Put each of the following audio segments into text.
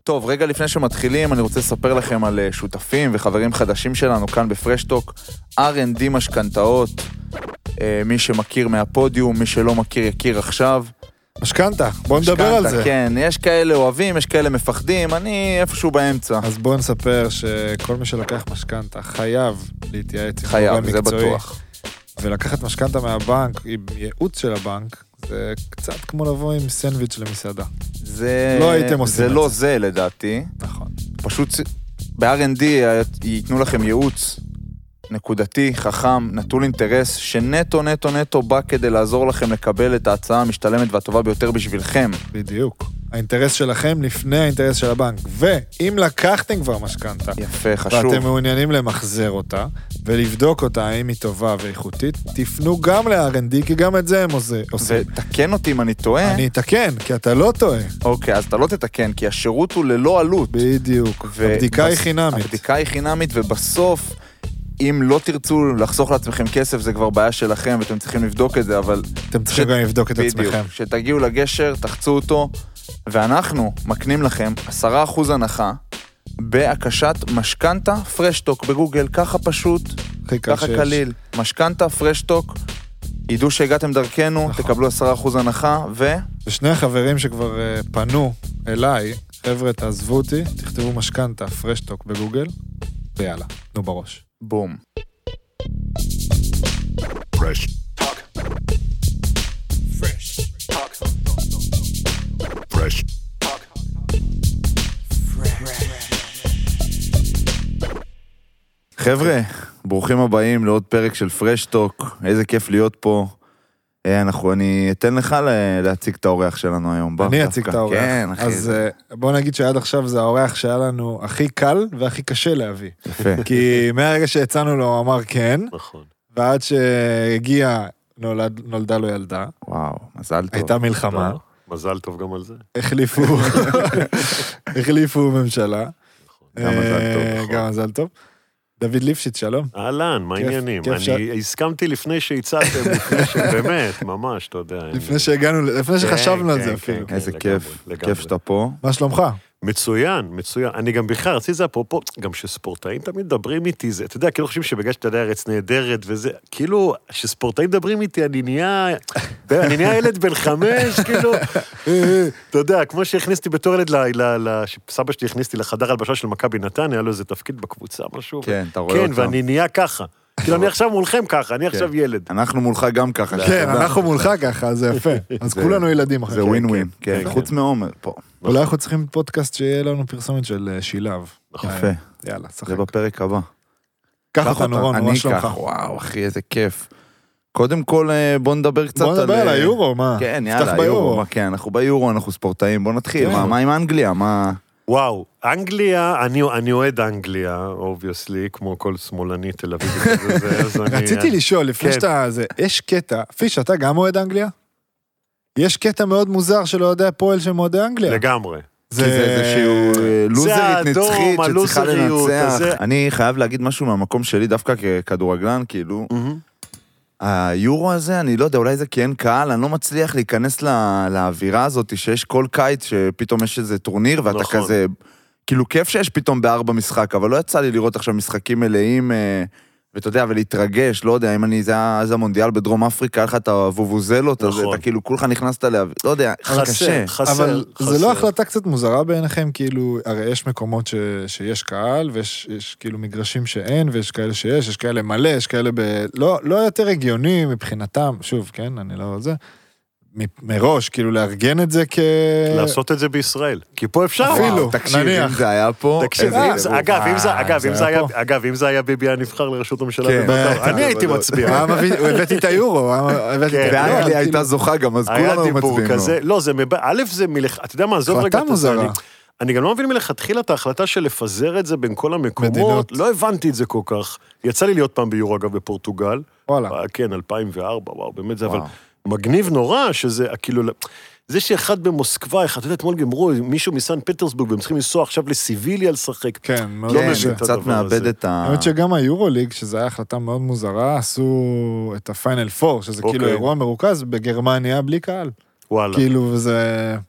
טוב, רגע לפני שמתחילים, אני רוצה לספר לכם על שותפים וחברים חדשים שלנו כאן בפרשטוק, R&D משכנתאות, מי שמכיר מהפודיום, מי שלא מכיר יכיר עכשיו. משכנתה, בואו נדבר על זה. כן, יש כאלה אוהבים, יש כאלה מפחדים, אני איפשהו באמצע. אז בואו נספר שכל מי שלוקח משכנתה חייב להתייעץ עם חייב, גורם זה מקצועי. בטוח. ולקחת משכנתה מהבנק, עם ייעוץ של הבנק, זה קצת כמו לבוא עם סנדוויץ' למסעדה. לא הייתם עושים זה לא זה לדעתי. נכון. פשוט ב-R&D ייתנו לכם ייעוץ נקודתי, חכם, נטול אינטרס, שנטו נטו נטו בא כדי לעזור לכם לקבל את ההצעה המשתלמת והטובה ביותר בשבילכם. בדיוק. האינטרס שלכם לפני האינטרס של הבנק. ואם לקחתם כבר משכנתה, יפה, חשוב. ואתם מעוניינים למחזר אותה, ולבדוק אותה האם היא טובה ואיכותית, תפנו גם ל-R&D, כי גם את זה הם עושים. ותקן אותי אם אני טועה. אני אתקן, כי אתה לא טועה. אוקיי, אז אתה לא תתקן, כי השירות הוא ללא עלות. בדיוק. הבדיקה היא חינמית. הבדיקה היא חינמית, ובסוף, אם לא תרצו לחסוך לעצמכם כסף, זה כבר בעיה שלכם, ואתם צריכים לבדוק את זה, אבל... אתם צריכים גם לבדוק את עצמכם. בדיוק. שתגיעו לגשר, תחצו אותו, ואנחנו מקנים לכם 10% הנחה בהקשת משכנתה פרשטוק בגוגל, ככה פשוט, ככה קליל. משכנתה פרשטוק, ידעו שהגעתם דרכנו, נכון. תקבלו 10% הנחה, ושני החברים שכבר פנו אליי, חבר'ה, תעזבו אותי, תכתבו משכנתה פרשטוק בגוגל, ויאללה, נו בראש. בום. Fresh talk. Fresh talk. Fresh talk. חבר'ה, ברוכים הבאים לעוד פרק של פרשטוק, איזה כיף להיות פה. אני אתן לך להציג את האורח שלנו היום. אני אציג את האורח. כן, אחי. אז בוא נגיד שעד עכשיו זה האורח שהיה לנו הכי קל והכי קשה להביא. יפה. כי מהרגע שיצאנו לו הוא אמר כן, נכון. ועד שהגיע נולדה לו ילדה. וואו, מזל טוב. הייתה מלחמה. מזל טוב גם על זה. החליפו ממשלה. גם מזל טוב. גם מזל טוב. דוד ליפשיץ, שלום. אהלן, מה העניינים? אני הסכמתי לפני שהצעתם, באמת, ממש, אתה יודע. לפני שהגענו, לפני שחשבנו על זה אפילו. איזה כיף, כיף שאתה פה. מה שלומך? מצוין, מצוין. אני גם בכלל, רציתי זה אפרופו, גם שספורטאים תמיד מדברים איתי, זה, אתה יודע, כאילו חושבים שבגלל שאתה יודע, ארץ נהדרת וזה, כאילו, שספורטאים מדברים איתי, אני נהיה ילד בן 5, כאילו, אתה יודע, כמו שהכניסתי בתור ילד, סבא שלי הכניסתי לחדר הלבשה של מכבי נתניה, היה לו איזה תפקיד בקבוצה, משהו. כן, אתה רואה אותם. כן, ואני נהיה ככה. כאילו, אני עכשיו מולכם ככה, אני עכשיו ילד. אנחנו מולך גם ככה. כן, אנחנו מולך ככה, זה יפה. אז כולנו ילדים אחרי. זה ווין ווין, כן, חוץ מעומר פה. אולי אנחנו צריכים פודקאסט שיהיה לנו פרסומת של שילב. יפה. יאללה, שחק. זה בפרק הבא. קח אותנו, רון, מה שלומך? וואו, אחי, איזה כיף. קודם כל, בוא נדבר קצת על... בוא נדבר על היורו, מה? כן, יאללה, היורו. כן, אנחנו ביורו, אנחנו ספורטאים, בוא נתחיל. מה עם אנגליה? מה... וואו, אנגליה, אני אוהד אנגליה, obviously, כמו כל שמאלני תל אביב. רציתי לשאול, לפני שאתה... יש קטע, פיש, אתה גם אוהד אנגליה? יש קטע מאוד מוזר של אוהדי הפועל של אוהדי אנגליה. לגמרי. כי זה איזשהו לוזרית נצחית שצריכה לנצח. אני חייב להגיד משהו מהמקום שלי, דווקא ככדורגלן, כאילו, היורו הזה, אני לא יודע, אולי זה כי אין קהל, אני לא מצליח להיכנס לאווירה הזאת, שיש כל קיץ שפתאום יש איזה טורניר, ואתה כזה, כאילו כיף שיש פתאום ב4 משחק, אבל לא יצא לי לראות עכשיו משחקים מלאים, ואתה יודע, ולהתרגש, לא יודע, אם זה המונדיאל בדרום אפריקה, לך את הוובוזלות, אז אתה כאילו כולך נכנסת להביא, לא יודע, קשה. אבל זה לא החלטה קצת מוזרה בעיניכם, כאילו, הרי יש מקומות שיש קהל, ויש כאילו מגרשים שאין, ויש כאלה שיש, יש כאלה מלא, יש כאלה לא יותר הגיוני מבחינתם, שוב, כן, אני לא יודע, מראש, כאילו לארגן את זה לעשות את זה בישראל, כי פה אפשר. אפילו, תקשיב, אם זה היה פה... אגב, אם זה היה ביבי הנבחר לראשות הממשלה, אני הייתי מצביע. הבאתי את היורו, ואנגליה הייתה זוכה גם, אז כולנו מצביעים לו. לא, א' זה אתה יודע מה, זאת רגע, אני גם לא מבין מלכתחילה את ההחלטה של לפזר את זה בין כל המקומות, לא הבנתי את זה כל כך. יצא לי להיות פעם ביורו, אגב, בפורטוגל. כן, 2004, וואו, באמת זה, אבל מגניב נורא, שזה, כאילו, זה שאחד במוסקבה, אחד, אתה יודע, אתמול גמרו, מישהו מסן פטרסבורג, והם צריכים לנסוע עכשיו לסיביליה לשחק. כן, קצת מאבד את ה... האמת שגם היורוליג, שזו הייתה החלטה מאוד מוזרה, עשו את הפיינל פור, שזה כאילו אירוע מרוכז בגרמניה בלי קהל. וואלה. כאילו, וזה...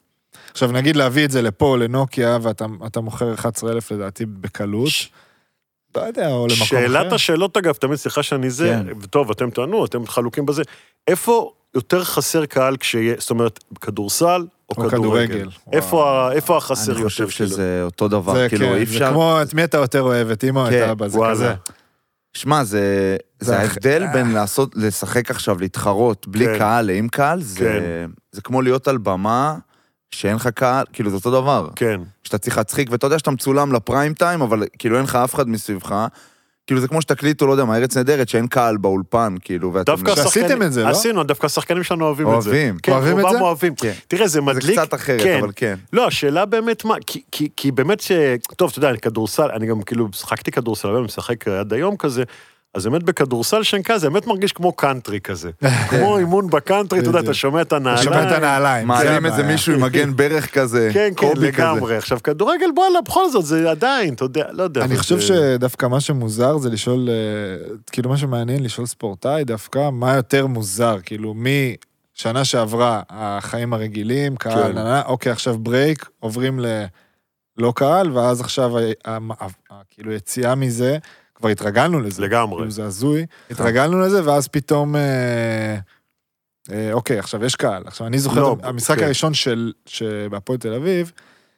עכשיו נגיד להביא את זה לפה, לנוקיה, ואתה מוכר 11,000 לדעתי בקלות, לא יודע, או למקום אחר. שאלת השאלות אגב, תמיד סליחה שאני זה, וטוב, אתם טענו, אתם חלוקים בזה, איפה יותר חסר קהל כשיהיה, זאת אומרת, כדורסל או כדורגל? איפה החסר יותר? אני חושב שזה אותו דבר, כאילו אי אפשר... זה כמו, את מי אתה יותר אוהב, את אמא או את אבא, זה כזה. שמע, זה ההבדל בין לשחק עכשיו, להתחרות בלי קהל לעם קהל, זה כמו להיות על במה שאין לך קהל, כאילו זה אותו דבר. כן. שאתה צריך להצחיק, ואתה יודע שאתה מצולם לפריים טיים, אבל כאילו אין לך אף אחד מסביבך, כאילו זה כמו שתקליטו, לא יודע, מהארץ נהדרת, שאין קהל באולפן, כאילו, שעשיתם את זה, לא? עשינו, דווקא השחקנים שלנו אוהבים את זה. אוהבים את זה? אוהבים. תראה, זה מדליק. זה קצת אחרת, אבל כן. לא, השאלה באמת מה, כי באמת טוב, אתה יודע, כדורסל, אני גם כאילו שחקתי כדורסל, אבל אני משחק עד היום כזה, אז באמת בכדורסל שנקה, זה באמת מרגיש כמו קאנטרי כזה. כמו אימון בקאנטרי, אתה יודע, אתה שומע את הנעליים. מעלים איזה מישהו עם מגן ברך כזה. כן, כן, לגמרי. עכשיו, כדורגל, בואלה, בכל זאת, זה עדיין, אתה יודע, לא יודע. אני חושב שדווקא מה שמוזר זה לשאול, כאילו מה שמעניין, לשאול ספורטאי דווקא, מה יותר מוזר, כאילו משנה שעברה החיים הרגילים, קהל, אוקיי, עכשיו ברייק, עוברים ללא קהל, ואז עכשיו, כאילו יציאה מזה, כבר התרגלנו לזה. לגמרי. זה הזוי. התרגלנו לזה, ואז פתאום, אוקיי, עכשיו יש קהל. עכשיו, אני זוכר, המשחק הראשון בהפועל תל אביב,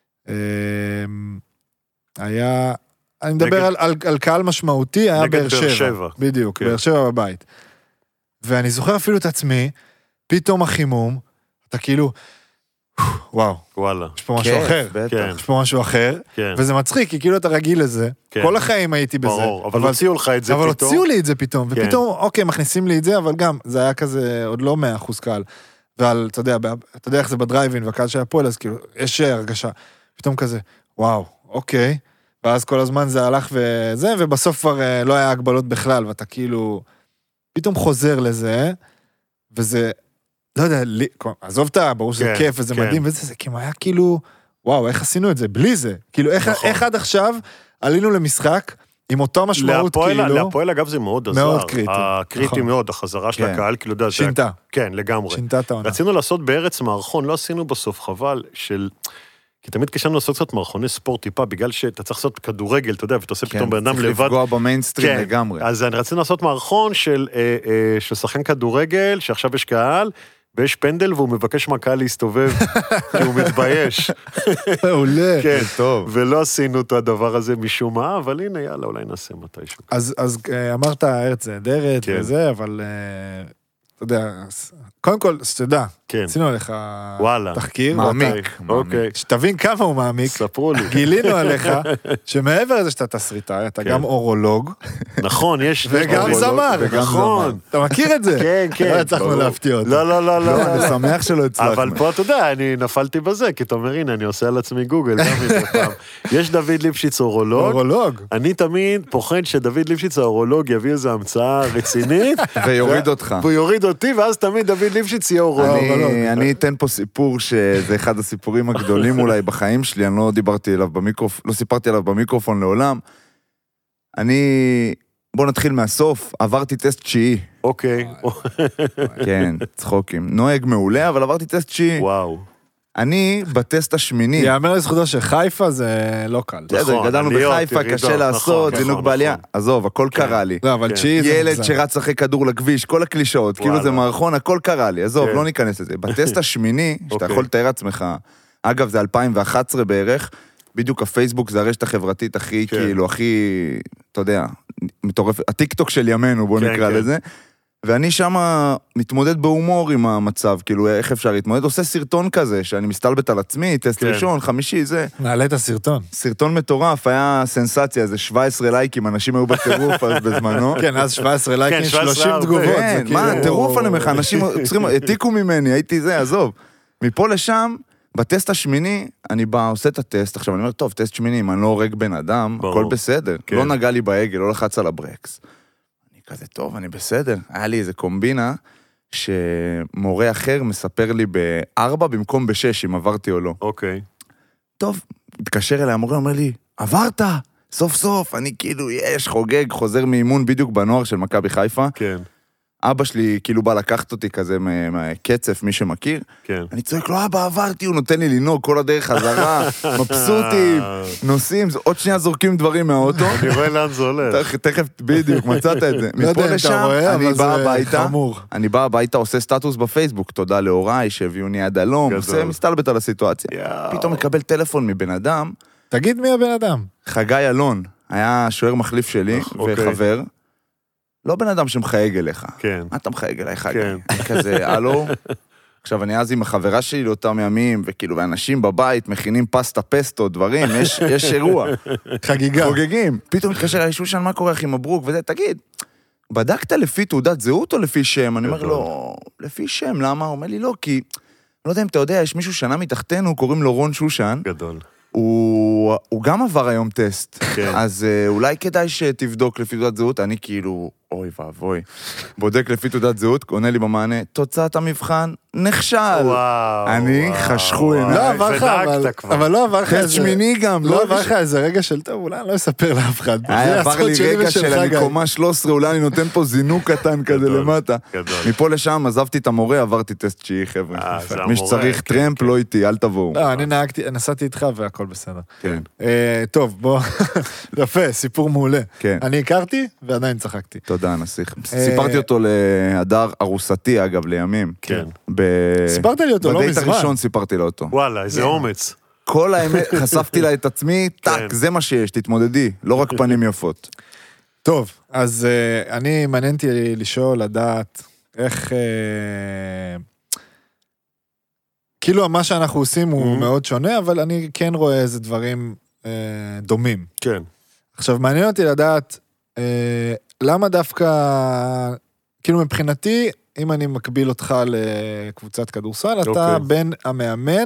היה, אני מדבר על קהל משמעותי, היה באר שבע. בדיוק, באר שבע בבית. ואני זוכר אפילו את עצמי, פתאום החימום, אתה כאילו, וואו, וואלה. יש פה משהו אחר. יש פה משהו אחר, וזה מצחיק, כי כאילו אתה רגיל לזה. כל החיים הייתי בזה. ברור, אבל הוציאו לך את זה פתאום. אבל הוציאו לי את זה פתאום, ופתאום, אוקיי, מכניסים לי את זה, אבל גם, זה היה כזה, עוד לא 100% קהל. ועל, אתה יודע איך זה בדרייבין, והקהל שהיה פועל, אז כאילו, יש הרגשה. פתאום כזה, וואו, אוקיי. ואז כל הזמן זה הלך וזה, ובסוף כבר לא היה הגבלות בכלל, ואתה כאילו, פתאום חוזר לזה, וזה, לא יודע, עזוב אותה, ברור שזה כיף וזה מדהים, וזה כאילו היה כאילו, וואו, איך עשינו את זה? בלי זה. כאילו, איך עד עכשיו עלינו למשחק עם אותו משמעות, כאילו... להפועל, אגב, זה מאוד עזר. מאוד קריטי. קריטי מאוד, החזרה של הקהל, כאילו, יודע, שינתה. כן, לגמרי. שינתה את העונה. רצינו לעשות בארץ מערכון, לא עשינו בסוף, חבל, כי תמיד קשנו לעשות קצת מערכוני ספורט טיפה, בגלל שאתה צריך לעשות כדורגל, אתה יודע, ואתה עושה פתאום בן אדם לבד. צריך לפגוע במיינסטרים לגמרי. אז רצינו לעשות מערכון של שחקן כדורגל, שעכשיו יש קהל, ויש פנדל, והוא מבקש מהקהל להסתובב, כי הוא מתבייש. עולה. כן, טוב. ולא עשינו את הדבר הזה משום מה, אבל הנה, יאללה, אולי נעשה מתישהו. אז אמרת, ארץ נהדרת וזה, אבל אתה יודע, קודם כל, שתדע, עשינו עליך תחקיר. מעמיק. שתבין כמה הוא מעמיק. ספרו לי. גילינו עליך, שמעבר לזה שאתה תסריטאי, אתה גם אורולוג. נכון, יש... וגם זמר. נכון. אתה מכיר את זה? כן, כן. לא הצלחנו להפתיע אותו. לא. אני שמח שלא הצלחנו. אבל פה, אתה יודע, אני נפלתי בזה, כי אתה אומר, הנה, אני עושה על עצמי גוגל, גם מזה פעם. יש דוד ליפשיץ אורולוג. אני תמיד פוחד שדוד ליפשיץ האורולוג יביא איזו המצאה רצינית. ויוריד אותך. ויוריד אותי, ואז תמיד דוד ליפשיץ יהיה אורולוג. אני אתן פה סיפור שזה אחד הסיפורים הגדולים אולי בחיים שלי, אני לא סיפרתי עליו במיקרופון לעולם. בוא נתחיל מהסוף, עברתי טסט 9. אוקיי. כן, צחוקים. נוהג מעולה, אבל עברתי טסט 9. וואו. אני בטסט השמיני. יאמר לזכותו שחיפה זה לא קל. גדלנו בחיפה, קשה לעשות, זינוק בעלייה. עזוב, הכל קרה לי. ילד שרץ אחרי כדור לכביש, כל הקלישאות, כאילו זה מערכון, הכל קרה לי. עזוב, לא ניכנס לזה. בטסט השמיני, שאתה יכול לתאר עצמך, אגב, זה 2011 בערך, בדיוק הפייסבוק זה הרשת החברתית הכי, כאילו, הכי, אתה יודע, מטורף, הטיקטוק של ימינו, בוא נקרא לזה. ואני שם מתמודד בהומור עם המצב, כאילו, איך אפשר להתמודד? עושה סרטון כזה, שאני מסתלבט על עצמי, טסט ראשון, חמישי, זה. נעלה את הסרטון. סרטון מטורף, היה סנסציה, זה 17 לייקים, אנשים היו בטירוף אז בזמנו. כן, אז 17 לייקים, 30 תגובות. כן, מה, טירוף אני אומר, אנשים צריכים, העתיקו ממני, הייתי זה, עזוב. מפה לשם, בטסט השמיני, אני בא, עושה את הטסט, עכשיו אני אומר, טוב, טסט שמיני, אם אני לא הורג בן אדם, הכל בסדר. לא נגע לי בהגל, לא לחץ על הברקס. כזה טוב, אני בסדר. היה לי איזה קומבינה שמורה אחר מספר לי ב4 במקום ב6, אם עברתי או לא. אוקיי. טוב, מתקשר אליי, המורה אומר לי, עברת, סוף סוף, אני כאילו, יש חוגג, חוזר מאימון בדיוק בנוער של מכבי חיפה. כן. אבא שלי כאילו בא לקחת אותי כזה מהקצף, מי שמכיר. כן. אני צועק לו, אבא, עברתי, הוא נותן לי לנהוג כל הדרך חזרה, מבסוטים, נוסעים, עוד שנייה זורקים דברים מהאוטו. אני רואה לאן זה הולך. תכף, בדיוק, מצאת את זה. מפה לשם, אני בא הביתה, עושה סטטוס בפייסבוק, תודה להוריי שהביאוני עד הלום, מסתלבט על הסיטואציה. פתאום מקבל טלפון מבן אדם. תגיד מי הבן אדם? חגי אלון, היה שוער מחליף שלי וחבר. לא בן אדם שמחייג אליך. כן. מה אתה מחייג אליי, חגי? כזה, הלו? עכשיו, אני אז עם החברה שלי לאותם ימים, וכאילו, ואנשים בבית מכינים פסטה פסטו, דברים, יש אירוע. חגיגה. חוגגים. פתאום מתקשר אליי, שושן, מה קורה, אחי, מברוק, וזה, תגיד, בדקת לפי תעודת זהות או לפי שם? אני אומר לו, לפי שם, למה? הוא אומר לי, לא, כי, לא יודע אם אתה יודע, יש מישהו שנה מתחתנו, קוראים לו רון שושן. גדול. הוא גם עבר היום טסט, אז אולי כדאי שתבדוק לפי תעודת זהות, אני כאילו, אוי ואבוי, בודק לפי תעודת זהות, עונה לי במענה, תוצאת המבחן, נכשל. אני חשכו עיניי. לא עבר לך, אבל לא עבר לך איזה... שמיני גם. לא עבר לך איזה רגע של טוב, אולי אני לא אספר לאף אחד. עבר לי רגע של אני קומה 13, אולי אני נותן פה זינוק קטן כזה למטה. מפה לשם עזבתי את המורה, עברתי טסט 9, חבר'ה. מי שצריך טרמפ לא איתי, אל תבואו. לא, אני נסעתי איתך והכל בסדר. טוב, בוא, יפה, סיפור מעולה. אני הכרתי ועדיין צחקתי. תודה, נסיך. סיפרתי אותו להדר ארוסתי, אגב, לימים. כן. סיפרת לי אותו, לא מזמן. בדייט הראשון סיפרתי לו אותו. וואלה, איזה אומץ. כל האמת, חשפתי לה את עצמי, טק, זה מה שיש, תתמודדי, לא רק פנים יפות. טוב, אז אני מעניינתי לשאול, לדעת, איך... כאילו, מה שאנחנו עושים הוא מאוד שונה, אבל אני כן רואה איזה דברים דומים. כן. עכשיו, מעניין אותי לדעת, למה דווקא, כאילו מבחינתי, אם אני מקביל אותך לקבוצת כדורסל, אתה בין המאמן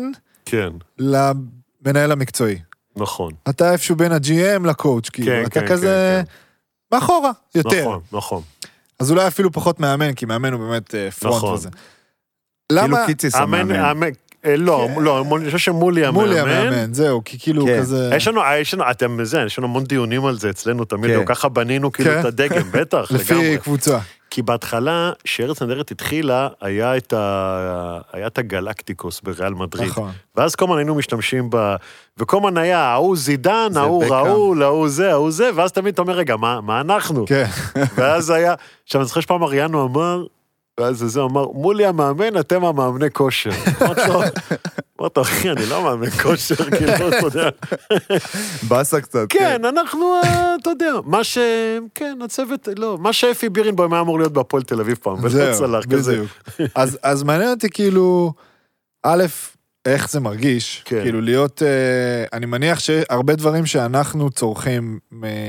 למנהל המקצועי. נכון. אתה איפשהו בין ה-GM לקואוץ', כאילו, אתה כזה מאחורה, יותר. נכון. אז אולי אפילו פחות מאמן, כי מאמן הוא באמת פרונט וזה. כאילו קיציס המאמן. לא, אני חושב שמולי המאמן. מולי המאמן, זהו, כי כאילו כזה... יש לנו המון דיונים על זה אצלנו תמיד, ככה בנינו כאילו את הדגם, בטח, לגמרי. לפי קבוצה. כי בהתחלה, שארץ נהדרת התחילה, היה את הגלקטיקוס בריאל מדריד. נכון. ואז כל הזמן היינו משתמשים וכל הזמן היה, ההוא זידן, ההוא ראול, ההוא זה, ואז תמיד אתה אומר, רגע, מה אנחנו? כן. ואז היה, עכשיו אני זוכר שפעם אריאנו אמר, ואז זה אמר, מולי המאמן, אתם המאמני כושר. אמרת, אחי, אני לא מאמן כושר, כאילו, אתה יודע. בסה קצת. כן, אנחנו, אתה יודע, הצוות, לא, מה שאפי בירנבוים היה אמור להיות בהפועל תל אביב פעם, ולא צלח כזה. אז מעניין אותי, כאילו, א', איך זה מרגיש, כאילו, להיות, אני מניח שהרבה דברים שאנחנו צורכים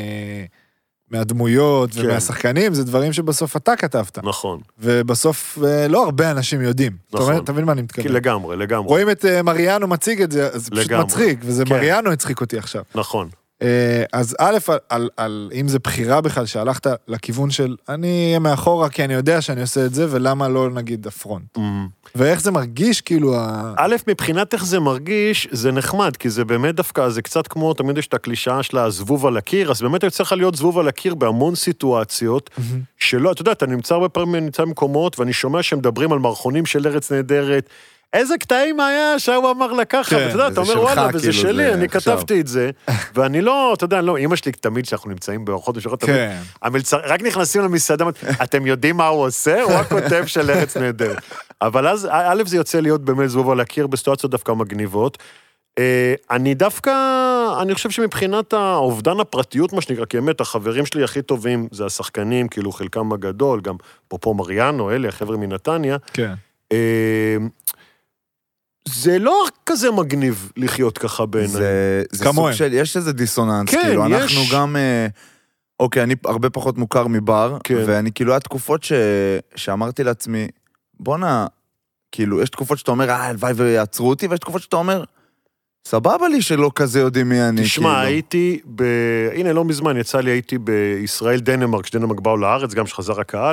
מהדמויות ומהשחקנים, זה דברים שבסוף אתה כתבת. נכון. ובסוף לא הרבה אנשים יודעים. נכון. אתה מבין מה אני מתכוון? לגמרי. רואים את מריאנו מציג את זה, אז זה פשוט מצחיק, וזה מריאנו הצחיק אותי עכשיו. נכון. אז א', אם זה בחירה בכלל, שהלכת לכיוון של, אני אהיה מאחורה, כי אני יודע שאני עושה את זה, ולמה לא נגיד הפרונט. ואיך זה מרגיש, כאילו... א', מבחינת איך זה מרגיש, זה נחמד, כי זה באמת דווקא, זה קצת כמו, תמיד יש את הקלישאה של הזבוב על הקיר, אז באמת צריך להיות זבוב על הקיר בהמון סיטואציות, שלא, אתה יודע, אתה נמצא הרבה פעמים, נמצא במקומות, ואני שומע שהם מדברים על מערכונים של ארץ נהדרת, איזה קטעים היה שהוא אמר לקחה, ואתה יודע, אתה אומר, וואלה, וזה שלי, אני כתבתי את זה, ואני לא, אתה יודע, לא, אמא שלי תמיד שאנחנו נמצאים באורחות משלחות, רק נכנסים למסעדה, אתם יודעים מה הוא עושה? הוא הכותב של ארץ נהדרת. אבל אז, א', זה יוצא להיות באמת זבוב על הקיר בסיטואציות דווקא מגניבות. אני דווקא, אני חושב שמבחינת האובדן הפרטיות, מה שנקרא, כי באמת, החברים שלי הכי טובים זה השחקנים, כאילו חלקם הגדול, גם פופו מריאנו, אלה, החבר'ה מנתניה. כן. זה לא כזה מגניב לחיות ככה בעיניי. זה סוג של, יש איזה דיסוננס, כן, כאילו, יש. אנחנו גם, אוקיי, אני הרבה פחות מוכר מבר, כן. ואני כאילו, היה תקופות שאמרתי לעצמי, בונה, כאילו, יש תקופות שאתה אומר, הלוואי ויעצרו אותי, ויש תקופות שאתה אומר, סבבה לי שלא כזה יודעים מי אני. תשמע, כאילו. הייתי, הנה לא מזמן, יצא לי, הייתי בישראל דנמרק, שדנמרק באו לארץ, גם שחזר הקהל,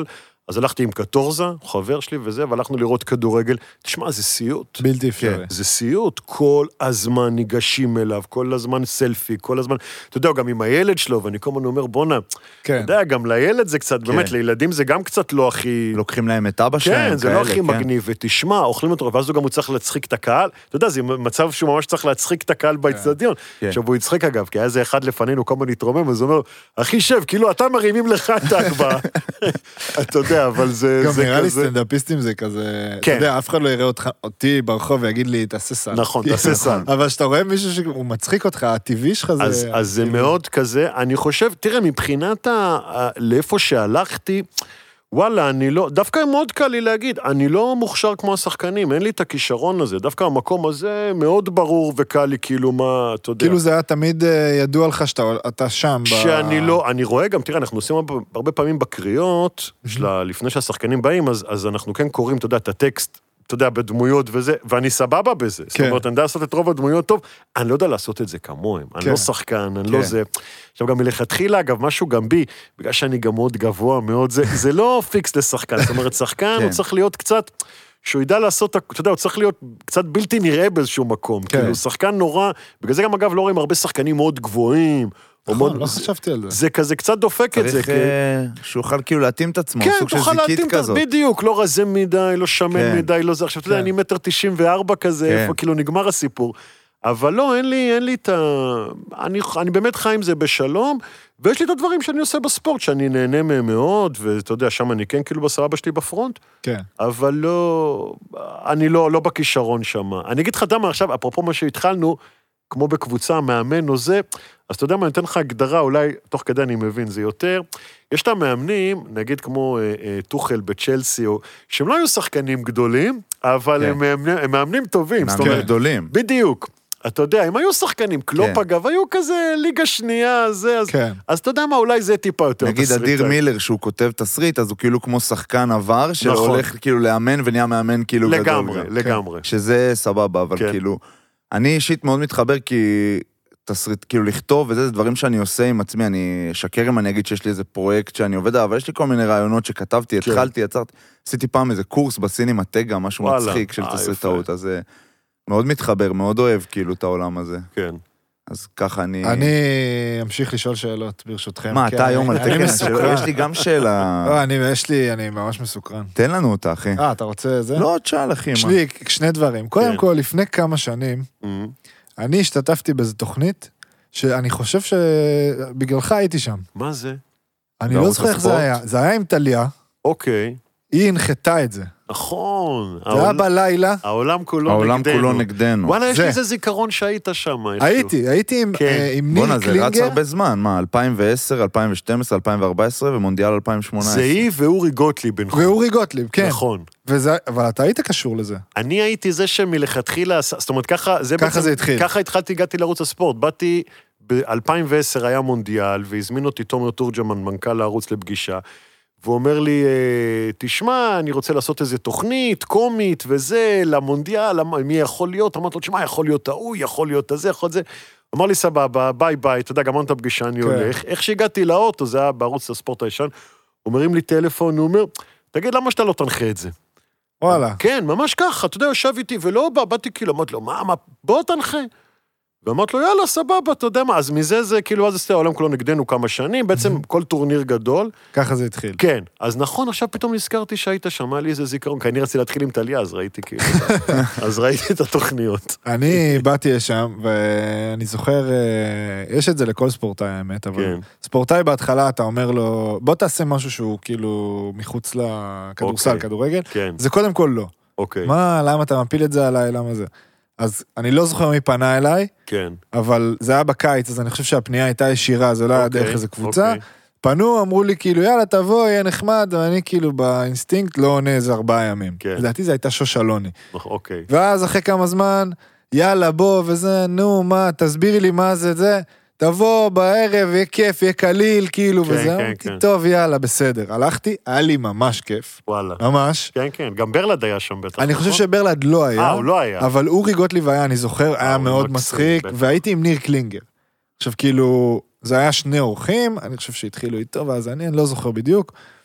אז הלכתי עם קטורזה, חבר שלי וזה, והלכנו לראות כדורגל. תשמע, זה סיוט. בלתי אפשרי. זה סיוט. כל הזמן ניגשים אליו, כל הזמן סלפי, כל הזמן... אתה יודע, גם עם הילד שלו, ואני כל הזמן אומר, בונה, אתה יודע, גם לילד זה קצת, באמת, לילדים זה גם קצת לא הכי... לוקחים להם את אבא שלהם. כן, זה לא הכי מגניב, ותשמע, אוכלים אותו, ואז הוא גם צריך להצחיק את הקהל. אתה יודע, זה מצב שהוא ממש צריך להצחיק את הקהל באצטדיון. עכשיו, הוא יצחק אגב, כי היה זה אחד לפנינו, כל הזמן התרומם, אז הוא אומר, אחי שב, כאילו, אתה מרימים לך את ההגבהה. אתה יודע, אבל זה גם נראה לי סטנדאפיסטים זה כזה, אתה יודע, אף אחד לא יראה אותי ברחוב ויגיד לי, תעשה סל. נכון, תעשה סל. אבל שאתה רואה מישהו שהוא מצחיק אותך, הטבעי שלך זה... אז זה מאוד כזה, אני חושב, תראה, מבחינת לאיפה שהלכתי, וואלה, אני לא, דווקא מאוד קל לי להגיד, אני לא מוכשר כמו השחקנים, אין לי את הכישרון הזה, דווקא המקום הזה מאוד ברור וקל לי, כאילו מה, אתה יודע. כאילו זה היה תמיד ידוע לך שאתה שם. שאני לא, אני רואה גם, תראה, אנחנו עושים הרבה פעמים בקריאות, לפני שהשחקנים באים, אז אנחנו כן קוראים, אתה יודע, את הטקסט, אתה יודע, בדמויות וזה, ואני סבבה בזה. זאת אומרת, אני יודע לעשות את רוב הדמויות טוב, אני לא יודע לעשות את זה כמוהם. אני לא שחקן, אני לא זה. עכשיו, גם מלכתחילה, אגב, משהו גם בי, בגלל שאני גם מאוד גבוה מאוד, זה לא פיקס לשחקן. זאת אומרת, שחקן הוא צריך להיות קצת, שהוא ידע לעשות, אתה יודע, הוא צריך להיות קצת בלתי נראה באיזשהו מקום. כאילו, שחקן נורא, בגלל זה גם, אגב, לא רואים הרבה שחקנים מאוד גבוהים, לא חשבתי על זה. זה כזה קצת דופק את זה. צריך שאוכל כאילו להתאים את עצמו, סוג של זיקית כזאת. בדיוק, לא רזה מדי, לא שמן מדי, לא זה. עכשיו, אתה יודע, אני 1.94 כזה, איפה כאילו נגמר הסיפור. אבל לא, אין לי את ה... אני באמת חי עם זה בשלום, ויש לי את הדברים שאני עושה בספורט, שאני נהנה מהם מאוד, ואתה יודע, שם אני כן כאילו בסבבה שלי בפרונט, אבל לא... אני לא בכישרון שם. אני אגיד לך, דמה עכשיו, אפרופו מה שהתחלנו, כמו בקבוצה, מאמן או זה, אז אתה יודע מה, אני אתן לך הגדרה, אולי תוך כדי אני מבין, זה יותר, יש את המאמנים, נגיד כמו טוחל בצ'לסי, שהם לא היו שחקנים גדולים, אבל הם מאמנים טובים. מאמנים גדולים. בדיוק. אתה יודע, הם היו שחקנים, קלופ אגב, היו כזה ליגה שנייה, אז אתה יודע מה, אולי זה טיפה יותר תסריט. נגיד אדיר מילר, שהוא כותב תסריט, אז הוא כאילו כמו שחקן עבר, שהולך כאילו לאמן ונהיה מאמן כאילו גדול. לגמרי. שזה סבבה, אבל כאילו... אני אישית מאוד מתחבר, כי תסריט, כאילו לכתוב, וזה דברים שאני עושה עם עצמי, אני אשקר אם אני אגיד שיש לי איזה פרויקט שאני עובד, אבל יש לי כל מיני רעיונות שכתבתי, התחלתי, יצרתי, עשיתי פעם איזה קורס בסינמטגה, משהו מצחיק של תסריטאות, אז מאוד מתחבר, מאוד אוהב כאילו את העולם הזה. כן. אז ככה אני אמשיך לשאול שאלות, ברשותכם. מה, אתה היום על תקן, יש לי גם שאלה. לא, אני ממש מסוקרן. תן לנו אותה, אחי. אתה רוצה זה? לא, תשאל, אחי. יש לי שני דברים. קודם כל, לפני כמה שנים, אני השתתפתי באיזו תוכנית, שאני חושב שבגללך הייתי שם. מה זה? אני לא זוכר איך זה היה. זה היה עם טליה. אוקיי. היא הנחתה את זה. נכון. זה היה בלילה. העולם כולו נגדנו. וואלה, יש לי איזה זיכרון שהיית שם. הייתי עם ניר קלינגר. בונה, זה רץ הרבה זמן, מה, 2010, 2012, 2014 ומונדיאל 2018. זה היא ואורי גוטליב. ואורי גוטליב, כן. נכון. אבל אתה היית קשור לזה. אני הייתי זה שמלכתחילה, זאת אומרת, ככה זה התחיל. ככה הגעתי לערוץ הספורט. באתי, ב-2010 היה מונדיאל, והזמין אותי תומר תורג'מן, מנכ"ל הערוץ לפגישה, והוא אומר לי, תשמע, אני רוצה לעשות איזו תוכנית, קומית וזה, למונדיאל, מי יכול להיות? אמרתי לו, תשמע, יכול להיות ההוא, יכול להיות הזה, יכול להיות זה. אמר לי, סבבה, ביי ביי, אתה יודע, גמרנו את הפגישה, אני הולך. איך שהגעתי לאוטו, זה היה בערוץ הספורט הישן, הוא מרים לי טלפון, הוא אומר, תגיד, למה שאתה לא תנחה את זה? וואלה. כן, ממש ככה, אתה יודע, יושב איתי, ולא באתי כאילו, אמרתי לו, מה, בוא תנחה. ואמרת לו, יאללה, סבבה, אתה יודע מה, אז מזה זה, כאילו, אז העולם כולו נגדנו כמה שנים, בעצם כל טורניר גדול. ככה זה התחיל. כן, אז נכון, עכשיו פתאום נזכרתי שהיית שם, היה לי איזה זיכרון, כי אני רציתי להתחיל עם טליה, אז ראיתי כאילו, אז ראיתי את התוכניות. אני באתי לשם, ואני זוכר, יש את זה לכל ספורטאי, האמת, אבל ספורטאי בהתחלה, אתה אומר לו, בוא תעשה משהו שהוא כאילו מחוץ לכדורסל, כדורגל, זה קודם כל לא. מה, למה אתה מפיל את זה עליי, למה זה? אז אני לא זוכר מי פנה אליי, כן. אבל זה היה בקיץ, אז אני חושב שהפנייה הייתה ישירה, זה לא היה דרך איזה קבוצה. פנו, אמרו לי כאילו, יאללה, תבוא, יהיה נחמד, ואני כאילו באינסטינקט לא עונה איזה 4 ימים. לדעתי זה הייתה שוש אלוני. ואז אחרי כמה זמן, יאללה, בוא, וזה, נו, מה, תסבירי לי מה זה, תבוא בערב, יהיה כיף, יהיה קליל, כאילו, וזה, אמרתי, טוב, יאללה, בסדר. הלכתי, היה לי ממש כיף. וואלה. ממש. כן, כן, גם ברלד היה שם בטח. אני חושב שברלד לא היה. הוא לא היה. אבל אורי גוטליב היה, אני זוכר, היה מאוד מצחיק, והייתי עם ניר קלינגר. עכשיו, כאילו, זה היה 2 אורחים, אני חושב שהתחילו איתו, ואז אני לא זוכר בדיוק,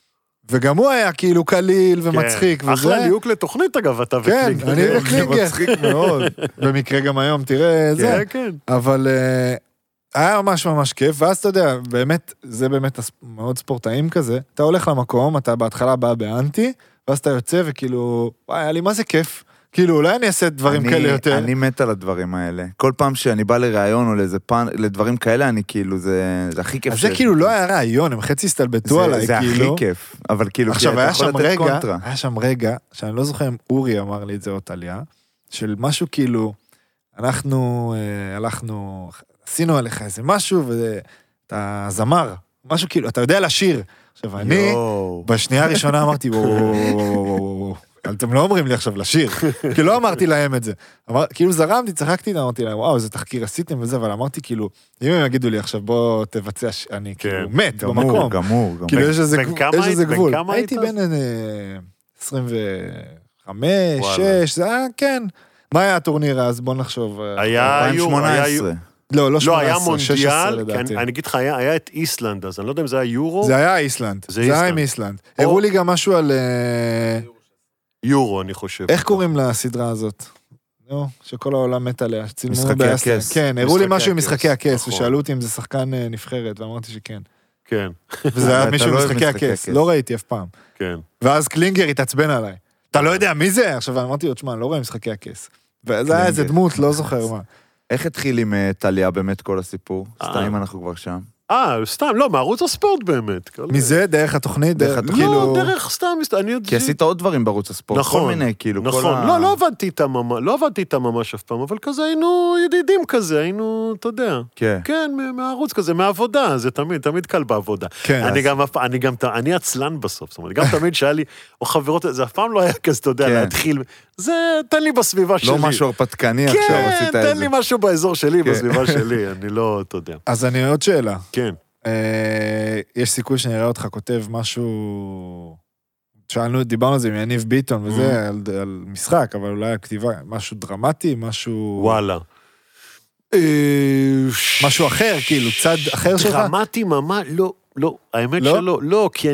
וגם הוא היה כאילו קליל ומצחיק וזה. אחלה ליהוק לתוכנית אגב, אתה וקלינגר. כן, אני וקלינגר. מצחיק מאוד. במקרה גם היום, תראה זה. כן. אבל היה ממש ממש כיף, ואז אתה יודע, באמת, זה באמת מאוד ספורטאים כזה, אתה הולך למקום, אתה בהתחלה בא באנטי, ואז אתה יוצא וכאילו, וואי, היה לי מה זה כיף. כאילו, אולי אני אעשה דברים כאלה יותר. אני מת על הדברים האלה. כל פעם שאני בא לראיון או לדברים כאלה, אני כאילו, זה הכי כיף. אז זה כאילו לא היה ראיון, הם חצי הסתלבטו עליי, כאילו. זה הכי כיף, אבל כאילו, עכשיו, היה שם רגע, שאני לא זוכר אם אורי אמר לי את זה או טליה, של משהו כאילו, אנחנו עשינו עליך איזה משהו, ואתה זמר, משהו כאילו, אתה יודע לשיר. עכשיו, אני, בשנייה הראשונה אמרתי, אתם לא אומרים לי עכשיו לשיר, כי לא אמרתי להם את זה. כאילו זרמתי, צחקתי, אמרתי להם, וואו, איזה תחקיר עשיתם וזה, אבל אמרתי כאילו, אם הם יגידו לי עכשיו, בוא תבצע, אני כאילו מת במקום. גמור. כאילו יש איזה גבול. הייתי בין 25, 6, זה היה, כן. מה היה הטורניר אז? בוא נחשוב. היה 2018. לא 18, היה מונדיאל, לדעתי. אני אגיד לך, היה את איסלנד, אז אני לא יודע אם זה היה יורו. זה היה איסלנד, זה היה עם איסלנד. הראו לי גם משהו על... יורו, אני חושב. איך קוראים לסדרה הזאת? נו, שכל העולם מת עליה. משחקי הכס. כן, הראו לי משהו עם משחקי הכס, ושאלו אותי אם זה שחקן נבחרת, ואמרתי שכן. כן. וזה היה מישהו משחקי הכס, לא ראיתי אף פעם. כן. ואז קלינגר התעצבן עליי. אתה לא יודע מי זה? עכשיו אמרתי לו, תשמע, אני לא רואה משחקי הכס. וזה היה איזה דמות, לא זוכר מה. איך התחיל עם טליה באמת כל הסיפור? סתם אנחנו כבר שם. סתם, לא, מערוץ הספורט באמת. מזה, דרך התוכנית? לא, דרך סתם. כי עשית עוד דברים בערוץ הספורט. נכון, כל מיני, כאילו. נכון. לא עבדתי איתם ממש אף פעם, אבל כזה היינו ידידים כזה, היינו, אתה יודע. כן, מהערוץ כזה, מהעבודה, זה תמיד קל בעבודה. אני עצלן בסוף, זאת אומרת, גם תמיד שהיה לי, או חברות, זה אף פעם לא היה כזה, אתה יודע, להתחיל, זה, תן לי בסביבה שלי. לא משהו הרפתקני עכשיו עשית את זה. כן, תן לי משהו באזור שלי, בסביבה שלי, אני לא, אתה יודע. אז אני עוד שאלה. כן. יש סיכוי שנראה אותך כותב משהו, דיברנו על זה עם יניב ביטון וזה, על משחק, אבל אולי הכתיבה, משהו דרמטי, משהו... וואלה. משהו אחר, כאילו, צד אחר שלך? דרמטי ממש, לא, האמת שלא, לא, כי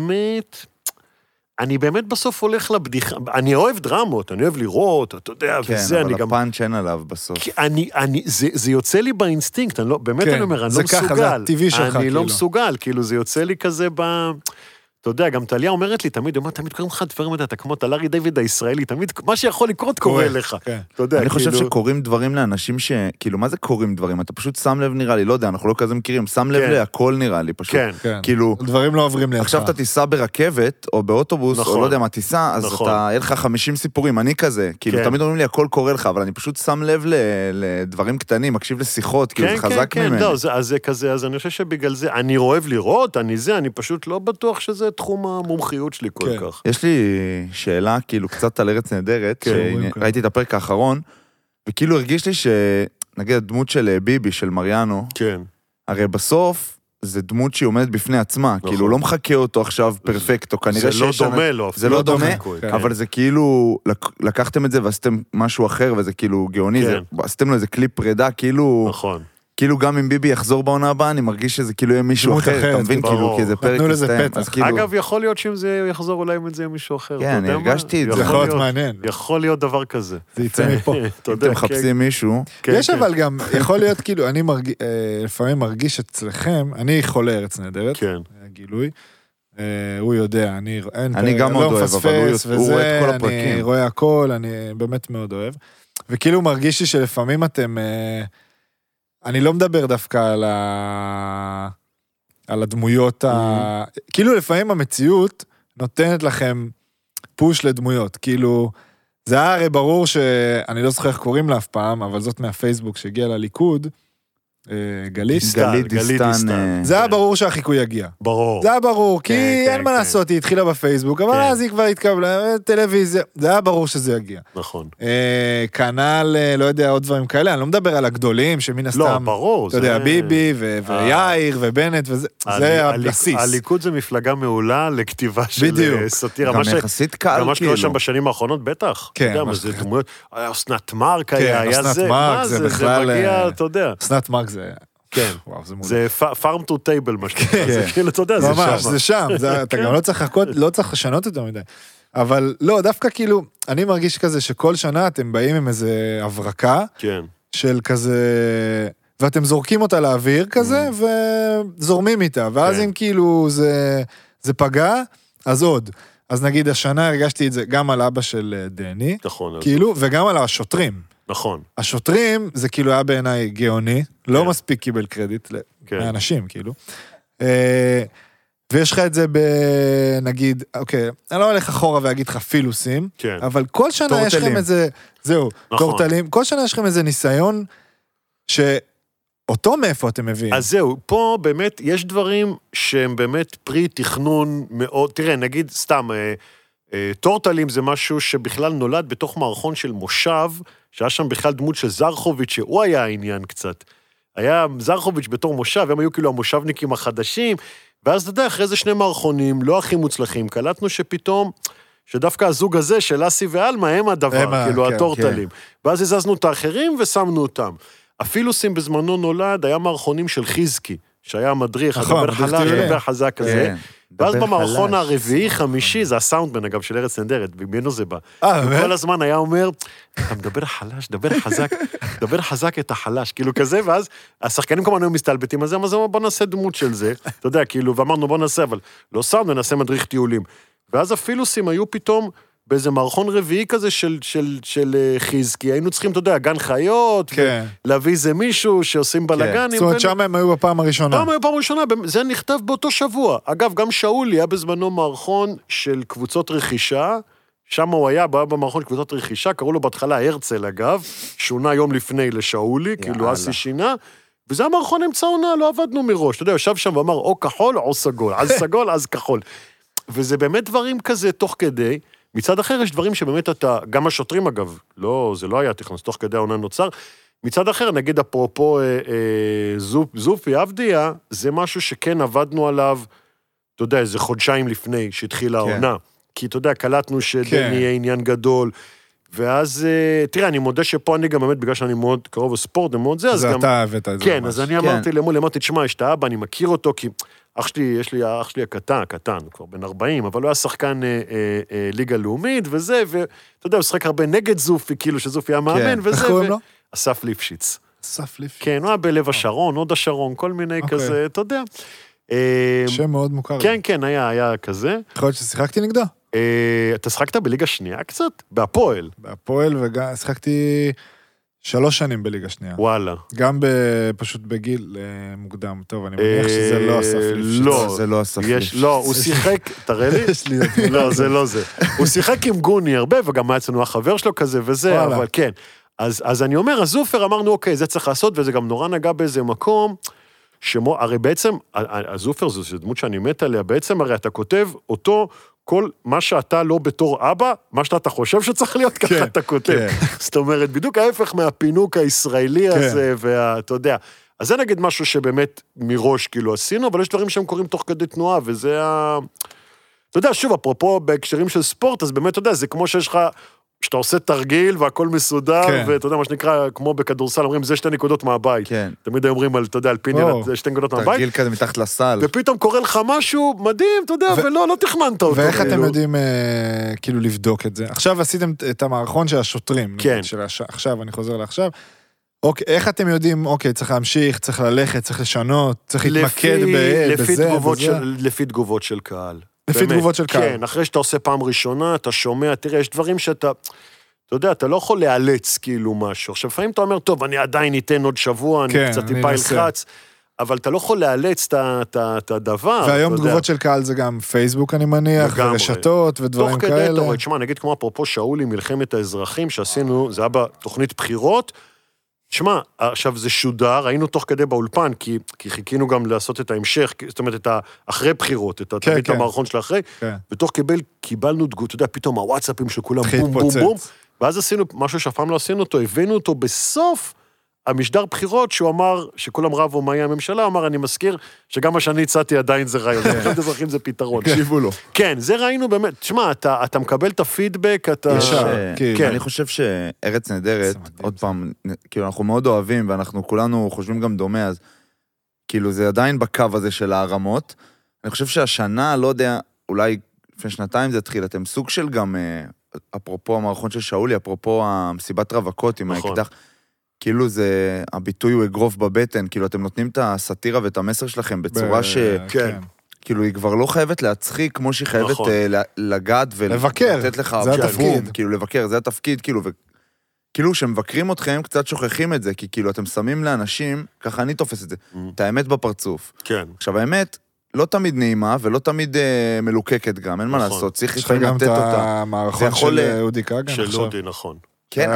אני באמת בסוף הולך לבדיחה, אני אוהב דרמות, אני אוהב לראות, אתה יודע, וזה, אני גם... כן, אבל הפאנץ' אין עליו בסוף. זה יוצא לי באינסטינקט, באמת אני אומר, אני לא מסוגל. זה ככה, זה הטבעי שלך, אני לא מסוגל, כאילו, זה יוצא לי כזה אתה יודע, גם טליה אומרת לי, תמיד קוראים לך דברים, אתה כמו טלארי דיוויד הישראלי, תמיד, מה שיכול לקרות קורה לך. אני חושב שקוראים דברים לאנשים כאילו, מה זה קוראים דברים? אתה פשוט שם לב נראה לי, לא יודע, אנחנו לא כזה מכירים, שם לב להכל נראה לי, פשוט. כאילו, דברים לא עוברים לידך. עכשיו אתה תיסע ברכבת, או באוטובוס, או לא יודע מה תיסע, אז יהיה לך 50 סיפורים, אני כזה, כאילו, תמיד אומרים לי, הכל קורה לך, אבל אני פשוט שם לב לדברים קטנים, מקשיב לשיחות, כאילו, זה חזק ממני. אז זה כזה, אז אני חושב שבגלל זה, אני אוהב לראות, אני פשוט לא בטוח שזה תחום המומחיות שלי כל כך. יש לי שאלה, כאילו, קצת על ארץ נהדרת, שראיתי את הפרק האחרון, וכאילו הרגיש לי שנגיד הדמות של ביבי, של מריאנו, הרי בסוף זה דמות שהיא עומדת בפני עצמה, כאילו הוא לא מחכה אותו עכשיו פרפקטו, כנראה זה לא דומה לו. זה לא דומה, אבל זה כאילו, לקחתם את זה ועשיתם משהו אחר, וזה כאילו גאוני, עשיתם לו איזה קליפ פרידה, כאילו... נכון. כאילו גם אם ביבי יחזור בעונה הבאה, אני מרגיש שזה כאילו יהיה מישהו אחר, אתה מבין? כאילו, כי זה פרק מסתיים. אגב, יכול להיות שאם זה יחזור, אולי אם זה יהיה מישהו אחר. כן, אני הרגשתי את זה. יכול להיות מעניין. יכול להיות דבר כזה. זה יצא מפה. אתם מחפשים מישהו. יש אבל גם, יכול להיות כאילו, אני לפעמים מרגיש אצלכם, אני חולה ארץ נהדרת, גילוי, הוא יודע, אני גם מאוד אוהב, אבל הוא רואה את כל הפרקים. אני רואה הכל, אני באמת מאוד אוהב. וכאילו מרגיש לי שלפעמים אתם... אני לא מדבר דווקא על הדמויות, כאילו לפעמים המציאות נותנת לכם פוש לדמויות, כאילו, זה היה הרי ברור שאני לא זוכר איך קוראים לה אף פעם, אבל זאת מהפייסבוק שהגיעה לליכוד, גלית דיסטן. זה היה ברור שהחיקוי יגיע. ברור. זה היה ברור, כי אין מה לעשות, היא התחילה בפייסבוק, אבל אז היא כבר התקבלה, טלוויזיה, זה היה ברור שזה יגיע. נכון. כנ"ל, לא יודע, עוד דברים כאלה, אני לא מדבר על הגדולים, שמן הסתם, לא, ברור. אתה יודע, ביבי ויאיר ובנט, זה הבסיס. הליכוד זה מפלגה מעולה לכתיבה של סאטירה. גם יחסית קל, כאילו. מה שקורה שם בשנים האחרונות, בטח. כן. זה דמויות, אסנת מארק היה זה, מה זה, זה מגיע, אתה יודע. אסנת מארק זה כן, זה farm to table, מה שקרה, זה כאילו, אתה יודע, זה שם. ממש, זה שם, אתה גם לא צריך לחכות, לא צריך לשנות יותר מדי. אבל לא, דווקא כאילו, אני מרגיש כזה שכל שנה אתם באים עם איזה הברקה, של כזה, ואתם זורקים אותה לאוויר כזה, וזורמים איתה, ואז אם כאילו זה פגע, אז עוד. אז נגיד השנה הרגשתי את זה גם על אבא של דני, כאילו, וגם על השוטרים. נכון. השוטרים, זה כאילו היה בעיניי גאוני, לא מספיק קיבל קרדיט לאנשים, כאילו. ויש לך את זה בנגיד, אוקיי, אני לא הולך אחורה ואגיד לך פילוסים, אבל כל שנה יש לכם איזה, זהו, טורטלים, כל שנה יש לכם איזה ניסיון, שאותו מאיפה אתם מביאים. אז זהו, פה באמת יש דברים שהם באמת פרי תכנון מאוד, תראה, נגיד סתם, טורטלים זה משהו שבכלל נולד בתוך מערכון של מושב, שהיה שם בכלל דמות של זרחוביץ', שהוא היה העניין קצת. היה זרחוביץ' בתור מושב, הם היו כאילו המושבניקים החדשים, ואז אתה יודע, אחרי זה שני מערכונים, לא הכי מוצלחים, קלטנו שפתאום, שדווקא הזוג הזה של אסי ואלמה, הם הדבר, כאילו הטורטלים. ואז הזזנו את האחרים ושמנו אותם. הפילוסים בזמנו נולד, היה מערכונים של חיזקי, שהיה מדריך, הדבר חלש, הדבר חזק כזה. ואז במערכון הרביעי, חמישי, זה הסאונדמן, אגב, של ארץ נהדרת, ממנו זה בא. כל הזמן היה אומר, אתה מדבר חלש, דבר חזק את החלש, כאילו כזה, ואז השחקנים כמובן היו מסתלבטים על זה, אז בוא נעשה דמות של זה, אתה יודע, כאילו, ואמרנו בוא נעשה, אבל לא סאונדמן, נעשה מדריך טיולים. ואז הפילוסים היו פתאום באיזה מערכון רביעי כזה של חיזקי, היינו צריכים, אתה יודע, גן חיות, להביא איזה מישהו שעושים בלגנים. זאת אומרת, שם הם היו בפעם הראשונה. זה נכתב באותו שבוע. אגב, גם שאולי היה בזמנו מערכון של קבוצות רכישה, שם הוא היה במערכון של קבוצות רכישה, קראו לו בהתחלה הרצל, אגב, שונה יום לפני לשאולי, כאילו אסי שינה, וזה המערכון אמצע עונה, לא עבדנו מראש. אתה יודע, ישב שם ואמר, או כחול או סגול, אז סגול, אז כחול. וזה באמת דברים כזה תוך כדי, מצד אחר יש דברים שבאמת אתה, גם השוטרים אגב, לא, זה לא היה תכנס, תוך כדי העונה נוצר, מצד אחר, נגיד אפרופו זופי אבדיה, זה משהו שכן עבדנו עליו, אתה יודע, איזה חודשיים לפני שהתחילה העונה, כי אתה יודע, קלטנו שדני יהיה עניין גדול, ואז, תראה, אני מודה שפה אני גם באמת, בגלל שאני מאוד קרוב לספורט, מאוד זה, אז גם... אתה הבאת את זה. כן, אז אני אמרתי למול, תשמע, יש את האבא, אני מכיר אותו, כי אח שלי הקטן, הוא כבר בן 40, אבל הוא היה שחקן ליגה לאומית, וזה, ואתה יודע, הוא שחק הרבה נגד זופי, כאילו שזופי היה מאמן, וזה, איך קוראים לו? אסף ליפשיץ. אסף ליפשיץ. כן, הוא היה בלב השרון, עוד השרון, כל מיני כזה, אתה יודע. שם מאוד מוכר. כן, כן, היה כזה. יכול להיות ששיחקתי נגדו. אתה שחקת בליגה שנייה קצת? בהפועל. בהפועל, ושיחקתי 3 שנים בליגה שנייה. וואלה. גם פשוט בגיל מוקדם. טוב, אני מניח שזה לא אסף ליפשיץ. לא, זה לא אסף ליפשיץ. לא, הוא שיחק, תראה לי? יש לי... לא, זה לא זה. הוא שיחק עם גוני הרבה, וגם היה אצלנו החבר שלו כזה וזה, אבל כן. אז אני אומר, הזופר אמרנו, אוקיי, זה צריך לעשות, וזה גם נורא נגע באיזה מקום, הרי בעצם, הזופר זו דמות שאני מת עליה, בעצם הרי אתה כותב אותו, כל מה שאתה לא בתור אבא, מה שאתה חושב שצריך להיות, ככה אתה כותב. זאת אומרת, בדיוק ההפך מהפינוק הישראלי הזה, ואתה יודע, אז זה נגיד משהו שבאמת מראש כאילו עשינו, אבל יש דברים שהם קוראים תוך כדי תנועה, וזה אתה יודע, שוב, אפרופו בהקשרים של ספורט, אז באמת, אתה יודע, זה כמו שיש לך, שאתה עושה תרגיל והכל מסודר, ואתה יודע, מה שנקרא, כמו בכדורסל, אומרים, זה 2 נקודות מהבית. תמיד אומרים על, אתה יודע, על פיני, זה 2 נקודות מהבית. תרגיל כזה מתחת לסל. ופתאום קורה לך משהו מדהים, אתה יודע, ולא תכננת אותו. ואיך אתם יודעים, כאילו, לבדוק את זה? עכשיו עשיתם את המערכון של השוטרים. כן. עכשיו, אני חוזר לעכשיו. אוקיי, איך אתם יודעים, אוקיי, צריך להמשיך, צריך ללכת, צריך לשנות, צריך להתמקד בזה, לפי תגובות של קהל. לפי תגובות של קהל. כן, אחרי שאתה עושה פעם ראשונה, אתה שומע, תראה, יש דברים שאתה, אתה יודע, אתה לא יכול להיאלץ כאילו משהו. עכשיו, לפעמים אתה אומר, טוב, אני עדיין אתן עוד שבוע, אני קצת טיפה ילחץ, אבל אתה לא יכול להיאלץ את הדבר. והיום תגובות של קהל זה גם פייסבוק, אני מניח, ורשתות ודברים כאלה. תוך כדי, תשמע, נגיד כמו אפרופו שאולי, מלחמת האזרחים שעשינו, זה היה בתוכנית בחירות, תשמע, עכשיו זה שודר, היינו תוך כדי באולפן, כי חיכינו גם לעשות את ההמשך, זאת אומרת, את האחרי בחירות, את התמיד למערכון של האחרי, ותוך קיבלנו תגובות, אתה יודע, פתאום הוואטסאפים של כולם בום בום בום, ואז עשינו משהו שאפעם לא עשינו אותו, הבאנו אותו בסוף המשדר בחירות, שהוא אמר, שכולם רבו מה יהיה הממשלה, הוא אמר, אני מזכיר, שגם מה שאני הצעתי עדיין זה רעיון, מבחינת אזרחים זה פתרון. תקשיבו לו. כן, זה ראינו באמת, תשמע, אתה מקבל את הפידבק, אתה... אני חושב שארץ נהדרת, עוד פעם, כאילו אנחנו מאוד אוהבים, ואנחנו כולנו חושבים גם דומה, אז כאילו זה עדיין בקו הזה של הרמות. אני חושב שהשנה, לא יודע, אולי לפני שנתיים זה התחיל, אתם סוג של גם, אפרופו המערכון של שאולי, אפרופו המסיבת רווקות עם האקדח, כאילו זה, הביטוי הוא אגרוף בבטן, כאילו אתם נותנים את הסאטירה ואת המסר שלכם בצורה כן. כאילו היא כבר לא חייבת להצחיק, כמו שהיא חייבת לגעת לבקר, זה התפקיד. כאילו לבקר, זה התפקיד, כאילו שמבקרים אתכם, קצת שוכחים את זה, כי כאילו אתם שמים לאנשים, ככה אני תופס את זה, את האמת בפרצוף. כן. עכשיו האמת, לא תמיד נעימה, ולא תמיד מלוקקת גם, אין מה לעשות, צריך לפעמים לתת אותה. יש לך גם את המערכון של אודי כגן עכשיו. של אודי, נכון. כן,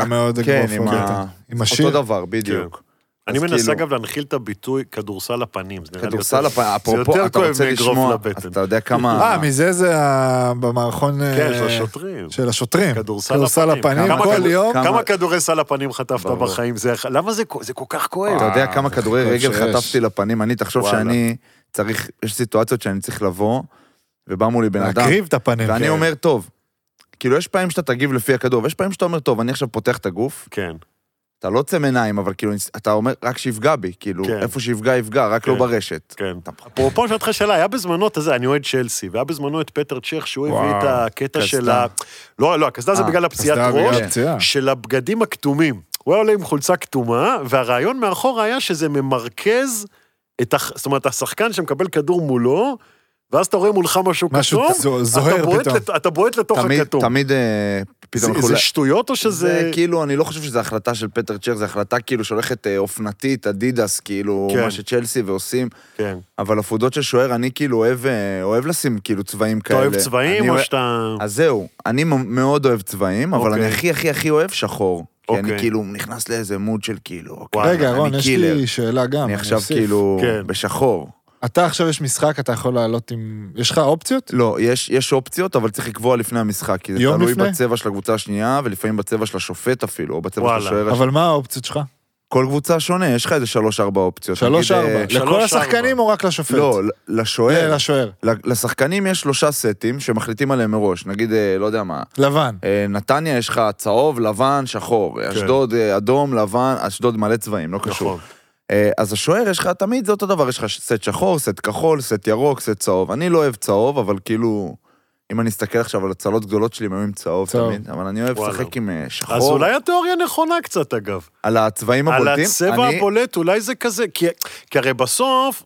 עם השיר. אותו דבר, בדיוק. אני מנסה אגב להנחיל את הביטוי כדורסל הפנים. כדורסל הפנים, אפרופו, אתה רוצה לשמוע, אתה יודע כמה... מזה זה במערכון... כן, של השוטרים. של השוטרים. כדורסל הפנים, כל יום. כמה כדורי סל הפנים חטפת בחיים? למה זה כל כך כואב? אתה יודע כמה כדורי רגל חטפתי לפנים? אני תחשוב שאני צריך, יש סיטואציות שאני צריך לבוא, ובא מולי בן אדם. להקריב את הפנים. ואני אומר, טוב, כאילו יש פעמים שאתה תגיב לפי הכדור, ויש פעמים שאתה אומר, טוב, אני עכשיו פותח את הגוף. כן. אתה לא צא מעיניים, אבל כאילו, אתה אומר, רק שיפגע בי, כאילו, איפה שיפגע, יפגע, רק לא ברשת. כן. אפרופו שאתך שאלה, היה בזמנו, אני אוהד צ'לסי, והיה בזמנו את פטר צ'ך, שהוא הביא את הקטע של ה... לא, הקסדה זה בגלל הפציעת ראש, של הבגדים הכתומים. הוא היה עולה עם חולצה כתומה, והרעיון מאחור היה שזה ממרכז, זאת אומרת, השחקן שמקבל כדור מולו, ואז אתה רואה מולך משהו כתום, אתה בועט לתוך הכתום. תמיד פתאום... זה שטויות או שזה... זה כאילו, אני לא חושב שזו החלטה של פטר צ'ך, זו החלטה כאילו שהולכת אופנתית, אדידס, כאילו, מה שצ'לסי ועושים. כן. אבל הפודות של שוער, אני כאילו אוהב לשים כאילו צבעים כאלה. אתה אוהב צבעים או שאתה... אז זהו, אני מאוד אוהב צבעים, אבל אני הכי אוהב שחור. כי אני כאילו נכנס לאיזה מוד של כאילו... רגע, רון, יש לי שאלה גם. אני עכשיו כאילו בשחור. אתה עכשיו יש משחק, אתה יכול לעלות עם... יש לך אופציות? לא, יש אופציות, אבל צריך לקבוע לפני המשחק, כי זה תלוי בצבע של הקבוצה השנייה, ולפעמים בצבע של השופט אפילו, או בצבע של השוער. אבל מה האופציות שלך? כל קבוצה שונה, יש לך איזה 3-4 אופציות. 3-4, לכל השחקנים או רק לשופט? לא, לשוער. לשוער. לשחקנים יש 3 סטים שמחליטים עליהם מראש, נגיד, לא יודע מה. לבן. נתניה יש לך צהוב, לבן, שחור. אשדוד, אדום, לבן, אשדוד מלא צבעים, לא קשור. אז השוער יש לך תמיד זה אותו דבר, יש לך סט שחור, סט כחול, סט ירוק, סט צהוב. אני לא אוהב צהוב, אבל כאילו, אם אני אסתכל עכשיו על הצלות גדולות שלי, הם עם צהוב תמיד, אבל אני אוהב לשחק עם שחור. אז אולי התיאוריה נכונה קצת, אגב. על הצבעים הבולטים? על הצבע הבולט, אולי זה כזה, כי הרי בסוף,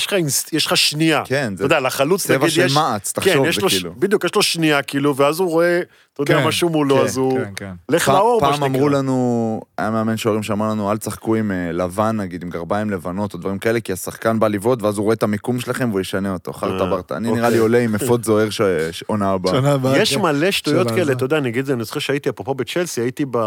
יש לך שנייה. כן, אתה יודע, לחלוץ, צבע של מעץ, תחשוב, זה כאילו. בדיוק, יש לו שנייה, כאילו, ואז הוא רואה, אתה יודע, משהו מולו, אז הוא... לך לאור, מה שנקרא. פעם אמרו לנו, היה מאמן שוערים שאמר לנו, אל תשחקו עם לבן, נגיד, עם גרביים לבנות, או דברים כאלה, כי השחקן בא לבעוט, ואז הוא רואה את המיקום שלכם, והוא ישנה אותו, חרטה ברטה. אני נראה לי עולה עם אפוד זוהר שעונה הבאה. יש מלא שטויות כאלה, אתה יודע, אני אגיד, אני זוכר שהייתי, אפרופו בצ'לסי,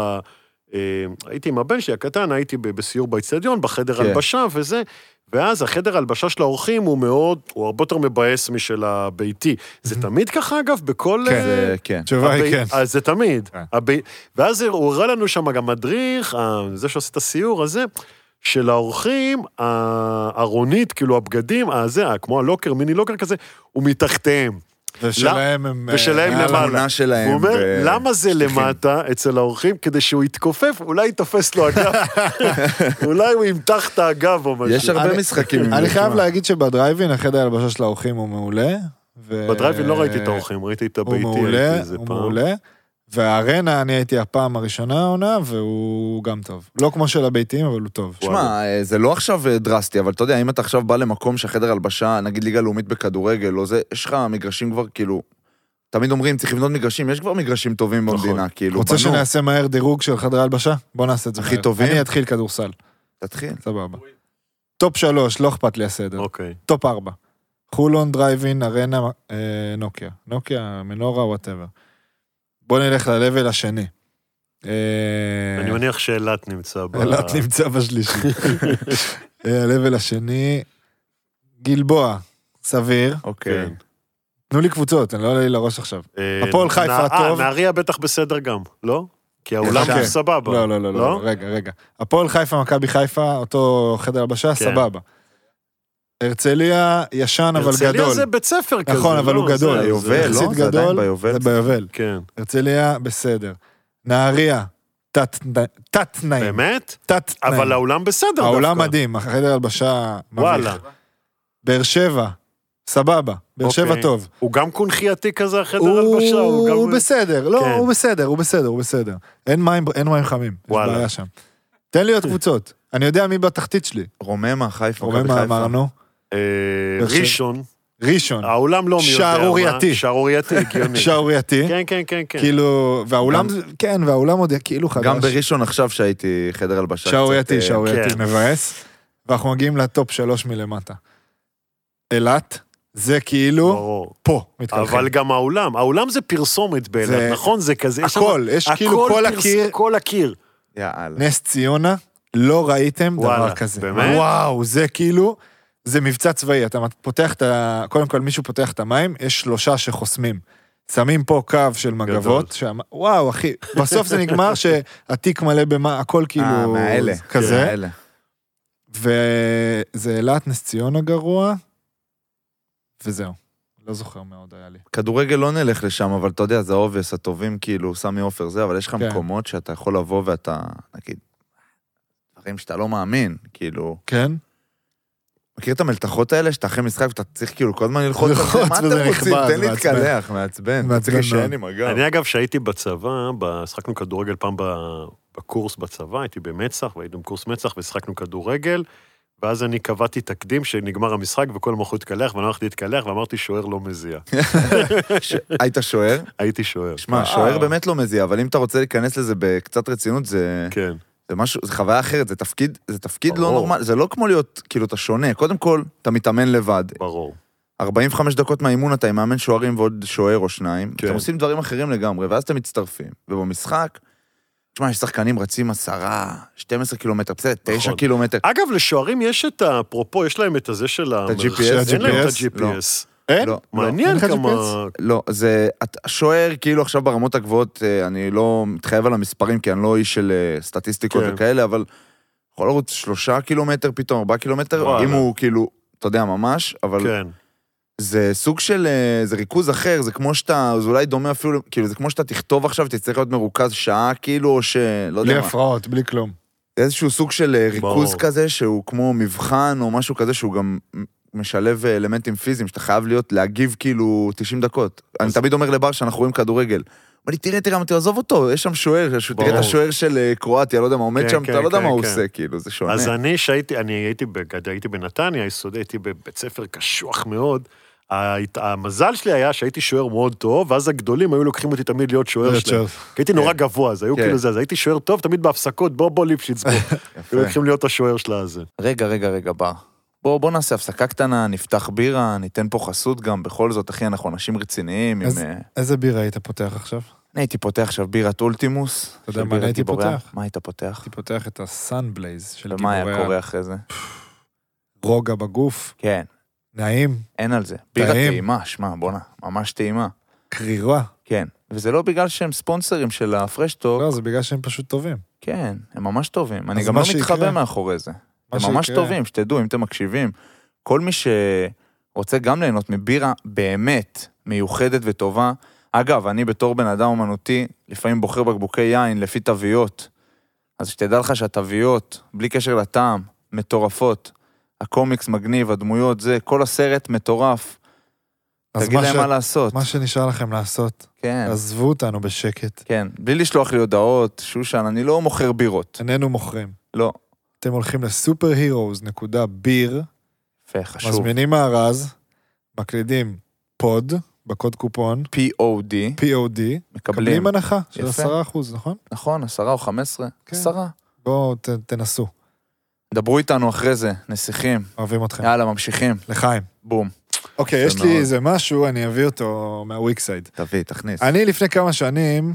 הייתי עם הבן שלי הקטן, הייתי בסיור באצטדיון, בחדר הלבשה וזה, ואז החדר הלבשה של האורחים הוא הרבה יותר מבאס משל הביתי. זה תמיד ככה, אגב, בכל... כן. תשובה היא כן. אז זה תמיד. ואז הוא הראה לנו שם גם מדריך, זה שעושה את הסיור הזה, של האורחים, הארונית, כאילו הבגדים, כמו הלוקר, מיני לוקר כזה, הוא מתחתיהם. ושלהם הם... ושלהם למעלה. הוא אומר, למה זה למטה אצל האורחים? כדי שהוא יתכופף, אולי יתופס לו אגב. אולי הוא ימתח את האגב או משהו. יש הרבה משחקים. אני חייב להגיד שבדרייבין, החדר הלבשה של האורחים הוא מעולה. בדרייבין לא ראיתי את האורחים, ראיתי את הביתי. הוא מעולה. והארנה, אני הייתי הפעם הראשונה העונה, והוא גם טוב. לא כמו של הביתיים, אבל הוא טוב. שמע, זה לא עכשיו דרסטי, אבל אתה יודע, אם אתה עכשיו בא למקום שהחדר הלבשה, נגיד ליגה לאומית בכדורגל, או זה, יש לך מגרשים כבר, כאילו, תמיד אומרים, צריך לבנות מגרשים, יש כבר מגרשים טובים במדינה, כאילו. רוצה שנעשה מהר דירוג של חדר הלבשה? בוא נעשה את זה. הכי טובים? אני אתחיל כדורסל. תתחיל. סבבה. טופ 3, לא אכפת לי הסדר. אוקיי. טופ 4. חולון, דרייבין, ארנה, נוקיה. נוקיה, מנורה, וואטאבר. בוא נלך ללבל השני. אני מניח שאלת נמצא אלת נמצא בשלישי. הלבל השני, גלבוע, סביר. אוקיי. תנו לי קבוצות, אני לא עולה לי לראש עכשיו. הפועל חיפה טוב. נהריה בטח בסדר גם, לא? כי האולם הוא סבבה. לא, רגע. הפועל חיפה, מכבי חיפה, אותו חדר הלבשה, סבבה. הרצליה ישן אבל גדול. הרצליה זה בית ספר כזה. נכון, אבל הוא גדול. ביובל, לא? זה עדיין ביובל. זה ביובל. כן. הרצליה בסדר. נהריה, תת-תנאים. באמת? תת-תנאים. אבל האולם בסדר דווקא. האולם מדהים, החדר הלבשה מביך. וואלה. באר שבע, סבבה, באר שבע טוב. הוא גם קונחייתי כזה, החדר הלבשה? הוא בסדר, לא, הוא בסדר. אין מים חמים, יש בעיה שם. תן לי עוד קבוצות, אני יודע מי בתחתית שלי. רוממה, חיפה. רוממה אמרנו. ראשון. העולם לא מי יודע. שערורייתי, הגיוני. שערורייתי. כן. כאילו, והעולם עוד כאילו חדש. גם בראשון עכשיו שהייתי חדר הלבשה. שערורייתי, מבאס. ואנחנו מגיעים לטופ 3 מלמטה. אילת, זה כאילו פה מתקלחים. אבל גם העולם זה פרסומת באילת, נכון? זה כזה. הכל, יש כאילו כל הקיר. נס ציונה, לא ראיתם דבר כזה. באמת? וואו, זה כאילו, זה מבצע צבאי, אתה פותח קודם כל מישהו פותח את המים, יש 3 שחוסמים. שמים פה קו של מגבות, וואו אחי, בסוף זה נגמר שהתיק מלא במה, הכל כאילו כזה. וזה אילת, נס ציונה גרוע, וזהו. לא זוכר מאוד היה לי. כדורגל לא נלך לשם, אבל אתה יודע, זה אובייס, הטובים כאילו, סמי אופר זה, אבל יש לך מקומות שאתה יכול לבוא ואתה, נגיד, דברים שאתה לא מאמין, כאילו. כן? מכיר את המלתחות האלה, שאתה אחרי משחק, ואתה צריך כאילו כל הזמן ללחוץ את זה, מה אתם רוצים? תן להתקלח, מעצבן. צריך להישען עם הגב. אני אגב, שהייתי בצבא, שחקנו כדורגל פעם בקורס בצבא, הייתי במצח, והיינו בקורס מצח, ושחקנו כדורגל, ואז אני קבעתי תקדים שנגמר המשחק, וכל המחו התקלח, ואני הלכתי להתקלח, ואמרתי, שוער לא מזיע. היית שוער? הייתי שוער. שמע, שוער באמת לא מזיע, אבל אם אתה רוצה להיכנס לזה בקצת רצינות, זה... כן. זה משהו, זה חוויה אחרת, זה תפקיד לא נורמלי, זה לא כמו להיות, כאילו, אתה שונה. קודם כל, אתה מתאמן לבד. ברור. 45 דקות מהאימון, אתה עם מאמן שוערים ועוד שוער או שניים. אתם עושים דברים אחרים לגמרי, ואז אתם מצטרפים. ובמשחק, תשמע, יש שחקנים רצים 10, 12 קילומטר, בסדר, 9 קילומטר. אגב, לשוערים יש את אפרופו, יש להם את הזה של ה-GPS. אין להם את ה-GPS. אין? מעניין כמה... לא, זה... השוער, כאילו עכשיו ברמות הגבוהות, אני לא מתחייב על המספרים, כי אני לא איש של סטטיסטיקות וכאלה, אבל יכול לרוץ 3 קילומטר פתאום, 4 קילומטר, אם הוא כאילו, אתה יודע, ממש, אבל... זה סוג של, זה ריכוז אחר, זה כמו שאתה, זה אולי דומה אפילו, כאילו, זה כמו שאתה תכתוב עכשיו, תצטרך להיות מרוכז שעה, כאילו, או לא יודע מה. בלי הפרעות, בלי כלום. איזשהו סוג של ריכוז כזה, שהוא כמו מבחן, או משהו כזה, שהוא גם משלב אלמנטים פיזיים, שאתה חייב להיות, להגיב כאילו 90 דקות. אני תמיד אומר לבר שאנחנו רואים כדורגל. אבל תראה, עזוב אותו, יש שם שוער, תראה את השוער של קרואטיה, לא יודע מה עומד שם, אתה לא יודע מה הוא עושה, כאילו, זה שונה. אז אני הייתי בנתניה, הייתי בבית ספר קשוח מאוד, המזל שלי היה שהייתי שוער מאוד טוב, ואז הגדולים היו לוקחים אותי תמיד להיות שוער שלהם. כי הייתי נורא גבוה, אז היו כאילו זה, אז הייתי שוער טוב, תמיד בהפסקות, בוא ליפשיץ בוא. היו לוקחים להיות השוער שלה הזה. רגע, בר. בוא נעשה הפסקה קטנה, נפתח בירה, ניתן פה חסות גם, בכל זאת, אחי, אנחנו אנשים רציניים. איזה בירה היית פותח עכשיו? אני הייתי פותח עכשיו בירת אולטימוס. אתה יודע מה הייתי פותח? מה היית פותח? הייתי פותח את הסאנבלייז של גיבורי. ומה היה קורה אחרי זה? רוגע בגוף. כן. נעים. אין על זה. בירה טעימה, שמע, בונה, ממש טעימה. קרירה. כן. וזה לא בגלל שהם ספונסרים של הפרשטוק. לא, זה בגלל שהם פשוט טובים. כן, הם ממש טובים. אני גם לא מתחבא מאחורי זה. הם ממש טובים, שתדעו, אם אתם מקשיבים. כל מי שרוצה גם ליהנות מבירה באמת מיוחדת וטובה. אגב, אני בתור בן אדם אומנותי, לפעמים בוחר בקבוקי יין לפי תוויות. אז שתדע לך שהתוויות, בלי קשר לטעם, מטורפות. הקומיקס מגניב, הדמויות, זה, כל הסרט מטורף. תגיד להם מה לעשות. מה שנשאר לכם לעשות. כן. עזבו אותנו בשקט. כן, בלי לשלוח לי הודעות, שושן, אני לא מוכר בירות. איננו מוכרים. לא. אתם הולכים לסופרהירוז.ביר. יפה, חשוב. מזמינים מארז, מקלידים פוד, בקוד קופון. POD. מקבלים הנחה של 10%, נכון? נכון, 10 או 15. 10. בואו תנסו. דברו איתנו אחרי זה, נסיכים. אוהבים אתכם. יאללה, ממשיכים. לחיים. בום. אוקיי, יש לי איזה משהו, אני אביא אותו מהוויקסייד. תביא, תכניס. אני לפני כמה שנים,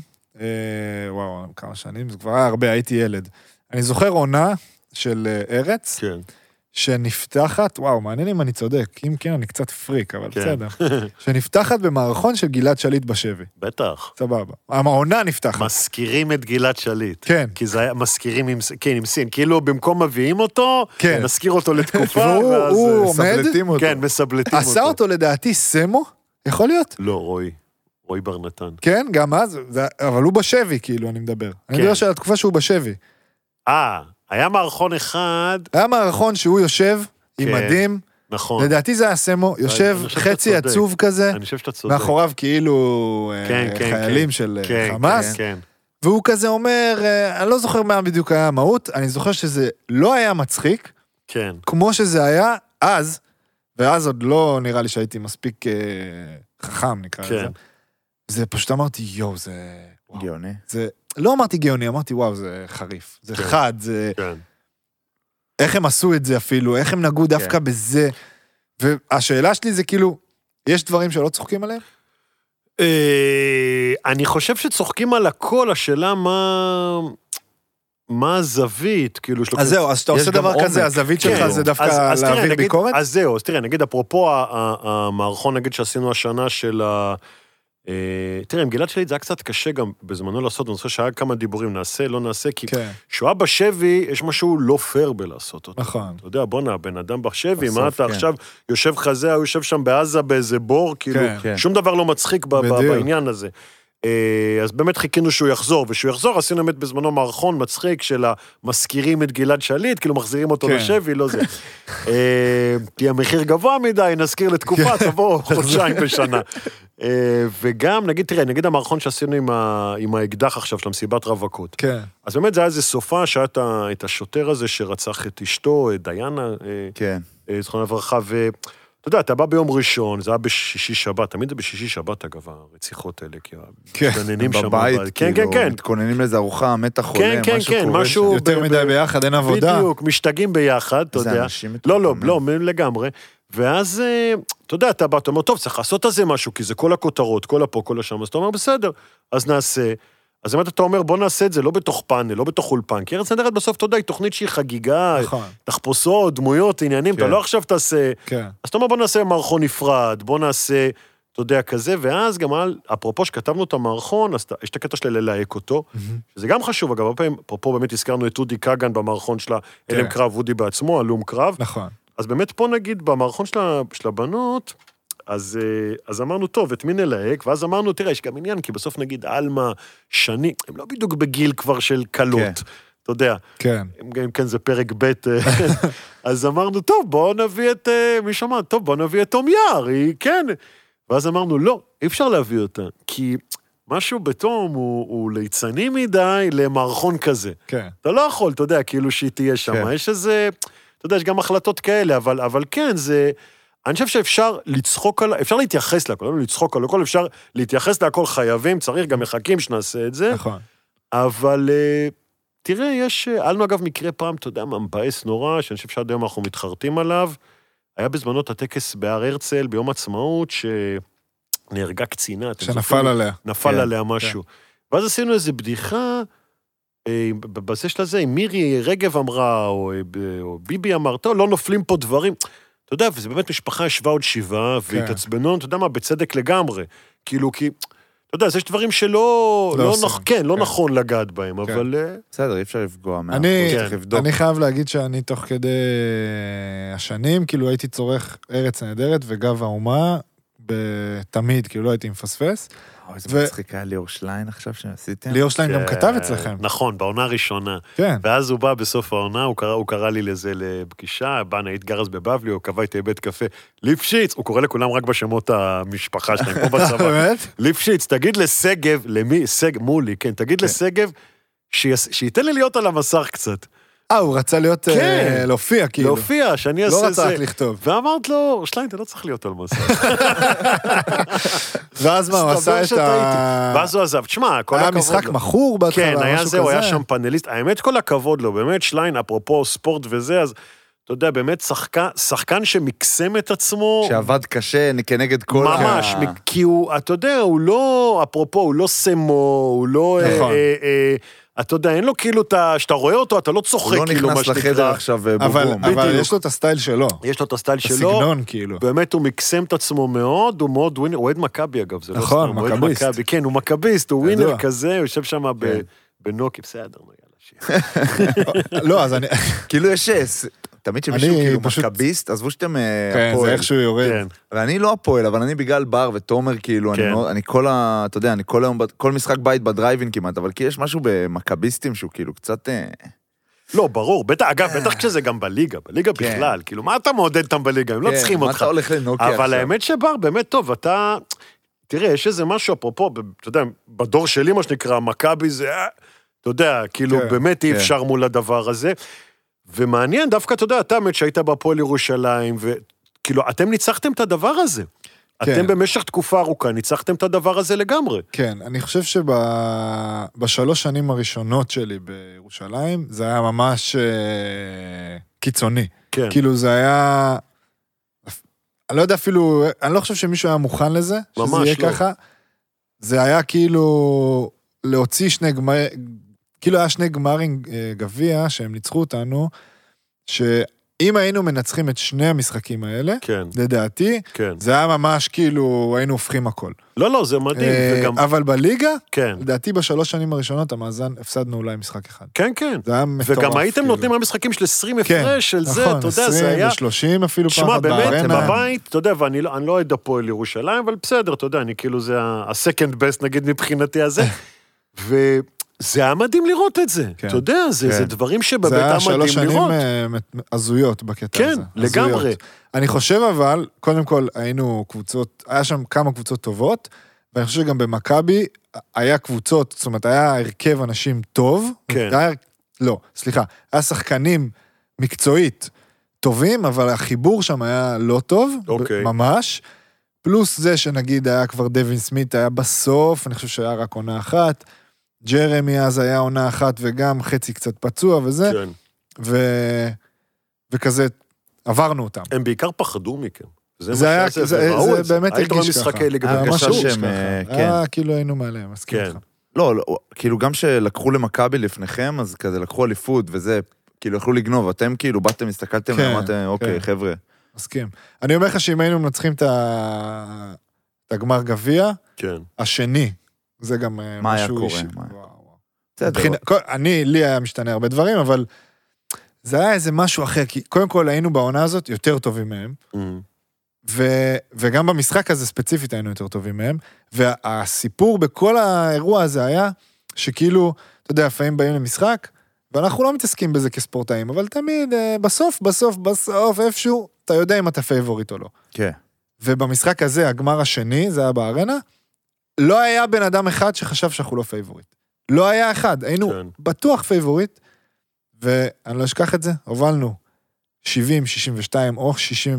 כמה שנים, זה כבר היה הרבה, הייתי ילד. אני זוכר עונה של ארץ, כן. שנפתחת, וואו, מעניין אם אני צודק, אם כן, אני קצת פריק, אבל בסדר. שנפתחת במערכון של גלעד שליט בשבי. בטח. סבבה. העונה נפתחת. מזכירים את גלעד שליט. כן. כי זה היה מזכירים עם סין. כאילו במקום מביאים אותו, נזכיר אותו לתקופה, ואז הוא עומד, כן, מסבלטים אותו. עשה אותו לדעתי סמו, יכול להיות? לא, רועי רועי בר נתן. כן, גם אז, אבל הוא בשבי, כאילו, אני מדבר. אני מדבר של התקופה שהוא בשבי. היה מערכון אחד... היה מערכון שהוא יושב עם מדים, נכון. לדעתי זה היה סמו, יושב חצי עצוב כזה, אני חושב שאתה צודק. מאחוריו כאילו חיילים של חמאס, והוא כזה אומר, אני לא זוכר מה בדיוק היה המהות, אני זוכר שזה לא היה מצחיק, כמו שזה היה אז, ואז עוד לא נראה לי שהייתי מספיק חכם, נקרא לזה. זה פשוט אמרתי, יו, זה... גאוני. לא אמרתי גאוני, אמרתי, וואו, זה חריף. זה חד, זה... איך הם עשו את זה אפילו, איך הם נגעו דווקא בזה. והשאלה שלי זה כאילו, יש דברים שלא צוחקים עליהם? אני חושב שצוחקים על הכל, השאלה מה הזווית, כאילו... אז זהו, אז אתה עושה דבר כזה, הזווית שלך זה דווקא להעביר ביקורת? אז זהו, אז תראה, נגיד, אפרופו המערכון, נגיד, שעשינו השנה של ה... תראה, עם גלעד שליט זה היה קצת קשה גם בזמנו לעשות, אני חושב שהיה כמה דיבורים, נעשה, לא נעשה, כי כשהוא היה בשבי, יש משהו לא פייר בלעשות אותו. נכון. אתה יודע, בוא'נה, בן אדם בשבי, מה אתה עכשיו יושב חזה, הוא יושב שם בעזה באיזה בור, כאילו, שום דבר לא מצחיק בעניין הזה. אז באמת חיכינו שהוא יחזור, ושהוא יחזור, עשינו באמת בזמנו מערכון מצחיק של המזכירים את גלעד שליט, כאילו מחזירים אותו לשבי, לא זה. כי המחיר גבוה מדי, נזכיר לתקופה, תבוא חודשיים בשנה. וגם, נגיד, תראה, נגיד המערכון שעשינו עם האקדח עכשיו של המסיבת רווקות. כן. אז באמת זה היה איזה סופה שהיה את השוטר הזה שרצח את אשתו, את דיינה, זכרונה לברכה, אתה יודע, אתה בא ביום ראשון, זה היה בשישי שבת, תמיד זה בשישי שבת, אגב, הרציחות האלה, כי מתכוננים שם בבית, כאילו, מתכוננים לאיזה ארוחה, מתח חולה, משהו קורה. יותר מדי ביחד, אין עבודה. בדיוק, משתגעים ביחד, אתה יודע. לא, לגמרי. ואז, אתה יודע, אתה בא, אתה אומר, טוב, צריך לעשות על זה משהו, כי זה כל הכותרות, כל הפה, כל השם, אז אתה אומר, בסדר, אז נעשה. אז באמת אתה אומר, בוא נעשה את זה, לא בתוך פאנל, לא בתוך אולפן, כי ארץ נהדרת בסוף, אתה יודע, היא תוכנית שהיא חגיגה, תחפושות, דמויות, עניינים, אתה לא עכשיו תעשה, אז אתה אומר, בוא נעשה מערכון נפרד, בוא נעשה, אתה יודע, כזה, ואז גם אפרופו שכתבנו את המערכון, אז יש את הקטע שלה ללהק אותו, שזה גם חשוב, אגב, אפרופו באמת הזכרנו את אודי קגן במערכון שלה, אלם קרב, אודי בעצמו, הלום קרב, אז באמת פה נגיד, במערכון של הבנות, אז אמרנו, טוב, את מי נלהק? ואז אמרנו, תראה, יש גם עניין, כי בסוף נגיד, אלמה, שני, הם לא בדיוק בגיל כבר של קלות, אתה יודע. כן. גם כן זה פרק ב' אז אמרנו, טוב, בואו נביא את, מי שמע, טוב, בואו נביא את תום יער, היא כן. ואז אמרנו, לא, אי אפשר להביא אותה, כי משהו בתום הוא ליצני מדי למערכון כזה. כן. אתה לא יכול, אתה יודע, כאילו שהיא תהיה שם. יש איזה, אתה יודע, יש גם החלטות כאלה, אבל כן, זה... אני חושב שאפשר לצחוק על... אפשר להתייחס להכל, לא לצחוק על הכל, אפשר להתייחס להכל חייבים, צריך, גם מחכים שנעשה את זה. נכון. אבל תראה, יש... עלנו אגב מקרה פעם, אתה יודע, מבאס נורא, שאני חושב שעד היום אנחנו מתחרטים עליו. היה בזמנו את הטקס בהר הרצל, ביום עצמאות, שנהרגה קצינה. שנפל עליה. נפל עליה משהו. ואז עשינו איזו בדיחה, בזה של הזה, אם מירי רגב אמרה, או ביבי אמר, טוב, לא נופלים פה דברים. אתה יודע, וזה באמת משפחה ישבה עוד 7, והתעצבנו, אתה יודע מה, בצדק לגמרי. כאילו, כי, אתה יודע, יש דברים שלא, לא נכון לגעת בהם, אבל... בסדר, אי אפשר לפגוע. אני חייב להגיד שאני תוך כדי השנים, כאילו הייתי צורך ארץ נהדרת וגב האומה, תמיד, כאילו לא הייתי מפספס. איזה מצחיק היה ליאור שליין עכשיו שעשיתם? ליאור שליין גם כתב אצלכם. נכון, בעונה הראשונה. כן. ואז הוא בא בסוף העונה, הוא קרא לי לזה לפגישה, בא נהית גרס בבבלי, הוא קבע איתי בית קפה, ליפשיץ, הוא קורא לכולם רק בשמות המשפחה שלהם, פה בצבא. באמת? ליפשיץ, תגיד לסגב, למי? מולי, כן, תגיד לסגב, שייתן לי להיות על המסך קצת. הוא רצה להיות, להופיע כאילו. להופיע, שאני אעשה זה. לא רצה לכתוב. ואמרת לו, שליין, אתה לא צריך להיות על מסך. ואז מה, הוא עשה את ה... ואז הוא עזב. תשמע, כל הכבוד לו. היה משחק מחור בהתחלה, כן, היה זה, הוא היה שם פאנליסט. האמת, כל הכבוד לו, באמת, שליין, אפרופו ספורט וזה, אז אתה יודע, באמת שחקן שמקסם את עצמו. שעבד קשה כנגד כל... ממש, כי הוא, אתה יודע, הוא לא, אפרופו, הוא לא סמו, הוא לא... נכון. אתה יודע, אין לו כאילו, שאתה רואה אותו, אתה לא צוחק כאילו, מה שנקרא. הוא לא נכנס לחדר עכשיו בובום. אבל יש לו את הסטייל שלו. יש לו את הסטייל שלו. הסגנון כאילו. באמת הוא מקסם את עצמו מאוד, הוא מאוד ווינר, הוא אוהד מכבי אגב, זה לא סתם. נכון, מכביסט. כן, הוא מכביסט, הוא ווינר כזה, הוא יושב שם בנוקי, בסדר, יאללה. לא, אז אני... כאילו יש... תמיד שמישהו כאילו מקביסט, עזבו שאתם כן, זה איכשהו יורד. ואני לא הפועל, אבל אני בגלל בר ותומר, כאילו, אני אתה יודע, אני כל היום, כל משחק בית בדרייבין כמעט, אבל כי יש משהו במקביסטים שהוא כאילו קצת... לא, ברור, אגב, בטח כשזה גם בליגה בכלל, כאילו, מה אתה מעודד אותם בליגה? הם לא צריכים אותך. מה אתה הולך לנוקי עכשיו? אבל האמת שבר, באמת טוב, אתה... תראה, יש איזה משהו, אפרופו, אתה יודע, בדור שלי, מה שנקרא, מכבי זה, אתה יודע, כאילו, באמת אי אפשר מול הדבר הזה, ומעניין, דווקא, אתה יודע, אתה האמת שהיית בהפועל ירושלים, וכאילו, אתם ניצחתם את הדבר הזה. אתם במשך תקופה ארוכה, ניצחתם את הדבר הזה לגמרי. כן, אני חושב שבשלוש שנים הראשונות שלי בירושלים, זה היה ממש קיצוני. כן. כאילו, זה היה... אני לא יודע אפילו, אני לא חושב שמישהו היה מוכן לזה, שזה יהיה ככה. זה היה כאילו להוציא כאילו היה שני גמרים גביע, שהם ניצחו אותנו, שאם היינו מנצחים את שני המשחקים האלה, לדעתי, זה היה ממש כאילו, היינו הופכים הכל. לא, זה מדהים. אבל בליגה, לדעתי בשלוש שנים הראשונות, המאזן, הפסדנו אולי משחק אחד. כן. זה היה מטורף. וגם הייתם נותנים המשחקים של 20 הפרש של זה, אתה יודע, זה היה... 20 ו-30 אפילו פעם אחת בארנה. שמע, באמת, בבית, אתה יודע, ואני לא אוהד הפועל ירושלים, אבל בסדר, אתה יודע, אני כאילו, זה ה-second best, נגיד, מבחינתי הזה. זה היה מדהים לראות את זה. אתה יודע, זה דברים שבביתם מדהים לראות. זה היה 3 שנים הזויות בקטע הזה. כן, לגמרי. אני חושב אבל, קודם כל היינו קבוצות, היה שם כמה קבוצות טובות, ואני חושב שגם במכבי היה קבוצות, זאת אומרת, היה הרכב אנשים טוב. כן. היה שחקנים מקצועית טובים, אבל החיבור שם היה לא טוב, ממש. פלוס זה שנגיד היה כבר דווין סמית, היה בסוף, אני חושב שהיה רק עונה אחת, ג'רמי אז היה עונה אחת וגם חצי קצת פצוע וזה, וכזה עברנו אותם. הם בעיקר פחדו מכם. זה היה, זה באמת הרגיש ככה. היה כאילו היינו מעליהם, מסכים לך. לא, כאילו גם שלקחו למכבי לפניכם, אז כזה לקחו אליפות וזה, כאילו יכלו לגנוב, אתם כאילו באתם, הסתכלתם, אמרתם, אוקיי, חבר'ה. מסכים. אני אומר לך שאם היינו מנצחים את הגמר גביע, השני, זה גם מה היה קורה? לי היה משתנה הרבה דברים, אבל זה היה איזה משהו אחר, כי קודם כל היינו בעונה הזאת יותר טובים מהם, וגם במשחק הזה ספציפית היינו יותר טובים מהם, והסיפור בכל האירוע הזה היה, שכאילו, אתה יודע, לפעמים באים למשחק, ואנחנו לא מתעסקים בזה כספורטאים, אבל תמיד, בסוף, איפשהו, אתה יודע אם אתה פייבוריט או לא. כן. ובמשחק הזה, הגמר השני, זה היה בארנה, לא היה בן אדם אחד שחשב שאנחנו לא פייבוריט. לא היה אחד, היינו בטוח פייבוריט, ואני לא אשכח את זה, הובלנו 70-62 או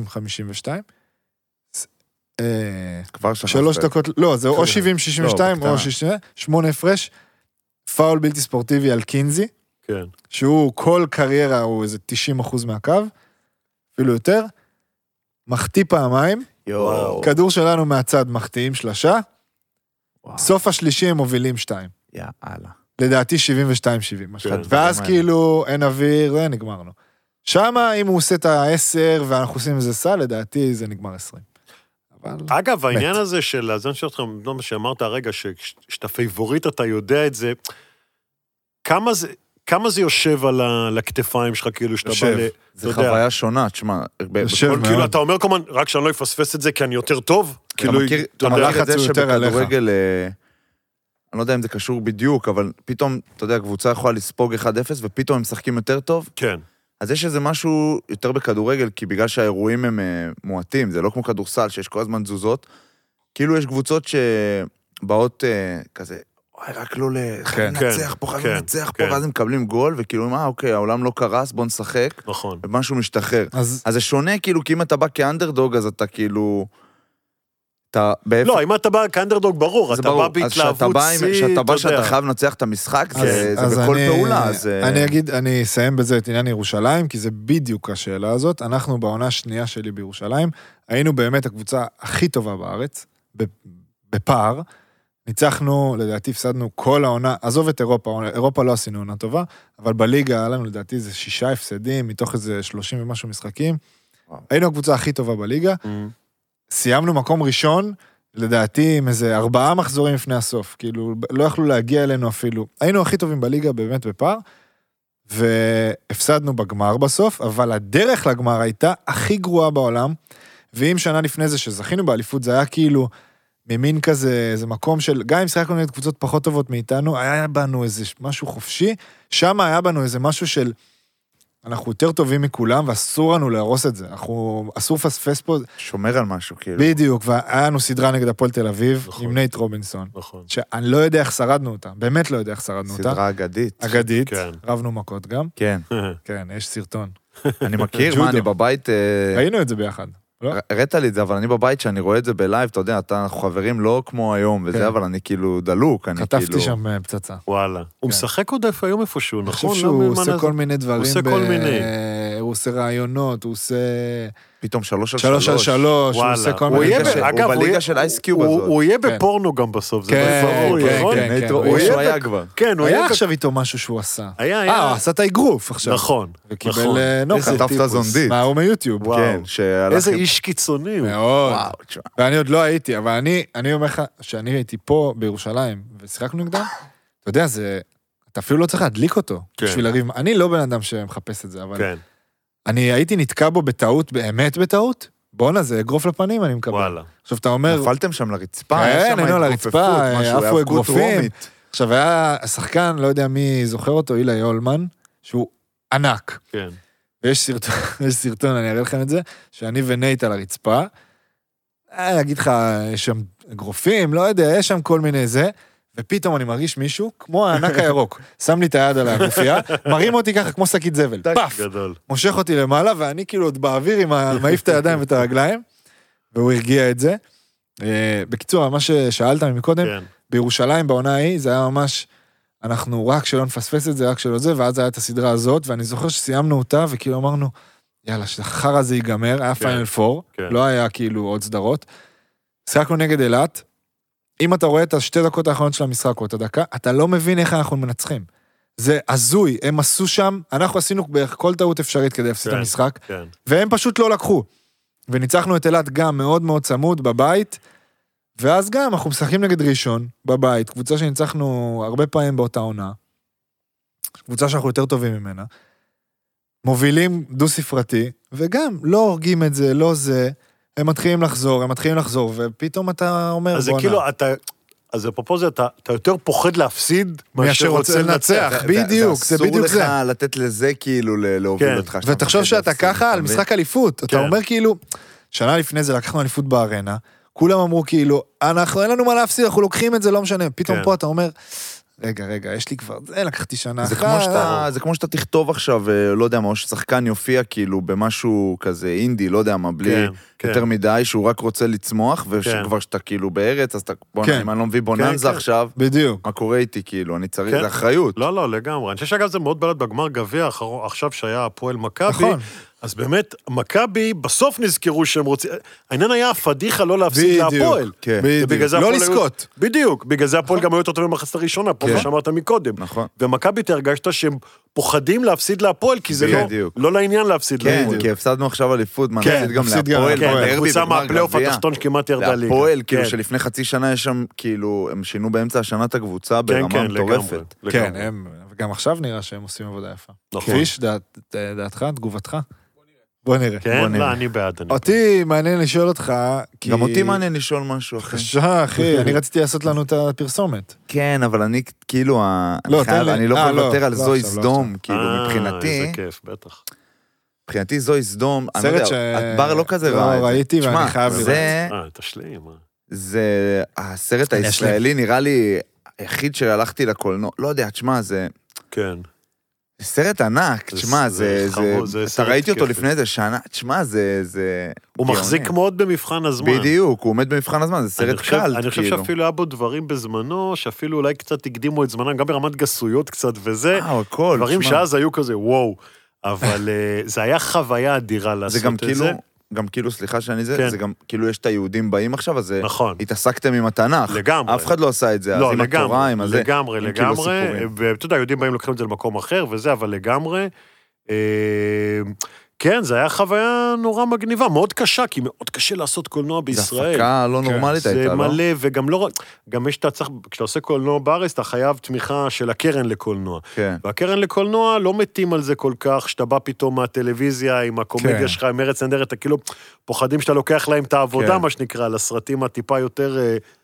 60-52, כבר 3 דקות, לא, זה או 70-62 או 8 הפרש, פאול בלתי ספורטיבי על קינזי, שהוא כל קריירה הוא איזה 90% מהקו, אפילו יותר, מחטיא פעמיים, כדור שלנו מהצד מחטיאים שלשה, סוף השלישי הם מובילים 2. יאללה. לדעתי 72-70. ואז כאילו אין אוויר, זה נגמרנו. שמה אם הוא עושה את ה-10 ואנחנו עושים איזה סל, לדעתי זה נגמר 20. אגב, העניין הזה של, אז אני חושב אותך, מה שאמרת הרגע, שאתה פייבוריט, אתה יודע את זה, כמה זה יושב על הכתפיים שלך, כאילו שאתה בא ל... זה חוויה שונה, תשמע. כאילו, אתה אומר כמובן, רק שאני לא אפספס את זה, כי אני יותר טוב. אתה מכיר את זה שבכדורגל, אני לא יודע אם זה קשור בדיוק, אבל פתאום, אתה יודע, הקבוצה יכולה לספוג 1-0, ופתאום הם משחקים יותר טוב. כן. אז יש איזה משהו יותר בכדורגל, כי בגלל שהאירועים הם מועטים, זה לא כמו כדורסל, שיש כל הזמן תזוזות, כאילו יש קבוצות שבאות כזה, רק לא לנצח פה, חייב לנצח פה, ואז הם מקבלים גול, וכאילו, אוקיי, העולם לא קרס, בוא נשחק, נכון. ומשהו משתחרר. אז זה שונה, כאילו, כי אם אתה בא כאנדרדוג, אז אתה כאילו... לא, אם אתה בא כאנדרדוג, ברור, אתה בא בהתלהבות שיא, שאתה בא שאתה חייב לנצח את המשחק, זה בכל פעולה. אני אסיים בזה את עניין ירושלים, כי זה בדיוק השאלה הזאת. אנחנו בעונה השנייה שלי בירושלים, היינו באמת הקבוצה הכי טובה בארץ, בפער, ניצחנו, לדעתי הפסדנו כל העונה, עזוב את אירופה, אירופה לא עשינו עונה טובה, אבל בליגה היה לנו לדעתי זה 6 הפסדים, מתוך איזה 30 ומשהו משחקים, היינו הקבוצה הכי טובה בליגה, סיימנו מקום ראשון, לדעתי עם איזה 4 מחזורים לפני הסוף, כאילו לא יכלו להגיע אלינו אפילו, היינו הכי טובים בליגה באמת בפער, והפסדנו בגמר בסוף, אבל הדרך לגמר הייתה הכי גרועה בעולם, ואם שנה לפני זה שזכינו באליפות, זה היה כאילו ממין כזה, איזה מקום של, גם אם שיחקנו נגד קבוצות פחות טובות מאיתנו, היה בנו איזה משהו חופשי, שם היה בנו איזה משהו של, אנחנו יותר טובים מכולם, ואסור לנו להרוס את זה, אסור פספס פה. שומר על משהו, כאילו. בדיוק, והיה לנו סדרה נגד הפועל תל אביב, נכון. עם נייט רובינסון. נכון. שאני לא יודע איך שרדנו אותה, באמת לא יודע איך שרדנו אותה. סדרה אגדית. אגדית, כן. רבנו מכות גם. כן. כן, יש סרטון. אני מכיר, מה, אני בבית... ראינו את זה ביחד. הראת לי את זה, אבל אני בבית שאני רואה את זה בלייב, אתה יודע, אנחנו חברים לא כמו היום וזה, אבל אני כאילו דלוק, אני כאילו... חטפתי שם פצצה. וואלה. הוא משחק עוד איפה היום איפשהו, נכון? אני חושב שהוא עושה כל מיני דברים. הוא עושה כל מיני. הוא עושה רעיונות, הוא עושה... פתאום 3-3. 3-3, הוא עושה כל מיני... הוא בליגה של אייסקיוב הזאת. הוא יהיה בפורנו גם בסוף, זה כן, כן. הוא היה כבר. כן, הוא היה עכשיו איתו משהו שהוא עשה. היה. הוא עשה את האגרוף עכשיו. נכון. וקיבל נוקאוט. חטפת זונדית. מהאור מיוטיוב. כן, איזה איש קיצוני. מאוד. ואני עוד לא הייתי, אבל אני אומר לך, שאני הייתי פה בירושלים, ושיחקנו נגדם, אתה יודע, אתה אפילו לא צריך להדליק אותו, בשביל לריב. אני לא בן אדם שמחפש את זה, אבל אני הייתי נתקע בו בטעות, באמת בטעות, בונה, זה אגרוף לפנים, אני מקבל. וואלה. עכשיו אתה אומר... נפלתם שם לרצפה, כן, היינו לרצפה, עפו אגרופים. עכשיו היה השחקן, לא יודע מי זוכר אותו, אילי הולמן, שהוא ענק. כן. ויש סרטון, אני אראה לכם את זה, שאני ונייט על הרצפה, אגיד לך, יש שם אגרופים, לא יודע, יש שם כל מיני זה, ופתאום אני מרגיש מישהו, כמו הענק הירוק, שם לי את היד על הגופייה, מרים אותי ככה כמו שקית זבל, פאף, מושך אותי למעלה, ואני כאילו עוד באוויר מעיף את הידיים ואת הרגליים, והוא הרגיע את זה. בקיצור, מה ששאלת מקודם, בירושלים בעונה ההיא, זה היה ממש, אנחנו רק שלא נפספס את זה, רק שלא זה, ואז היה את הסדרה הזאת, ואני זוכר שסיימנו אותה, וכאילו אמרנו, יאללה, שהחר הזה ייגמר, היה פיינל 4, לא היה כאילו עוד סדרות. שיחקנו נגד אילת, אם אתה רואה את השתי דקות האחרונות של המשחק או את הדקה, אתה לא מבין איך אנחנו מנצחים. זה הזוי, הם עשו שם, אנחנו עשינו בערך כל טעות אפשרית כדי להפסיד את המשחק, והם פשוט לא לקחו. וניצחנו את אילת גם מאוד מאוד צמוד בבית, ואז גם אנחנו משחקים נגד ראשון בבית, קבוצה שניצחנו הרבה פעמים באותה עונה, קבוצה שאנחנו יותר טובים ממנה, מובילים דו ספרתי, וגם לא הורגים את זה, לא זה, הם מתחילים לחזור, ופתאום אתה אומר, אז זה כאילו, אז אפרופו זה, אתה יותר פוחד להפסיד, מאשר רוצה לנצח, בדיוק, זה בדיוק זה. אסור לך לתת לזה כאילו להוביל אותך. ותחשוב שאתה ככה על משחק אליפות, אתה אומר כאילו, שנה לפני זה לקחנו אליפות בארנה, כולם אמרו כאילו, אין לנו מה להפסיד, אנחנו לוקחים את זה, לא משנה, פתאום פה אתה אומר, רגע, יש לי כבר, לקחתי שנה זה כמו שאתה תכתוב עכשיו, לא יודע מה, או ששחקן יופיע כאילו במשהו כזה אינדי, לא יודע מה, בלי יותר מדי, שהוא רק רוצה לצמוח, וכבר שאתה כאילו בארץ, אז אתה, אם אני לא מביא בוננזה עכשיו, בדיוק. מה קורה איתי כאילו, אני צריך, זה אחריות. לא, לגמרי. אני חושב שאגב זה מאוד בלט בגמר גביע, עכשיו שהיה הפועל מכבי, אז באמת, מכבי בסוף נזכרו שהם רוצים, העניין היה הפדיחה לא להפסיד להפועל. לא לזכות. בדיוק, בגלל זה הפועל גם היו יותר טובים במחצית הראשונה, פה שאמרת מקודם. ומכבי תרגשת שהם פוחדים להפסיד להפועל, כי זה לא לעניין להפסיד להפועל. כן, כי הפסדנו עכשיו אליפות, מה נפסיד גם להפועל. כן, קבוצה מהפלייאוף התחתון שכמעט ירדה ליגה. להפועל, כאילו שלפני חצי שנה יש שם, כאילו, הם שינו באמצע השנה את הקבוצה ברמה מטורפת. כן, וגם עכשיו נראה שהם עושים עבודה יפה. פיש, דעתך, תגובתך? בוא נראה. כן, לא, אני בעד. אותי מעניין לשאול אותך, גם אותי מעניין לשאול משהו, אחי. בבקשה, אחי, אני רציתי לעשות לנו את הפרסומת. כן, אבל אני, כאילו, אני לא יכול לוותר על זוהי סדום, כאילו, מבחינתי... איזה כיף, בטח. מבחינתי זוהי סדום, אני לא יודע, הדבר לא כזה רע. לא, ראיתי ואני חייב לראות. תשלים. זה, הסרט הישראלי נראה לי, היחיד שהלכתי לקולנוע, לא יודע, תשמע, זה... כן. זה סרט ענק, תשמע, אתה ראיתי אותו לפני זה שנה, תשמע, זה... הוא מחזיק מאוד במבחן הזמן. בדיוק, הוא עומד במבחן הזמן, זה סרט קל. אני חושב שאפילו היה בו דברים בזמנו, שאפילו אולי קצת הקדימו את זמנם, גם ברמת גסויות קצת וזה, דברים שאז היו כזה, וואו, אבל זה היה חוויה אדירה לעשות את זה. גם כאילו, סליחה שאני זה גם כאילו יש את היהודים באים עכשיו, אז התעסקתם עם התנ"ך. לגמרי. אף אחד לא עשה את זה, אז עם התורה, עם הזה. לגמרי, ואתה יודע, היהודים באים לוקחים את זה למקום אחר וזה, אבל לגמרי, כן, זה היה חוויה נורא מגניבה, מאוד קשה, כי מאוד קשה לעשות קולנוע בישראל. זה הפקה לא נורמלית הייתה, לא? זה מלא, וגם לא... גם יש, כשאתה עושה קולנוע בארץ, אתה חייב תמיכה של הקרן לקולנוע. כן. והקרן לקולנוע לא מתים על זה כל כך, שאתה בא פתאום מהטלוויזיה, עם הקומדיה שלך, עם ארץ נהדרת, אתה כאילו פוחדים שאתה לוקח להם את העבודה, מה שנקרא, לסרטים הטיפה יותר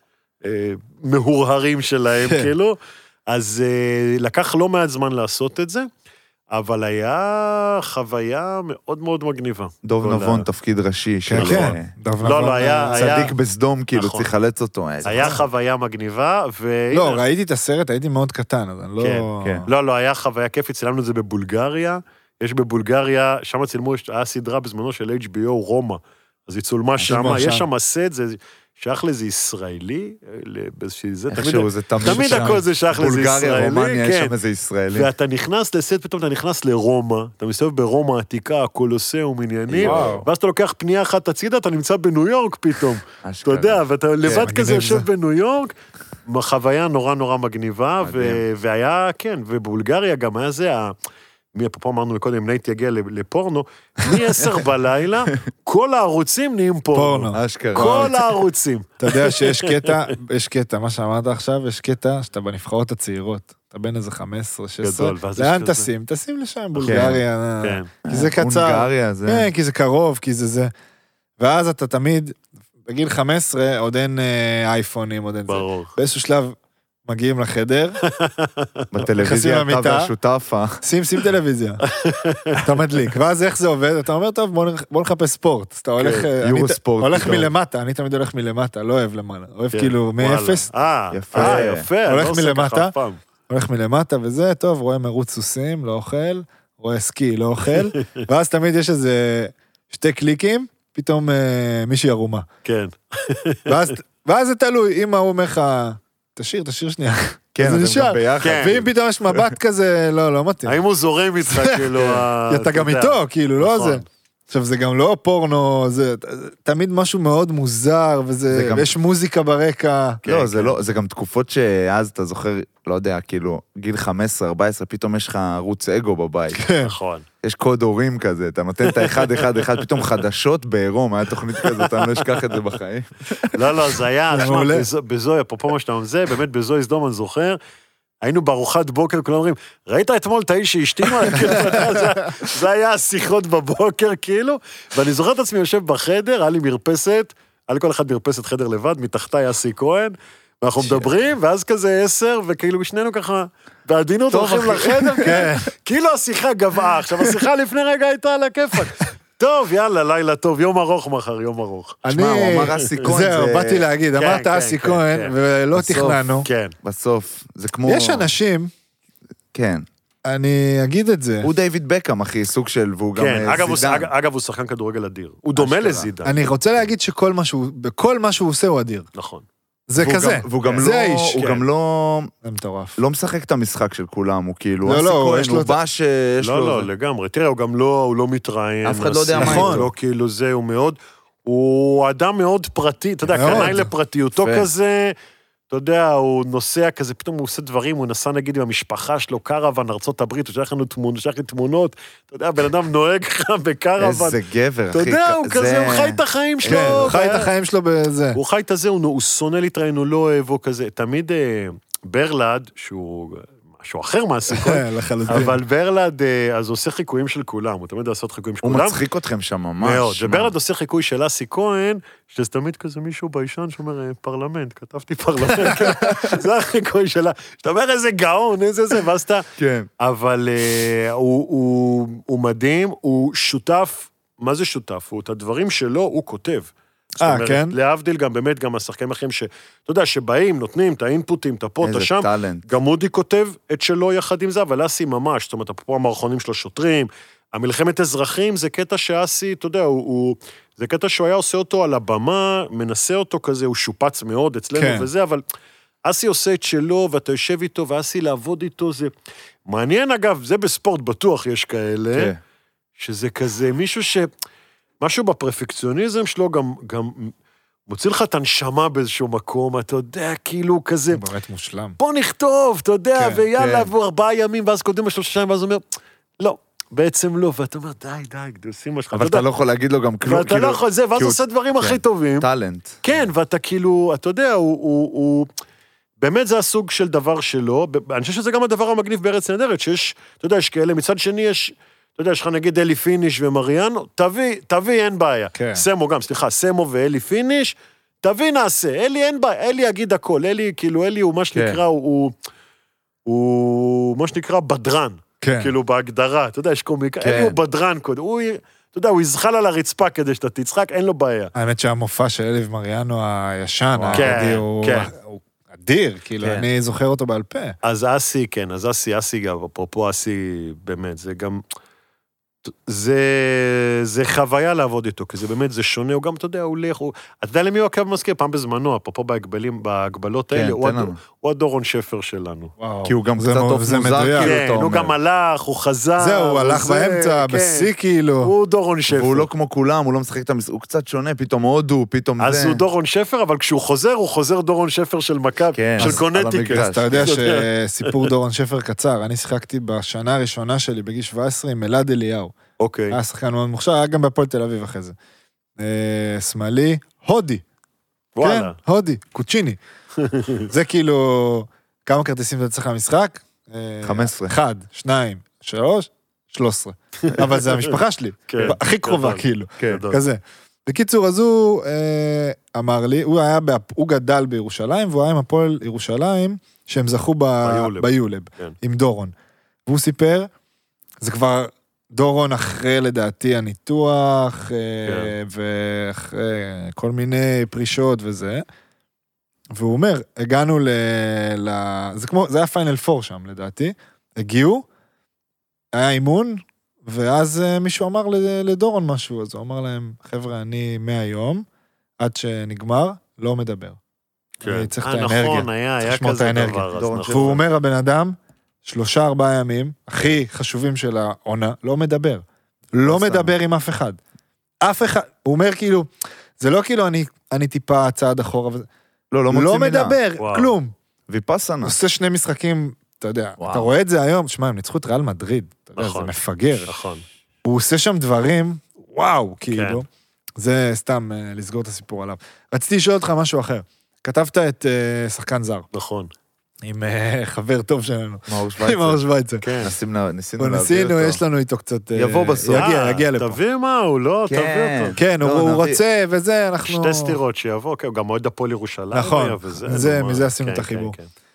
מהורהרים שלהם, כאילו. אז לקח לא מעט זמן לעשות את זה. אבל היה חוויה מאוד מאוד מגניבה. דוב נבון, תפקיד ראשי. כן, דוב נבון. לא, היה... צדיק בסדום, כאילו, צריך לחלץ אותו. היה חוויה מגניבה, לא, ראיתי את הסרט, הייתי מאוד קטן, אז אני לא... לא, היה חוויה כיפית, צילמנו את זה בבולגריה, יש בבולגריה, שם צילמו, היה סדרה בזמנו של HBO, רומא, אז היא צולמה שם, יש שם סט, זה... שייך לזה ישראלי, איכשהו זה תמיד הכל זה שייך לזה ישראלי, בולגריה, רומניה, יש שם איזה ישראלי. ואתה נכנס לסט, פתאום אתה נכנס לרומא, אתה מסתובב ברומא העתיקה, הקולוסיאום, עניינים, ואז אתה לוקח פנייה אחת הצידה, אתה נמצא בניו יורק פתאום, אתה יודע, ואתה לבד כזה יושב בניו יורק, חוויה נורא נורא מגניבה, והיה, כן, ובולגריה גם היה זה, פה אמרנו מקודם, אם נייט יגיע לפורנו, מ-10 בלילה, כל הערוצים נהיים פורנו. כל הערוצים. אתה יודע שיש קטע, מה שאמרת עכשיו, יש קטע שאתה בנבחרות הצעירות, אתה בין איזה 15, 16, לאן תשים? תשים לשם, בולגריה, כי זה קצר, כי זה קרוב, כי זה, ואז אתה תמיד, בגיל 15, עוד אין אייפונים, עוד אין זה. באיזשהו שלב, מגיעים לחדר, בטלוויזיה אתה והשותף. שים טלוויזיה, אתה מדליק, ואז איך זה עובד? אתה אומר, טוב, בוא נחפש ספורט, אתה הולך מלמטה, אני תמיד הולך מלמטה, לא אוהב למעלה, אוהב כאילו מ-0, יפה, הולך מלמטה וזה, טוב, רואה מרוץ סוסים, לא אוכל, רואה סקי, לא אוכל, ואז תמיד יש איזה 2 קליקים, פתאום מישהי ערומה. כן. ואז זה תלוי, אם הוא אומר לך, תשאיר שנייה. כן, זה נשאר. ואם פתאום יש מבט כזה, לא מתאים. האם הוא זורם איתך, כאילו... אתה גם איתו, כאילו, לא זה. עכשיו, זה גם לא פורנו, זה תמיד משהו מאוד מוזר, ויש מוזיקה ברקע. לא, זה גם תקופות שאז אתה זוכר, לא יודע, כאילו, גיל 15, 14, פתאום יש לך ערוץ אגו בבית. נכון. יש קוד הורים כזה, אתה נותן את ה-1-1-1, פתאום חדשות בעירום, היה תוכנית כזאת, אני לא אשכח את זה בחיים. לא, זה היה, בזוי, אפרופו מה שאתה אומר, באמת בזוי סדום, אני זוכר, היינו בארוחת בוקר, כולם אומרים, ראית אתמול את האיש שהשתימה? זה היה השיחות בבוקר, כאילו, ואני זוכר את עצמי יושב בחדר, היה לי מרפסת, היה לי כל אחד מרפסת חדר לבד, מתחתה היה אסי כהן, ואנחנו מדברים, ואז כזה 10, וכאילו שנינו ככה, בעדינות הולכים לחדר, כאילו השיחה גבעה, עכשיו השיחה לפני רגע הייתה על הכיפק. טוב, יאללה, לילה טוב, יום ארוך מחר, יום ארוך. שמע, הוא אמר אסי כהן, זהו, באתי להגיד, אמרת אסי כהן, ולא תכננו. כן. בסוף, זה כמו... יש אנשים... כן. אני אגיד את זה. הוא דיוויד בקאם, אחי, סוג של, והוא גם זידן. אגב, הוא שחקן כדורגל אדיר. הוא דומה לזידן. אני רוצה להגיד בכל מה שהוא עושה הוא אדיר. נכון. זה כזה, זה האיש. הוא גם לא משחק את המשחק של כולם, הוא כאילו, הוא בא שיש לו... לא, לגמרי, תראה, הוא גם לא מתראיין. אף אחד לא יודע מה הוא. לא כאילו זה, הוא אדם מאוד פרטי, אתה יודע, קנאי לפרטיותו כזה, אתה יודע, הוא נוסע כזה, פתאום הוא עושה דברים, הוא נסע נגיד עם המשפחה שלו, קרוון, ארצות הברית, הוא שלח לי תמונות, אתה יודע, בן אדם נוהג בקרוון. איזה גבר, אחי. אתה יודע, הוא כזה, הוא חי את החיים שלו. הוא חי את החיים שלו בזה. הוא חי את זה, הוא שונא להתראיין, הוא לא אוהבו כזה. תמיד ברלד, שהוא משהו אחר מאסי כהן, אבל ברלד, אז הוא עושה חיקויים של כולם, הוא תמיד עושה חיקויים של כולם. הוא מצחיק אתכם שם ממש. מאוד, וברלד עושה חיקוי של אסי כהן, שזה תמיד כזה מישהו בישן שאומר, פרלמנט, כתבתי פרלמנט, זה החיקוי שלה, שאתה אומר איזה גאון, איזה זה, ואז אתה... כן. אבל הוא מדהים, הוא שותף, מה זה שותף? הוא את הדברים שלו, הוא כותב. כן? להבדיל גם באמת, גם השחקנים אחרים אתה יודע, שבאים, נותנים את האינפוטים, את הפות, את שם, גם מודי כותב את שלו יחד עם זה, אבל אסי ממש, זאת אומרת, פה המערכונים של השוטרים, המלחמת אזרחים, זה קטע שאסי, אתה יודע, זה קטע שהוא היה עושה אותו על הבמה, מנסה אותו כזה, הוא שופץ מאוד אצלנו וזה, אבל אסי עושה את שלו, ואתה יושב איתו, ואסי לעבוד איתו, זה מעניין אגב, זה בספורט בטוח יש כאלה, שזה כזה מישהו משהו בפרפקציוניזם שלו גם מוציא לך את הנשמה באיזשהו מקום, אתה יודע, כאילו כזה... הוא באמת מושלם. בוא נכתוב, אתה יודע, ויאללה, 4 ימים, ואז קודם ב3 ימים, ואז הוא אומר, לא, בעצם לא, ואתה אומר, די, עושים מה שלך. אבל אתה לא יכול להגיד לו גם כלום. ואתה לא יכול, זה, ואז עושה דברים הכי טובים. טלנט. כן, ואתה כאילו, אתה יודע, הוא באמת זה הסוג של דבר שלו, אני חושב שזה גם הדבר המגניב בארץ נהדרת, שיש, אתה יודע, יש כאלה, מצד שני יש, אתה יודע, יש לך נגיד אלי פיניש ומריאנו, תביא, אין בעיה. סמו ואלי פיניש, תביא נעשה, אלי אין בעיה, אלי יגיד הכל, אלי הוא מה שנקרא, הוא מה שנקרא בדרן, כאילו בהגדרה, אתה יודע, יש קומיקה, אלי הוא בדרן קודם, אתה יודע, הוא יזחל על הרצפה כדי שאתה תצחק, אין לו בעיה. האמת שהמופע של אלי ומריאנו הישן, הוא אדיר, כאילו, אני זוכר אותו בעל פה. אז אסי גם, אפרופו אסי, באמת, זה גם, זה חוויה לעבוד איתו, כי זה באמת, זה שונה, הוא גם, אתה יודע, הוא הולך, אתה יודע למי הוא עקב מזכיר, פעם בזמנו, אפרופו בהגבלות האלה, הוא הדורון שפר שלנו. כי הוא גם קצת אוף מוזר, כן, הוא גם הלך, הוא חזר. זהו, הוא הלך באמצע, בשיא כאילו. הוא דורון שפר. והוא לא כמו כולם, הוא לא משחק את המשחק, הוא קצת שונה, פתאום הודו, פתאום זה. אז הוא דורון שפר, אבל כשהוא חוזר דורון שפר של מכבי, של קונטיקט. אז אתה יודע שסיפור דורון שפר קצר, אני שיחקתי בשנה הראשונה שלי, בגיל 17, עם אלעד אליהו. אוקיי. היה שחקן מאוד מוכשר, היה גם בהפועל תל אביב אחרי זה. שמאלי, הודי. וואלה. כן, הודי, קוצ'יני. זה כאילו, כמה כרטיסים אתה צריך למשחק? 15. 1, 2, 3, 13. אבל זה המשפחה שלי. הכי קרובה כאילו. כזה. בקיצור, אז הוא אמר לי, הוא גדל בירושלים, והוא היה עם הפועל ירושלים, שהם זכו ביולב, עם דורון. והוא סיפר, זה כבר דורון אחרי לדעתי הניתוח, ואחרי כל מיני פרישות וזה, והוא אומר, הגענו זה היה פיינל 4 שם לדעתי, הגיעו, היה אימון, ואז מישהו אמר לדורון משהו, אז הוא אמר להם, חבר'ה, אני מהיום, עד שנגמר, לא מדבר. אני צריך את האנרגיה. נכון, היה כזה דבר. והוא אומר, הבן אדם, 3-4 ימים, הכי חשובים של העונה, לא מדבר. לא מדבר עם אף אחד. אף אחד, הוא אומר כאילו, זה לא כאילו אני טיפה צעד אחורה, לא מדבר, כלום. ויפסנה. עושה 2 משחקים, אתה יודע, אתה רואה את זה היום, תשמע, הם ניצחו את ריאל מדריד, אתה יודע, זה מפגר. הוא עושה שם דברים, וואו, כאילו, זה סתם לסגור את הסיפור עליו. רציתי לשאול אותך משהו אחר. כתבת את שחקן זר. נכון. עם חבר טוב שלנו. מאור שוויצר. ניסינו להביא אותו. יש לנו איתו קצת... יבוא בסוף. יגיע לפה. תביא מה, הוא לא, תביא אותו. כן, הוא רוצה, וזה אנחנו... 2 סתירות שיבוא, הוא גם מועד הפועל ירושלים. נכון, מזה עשינו את החיבור.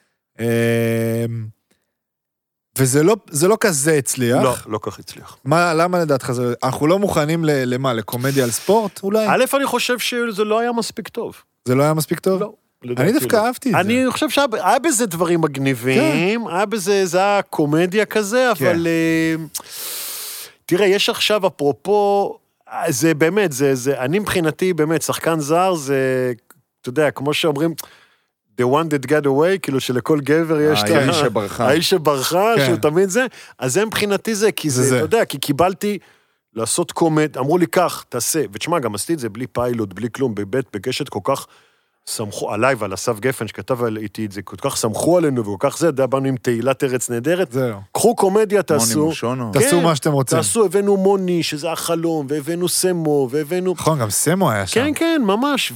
וזה לא כזה הצליח. לא כך הצליח. למה לדעתך זה? אנחנו לא מוכנים למה? לקומדיה על ספורט אולי? א', אני חושב שזה לא היה מספיק טוב. זה לא היה מספיק טוב? לא. אני דווקא אהבתי את זה. אני חושב שהיה בזה דברים מגניבים, היה בזה, זה היה קומדיה כזה, אבל תראה, יש עכשיו אפרופו, זה באמת, אני מבחינתי באמת, שחקן זר זה, אתה יודע, כמו שאומרים, the one that got away, כאילו שלכל גבר יש את האיש שברחה, שהוא תמיד זה, אז זה מבחינתי זה, כי זה, אתה יודע, כי קיבלתי לעשות קומד, אמרו לי כך, תעשה, ותשמע, גם עשיתי את זה בלי פיילוט, בלי כלום, בגשת כל כך, סמכו עליי ועל אסף גפן שכתב איתי את זה, כל כך סמכו עלינו וכל כך זה, באנו עם תהילת ארץ נהדרת, קחו קומדיה, תעשו, תעשו מה שאתם רוצים. תעשו, הבאנו מוני, שזה החלום, והבאנו סמו, והבאנו... נכון, גם סמו היה שם. כן, כן, ממש,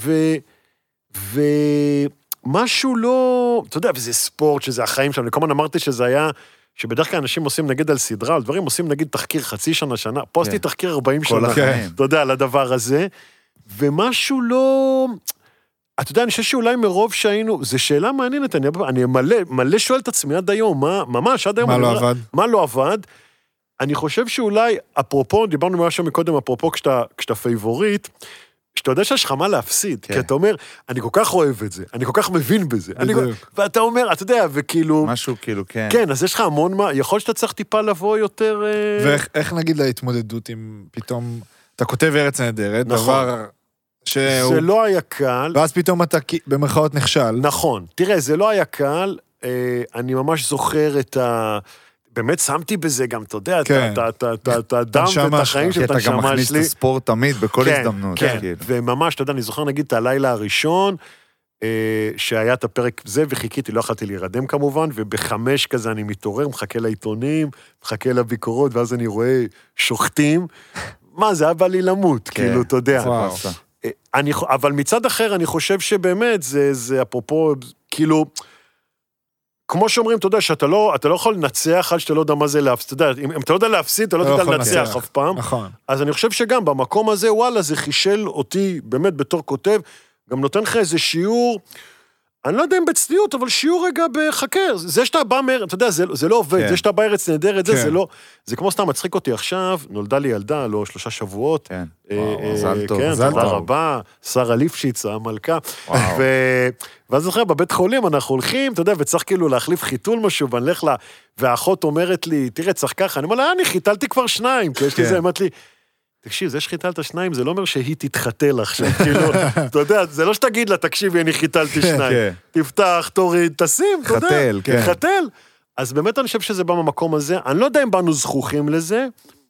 ומשהו לא, אתה יודע, וזה ספורט, שזה החיים שם, כל הזמן אמרתי שזה היה, שבדרך כלל אנשים עושים נגיד על סדרה, על דברים עושים נגיד תחקיר חצי שנה, פה עשיתי תחקיר 40 שנה, אתה יודע, על הדבר הזה, ומשהו לא... אתה יודע, אני חושב שאולי מרוב שהיינו, זו שאלה מעניינת, אני מלא שואל את עצמי עד היום, ממש עד היום. מה לא עבד? מה לא עבד? אני חושב שאולי, אפרופו, דיברנו משהו מקודם, אפרופו כשאתה פייבוריט, שאתה יודע שיש לך מה להפסיד, כי אתה אומר, אני כל כך אוהב את זה, אני כל כך מבין בזה, ואתה אומר, אתה יודע, וכאילו... משהו כאילו, כן. כן, אז יש לך המון מה, יכול שאתה צריך טיפה לבוא יותר... ואיך נגיד להתמודדות עם פתאום, אתה כותב ארץ נהדרת, דבר... זה לא היה קל. ואז פתאום אתה במרכאות נכשל. נכון. תראה, זה לא היה קל. אני ממש זוכר את ה... באמת שמתי בזה גם, אתה יודע, את הדם ואת החיים של הנשמה שלי. אתה גם מכניס את הספורט תמיד, בכל הזדמנות. כן, וממש, אתה יודע, אני זוכר נגיד את הלילה הראשון, שהיה את הפרק זה, וחיכיתי, לא יכולתי להירדם כמובן, וב5 כזה אני מתעורר, מחכה לעיתונים, מחכה לביקורות, ואז אני רואה שוחטים, מה, זה היה בא לי למות, כאילו, אתה יודע. אבל מצד אחר, אני חושב שבאמת, זה אפרופו, כאילו, כמו שאומרים, אתה יודע, שאתה לא יכול לנצח עד שאתה לא יודע מה זה להפסיד, אתה יודע, אם אתה לא יודע להפסיד, אתה לא יודע לנצח אף פעם. נכון. אז אני חושב שגם במקום הזה, וואלה, זה חישל אותי, באמת בתור כותב, גם נותן לך איזה שיעור, אני לא יודע אם בצניעות, אבל שיעור רגע בחקר, זה שאתה בא מארץ, אתה יודע, זה לא עובד, זה שאתה בא ארץ נהדרת, זה לא, זה כמו סתם מצחיק אותי עכשיו, נולדה לי ילדה, לא 3 שבועות, מזל טוב, כן, תודה רבה, שרה ליפשיץ, המלכה, ואז זוכר, בבית חולים אנחנו הולכים, אתה יודע, וצריך כאילו להחליף חיתול משהו, ואני הולך לה, והאחות אומרת לי, תראה, צריך ככה, אני אומר לה, אני חיתלתי כבר 2, כי יש לי זה, אמרת לי, תקשיב, זה שחיתלת 2, זה לא אומר שהיא תתחתל עכשיו, כאילו, אתה יודע, זה לא שתגיד לה, תקשיבי, אני חיתלתי 2, תפתח, תוריד, תשים, אתה יודע, חתל. אז באמת אני חושב שזה בא במקום הזה, אני לא יודע אם באנו זכוכים לזה,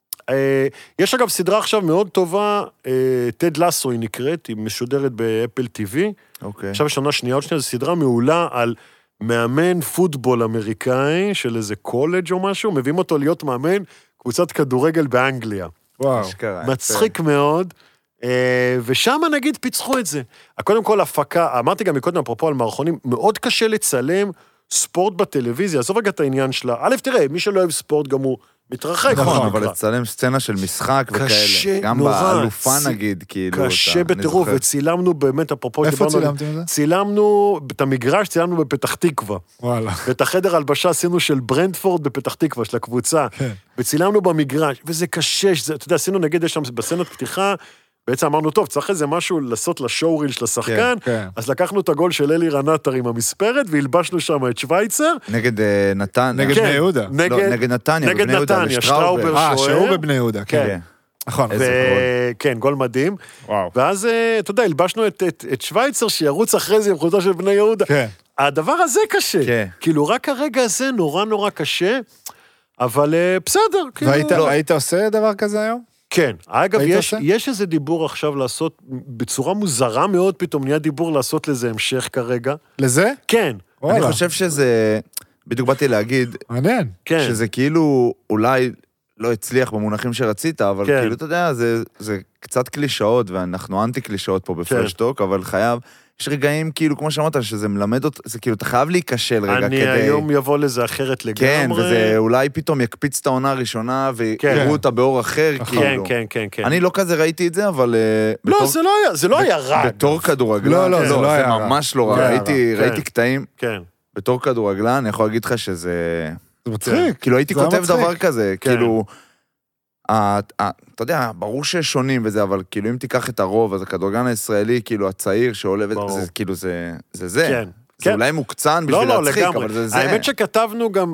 יש אגב סדרה עכשיו מאוד טובה, טד לסו היא נקראת, היא משודרת באפל טיווי, עכשיו יש שנה שנייה, עוד שנייה, זו סדרה מעולה על מאמן פוטבול אמריקאי, של איזה קולג' או משהו, מביאים אותו להיות מאמן קבוצת כדורגל באנגליה. מצחיק מאוד, ושם נגיד פיצחו את זה. קודם כל הפקה, אמרתי גם מקודם אפרופו על מערכונים, מאוד קשה לצלם ספורט בטלוויזיה, עזוב רגע את העניין שלה. א', תראה, מי שלא אוהב ספורט גם הוא מתרחק. נכון, אבל לצלם סצנה של משחק וכאלה. גם באלופה נגיד, כאילו. קשה בטירוף, וצילמנו באמת, אפרופו... איפה צילמתם את זה? צילמנו, את המגרש צילמנו בפתח תקווה. וואלה. ואת החדר הלבשה עשינו של ברנדפורד בפתח תקווה, של הקבוצה. וצילמנו במגרש, וזה קשה, אתה יודע, עשינו נגיד, יש שם בסצנת פתיחה, בעצם אמרנו, טוב, צריך איזה משהו לעשות לשואוריל של השחקן, אז לקחנו את הגול של אלי רנטר עם המספרת, והלבשנו שם את שוויצר. נגד נתן. נגד בני יהודה. נגד נתניה, נגד נתניה, שטראובר שוער. שהוא בבני יהודה, כן. נכון. כן, גול מדהים. ואז, אתה יודע, הלבשנו את שוויצר, שירוץ אחרי זה עם חולצה של בני יהודה. הדבר הזה קשה. כאילו, רק הרגע הזה נורא נורא קשה, אבל בסדר. והיית עושה דבר כזה היום? כן, אגב, יש איזה דיבור עכשיו לעשות, בצורה מוזרה מאוד, פתאום נהיה דיבור לעשות לזה המשך כרגע. לזה? כן. אני חושב שזה, בדיוק באתי להגיד, מעניין. שזה כאילו אולי לא הצליח במונחים שרצית, אבל כאילו, אתה יודע, זה קצת קלישאות, ואנחנו אנטי קלישאות פה בפרשטוק, אבל חייב, יש רגעים כאילו, כמו שאמרת, שזה מלמד אותך, זה כאילו, אתה חייב להיקשל רגע כדי... אני היום יבוא לזה אחרת לגמרי. כן, וזה אולי פתאום יקפיץ את העונה הראשונה, ויראו אותה באור אחר, כאילו. כן. אני לא כזה ראיתי את זה, אבל... לא, זה לא היה רע. בתור כדורגלן, לא, זה לא היה רע. זה ממש לא רע. ראיתי קטעים. כן. בתור כדורגלן, אני יכול להגיד לך שזה... זה מצחיק. כאילו, הייתי כותב דבר כזה, כאילו... אתה יודע, ברור שיש שונים וזה, אבל כאילו אם תיקח את הרוב, אז הכדורגלן הישראלי, כאילו הצעיר שעולה, כאילו זה. זה אולי מוקצן בשביל להצחיק, אבל זה זה. האמת שכתבנו גם,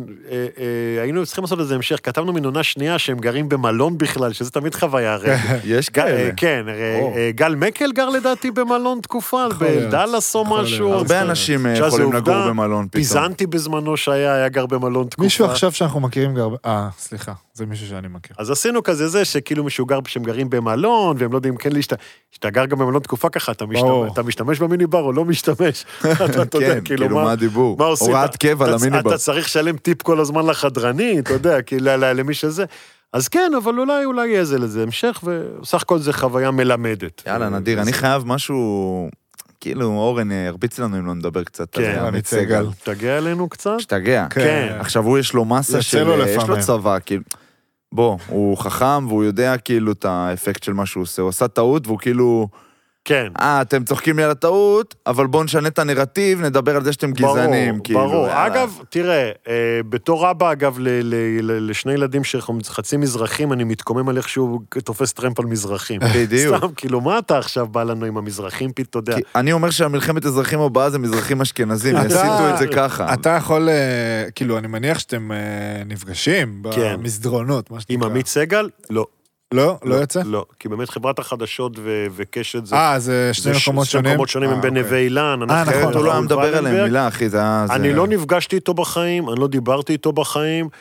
היינו צריכים לעשות לזה המשך, כתבנו מן עונה שנייה שהם גרים במלון בכלל, שזה תמיד חוויה. יש כאלה. כן, גל מקל גר לדעתי במלון תקופה, בדלס או משהו. הרבה אנשים יכולים לגור במלון פתאום. פיזנתי בזמנו היה גר במלון תקופה. מישהו עכשיו שאנחנו מכירים גר... סליחה, זה מישהו שאני מכיר. אז עשינו כזה זה, שכאילו מישהו גר שהם גרים במלון, והם לא יודעים כן שאתה גר גם במלון תקופה ככה, אתה משתמש במיני בר או לא משתמש. כן, כאילו מה הדיבור? הוראת קבע למיני בר. אתה צריך לשלם טיפ כל הזמן לחדרני, אתה יודע, למי שזה. אז כן, אבל אולי יהיה לזה המשך, וסך הכל זה חוויה מלמדת. יאללה, נדיר, אני חייב משהו... כאילו, אורן הרביץ לנו אם לא נדבר קצת על עמית סגל. תגע אלינו קצת? שתגע. כן. עכשיו הוא יש לו מסה של... יש לו צבא, כאילו... בוא, הוא חכם והוא יודע כאילו את האפקט של מה שהוא עושה. הוא עשה טעות והוא כאילו... כן. אתם צוחקים לי על הטעות, אבל בואו נשנה את הנרטיב, נדבר על זה שאתם גזענים. ברור. אגב, תראה, בתור אבא, אגב, לשני ילדים שחצי מזרחים, אני מתקומם על איך שהוא תופס טרמפ על מזרחים. בדיוק. סתם, כאילו, מה אתה עכשיו בא לנו עם המזרחים, אתה יודע? אני אומר שהמלחמת אזרחים הבאה זה מזרחים אשכנזים, יסיטו את זה ככה. אתה יכול, כאילו, אני מניח שאתם נפגשים במסדרונות, מה שנקרא. עם עמית סגל? לא. לא יוצא? לא, כי באמת חברת החדשות וקשת זה... זה שני מקומות שונים? שני מקומות שונים הם בנווה אילן. נכון, הוא לא מדבר עליהם מילה, אחי, זה... אני לא נפגשתי איתו בחיים, אני לא דיברתי איתו בחיים,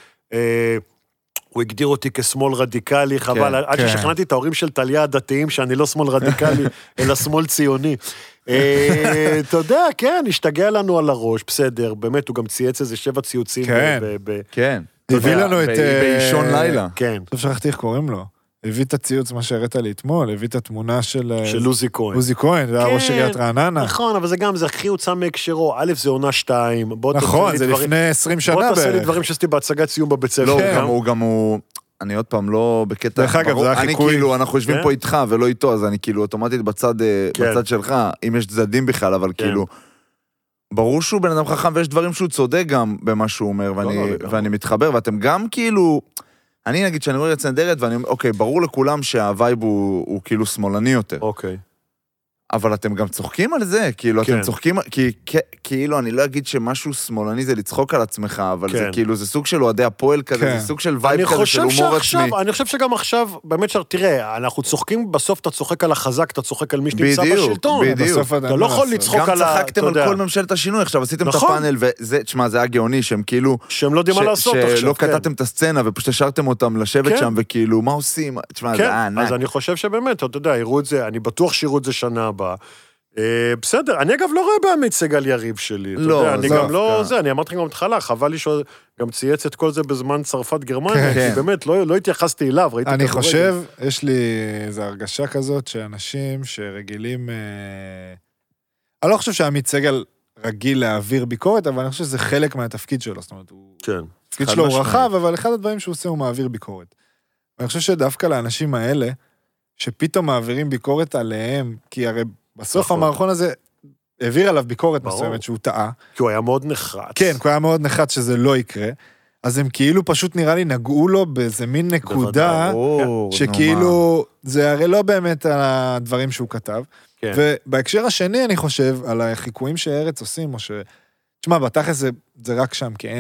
הוא הגדיר אותי כשמאל רדיקלי, חבל, עד ששכנעתי את ההורים של טליה הדתיים, שאני לא שמאל רדיקלי, אלא שמאל ציוני. אתה יודע, כן, השתגע לנו על הראש, בסדר, באמת, הוא גם צייץ איזה 7 ציוצים. כן. הביא לנו את... באישון לילה. כן. טוב, שכחתי איך קוראים לו. הביא את הציוץ, מה שהראית לי אתמול, הביא את התמונה של לוזי כהן. לוזי כהן, זה היה ראש עיריית רעננה. נכון, אבל זה גם, זה הכי הוצא מהקשרו. א', זה עונה 2. נכון, זה לפני 20 שנה בערך. בוא תעשה לי דברים שעשיתי בהצגת סיום בבית ספר. לא, הוא אני עוד פעם לא בקטע... דרך אגב, זה אני כאילו, אנחנו יושבים פה איתך ולא איתו, אז אני כאילו אוטומטית בצד שלך, אם יש צדדים בכלל, אבל כאילו... ברור שהוא בן אדם חכם, ויש דברים שהוא צודק גם במה שהוא אומר, ואני מתחבר, ואתם גם כאילו... אני נגיד שאני רואה אצל נדרת, ואני אומר, אוקיי, ברור לכולם שהווייב הוא כאילו שמאלני יותר. אוקיי. אבל אתם גם צוחקים על זה, כאילו, אתם צוחקים, כאילו, אני לא אגיד שמשהו שמאלני זה לצחוק על עצמך, אבל זה כאילו, זה סוג של אוהדי הפועל כזה, זה סוג של וייב כזה, של הומור עצמי. אני חושב שגם עכשיו, באמת תראה, אנחנו צוחקים, בסוף אתה צוחק על החזק, אתה צוחק על מי שנמצא בשלטון. בדיוק. אתה לא יכול לצחוק על גם צחקתם על כל ממשלת השינוי, עכשיו עשיתם את הפאנל, וזה, תשמע, זה היה גאוני, שהם כאילו, שהם לא יודעים מה לעשות עכשיו. שלא קטעתם את הסצנה, ופשוט השארתם אותם לשבת שם, וכאילו, מה עושים? תשמע, זה היה ענק. אז אני חושב שבאמת, אתה יודע, יראו את זה, אני בטוח שיראו את זה שנה הבאה. בסדר, אני אגב לא רואה באמת סגל יריב שלי. לא, אני גם לא זה, אני אמרתי גם התחלה, חבל לי שהוא גם צייץ את כל זה בזמן צרפת גרמניה, כי באמת לא התייחסתי אליו, ראיתי אני חושב, יש לי איזו הרגשה כזאת, שאנשים שרגילים, אני לא חושב שעמית סגל רגיל להעביר ביקורת, אבל אני חושב שזה חלק מהתפקיד שלו, זאת אומרת, התפקיד שלו הוא רחב, אבל אחד הדברים שהוא עושה הוא מעביר ביקורת. ואני חושב שדווקא לאנשים האלה, שפתאום מעבירים ביקורת עליהם, כי הרי בסוף המערכון הזה העביר עליו ביקורת מסוימת שהוא טעה. כי הוא היה מאוד נחרץ. כן, כי הוא היה מאוד נחרץ שזה לא יקרה. אז הם כאילו פשוט נראה לי נגעו לו באיזה מין נקודה, שכאילו זה הרי לא באמת הדברים שהוא כתב. ובהקשר השני אני חושב על החיקויים שארץ עושים, או ש... תשמע, בתכלס זה רק שם, כי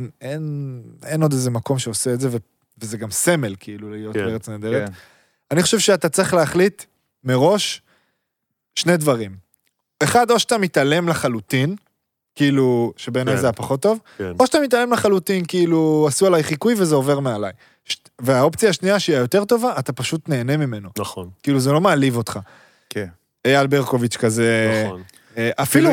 אין עוד איזה מקום שעושה את זה, וזה גם סמל כאילו להיות בארץ נהדרת. אני חושב שאתה צריך להחליט מראש שני דברים. אחד, או שאתה מתעלם לחלוטין, כאילו, שבעיניי זה היה פחות טוב, או שאתה מתעלם לחלוטין, כאילו, עשו עליי חיקוי וזה עובר מעליי. והאופציה השנייה שהיא היותר טובה, אתה פשוט נהנה ממנו. נכון. כאילו, זה לא מעליב אותך. כן. אייל ברקוביץ' כזה... נכון. אפילו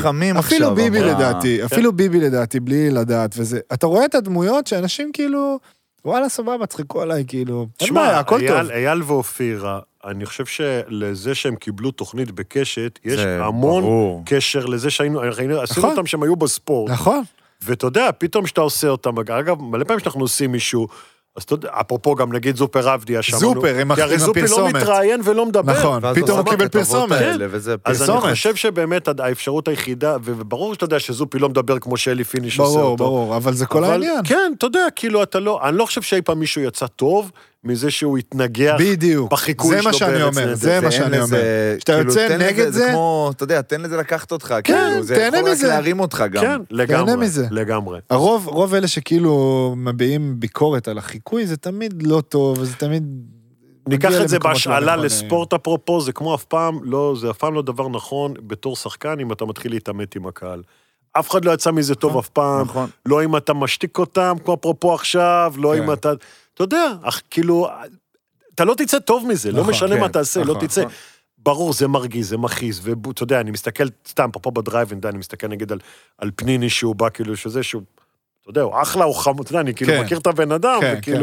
ביבי לדעתי, בלי לדעת, וזה, אתה רואה את הדמויות שאנשים כאילו, וואלה סבבה, צחקו עליי, כאילו, תשמע, אייל ואופירה, אני חושב שלזה שהם קיבלו תוכנית בקשת, יש המון קשר לזה שעשינו אותם שהם היו בספורט. נכון. ואתה יודע, פתאום שאתה עושה אותם, אגב, מלא פעמים שאנחנו עושים מישהו, אז אתה יודע, אפרופו גם נגיד זופר עבדי, זופר, עם הפרסומת. כי הרי זופר לא מתראיין ולא מדבר. נכון, פתאום הוא קיבל פרסומת. אז אני חושב שבאמת האפשרות היחידה, וברור שאתה יודע שזופי לא מדבר כמו שאלי פיניש עושה אותו. ברור, אבל זה כל העניין. כן, אתה יודע, כאילו אני לא חושב שאי פעם מישהו יצא טוב, מזה שהוא יתנגח בחיקוי שלו. זה מה שאני אומר. שאתה יוצא נגד זה, אתה יודע, תן לזה לקחת אותך. כן, תהנה מזה. זה יכול רק להרים אותך גם. כן, לגמרי. הרוב אלה שכאילו מביעים ביקורת על החיקוי, זה תמיד לא טוב, וזה תמיד... ניקח את זה בהשאלה לספורט אפרופו, זה כמו אף פעם, זה אף פעם לא דבר נכון בתור שחקן, אם אתה מתחיל להתאמת עם הקהל. אף אחד לא יצא מזה טוב אף פעם, לא אם אתה משתיק אותם, כמו אפרופו עכשיו, לא אם אתה... אתה יודע, כאילו, אתה לא תצא טוב מזה, לא משנה מה תעשה, לא תצא. ברור, זה מרגיז, זה מכעיס, ואתה יודע, אני מסתכל, סתם, פה בדרייב-אין, אני מסתכל נגיד על פניני שהוא בא, כאילו, שזה שהוא, אתה יודע, הוא אחלה, הוא חמוד, אתה יודע, אני כאילו מכיר את הבן אדם, וכאילו,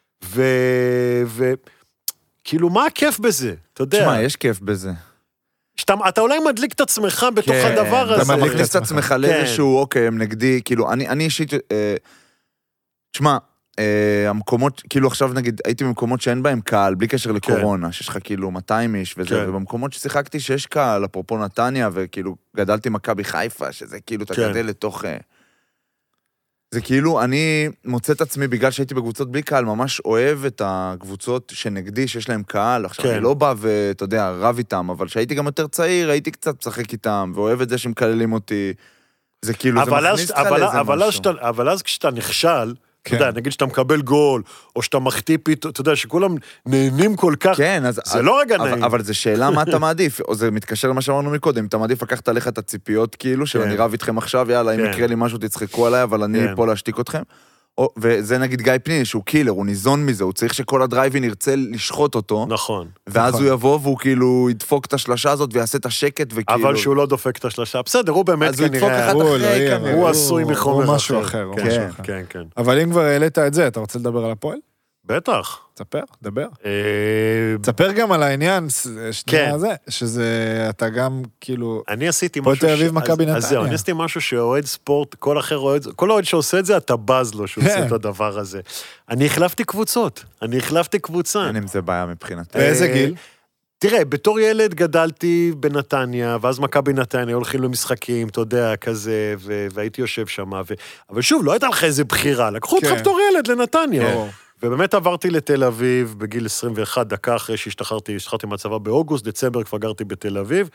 וכאילו, מה הכיף בזה? אתה יודע. תשמע, יש כיף בזה. אתה אולי מדליק את את בתוך הדבר הזה. אתה מדליק את עצמך לאיזשהו, אוקיי, הם נגדי, כאילו, אני אישית, תשמע, המקומות, כאילו עכשיו נגיד, הייתי במקומות שאין בהם קהל, בלי קשר לקורונה, שיש לך כאילו 200 איש וזה, ובמקומות ששיחקתי שיש קהל, אפרופו נתניה, וכאילו גדלתי מכבי חיפה, שזה כאילו, אתה גדל לתוך... זה כאילו, אני מוצא את עצמי, בגלל שהייתי בקבוצות בלי קהל, ממש אוהב את הקבוצות שנגדי, שיש להם קהל, עכשיו אני לא בא ואתה יודע, רב איתם, אבל שהייתי גם יותר צעיר, הייתי קצת משחק איתם, ואוהב את זה שמקללים אותי, זה כאילו, זה מכניס לך לאיזה משהו. אבל אז כשאתה נכשל, אתה יודע, נגיד שאתה מקבל גול, או שאתה מחטיא פתאום, אתה יודע, שכולם נהנים כל כך, זה לא רגע נעים. אבל זה שאלה מה אתה מעדיף, או זה מתקשר למה שאמרנו מקודם, אתה מעדיף לקחת עליך את הציפיות, כאילו, שאני רב איתכם עכשיו, יאללה, אם יקרה לי משהו, תצחקו עליי, אבל אני פה להשתיק אתכם, וזה נגיד גיא פניני, שהוא קילר, הוא ניזון מזה, הוא צריך שכל הדרייבין ירצה לשחוט אותו. נכון. ואז הוא יבוא והוא כאילו ידפוק את השלשה הזאת ויעשה את השקט וכאילו... אבל שהוא לא דופק את השלשה, בסדר, הוא באמת כנראה... אז הוא ידפוק אחד אחרי כנראה. הוא עשוי מחומר אחר. הוא משהו אחר. כן, כן. אבל אם כבר העלית את זה, אתה רוצה לדבר על הפועל? בטח. תספר, דבר. תספר גם על העניין, שנייה הזה, שזה, אתה גם כאילו... אני עשיתי משהו... פה תל אביב מכבי נתניה. אז זהו, אני עשיתי משהו שאוהד ספורט, כל אוהד שעושה את זה, אתה בז לו שהוא עושה את הדבר הזה. אני החלפתי קבוצות, אין עם זה בעיה מבחינתי. באיזה גיל? תראה, בתור ילד גדלתי בנתניה, ואז מכבי נתניה, הולכים למשחקים, אתה יודע, כזה, והייתי יושב שם, אבל שוב, לא הייתה לך איזה בחירה, לקחו אותך בתור ילד לנתניה. ובאמת עברתי לתל אביב בגיל 21, דקה אחרי שהשתחררתי מהצבא באוגוסט, דצמבר כבר גרתי בתל אביב,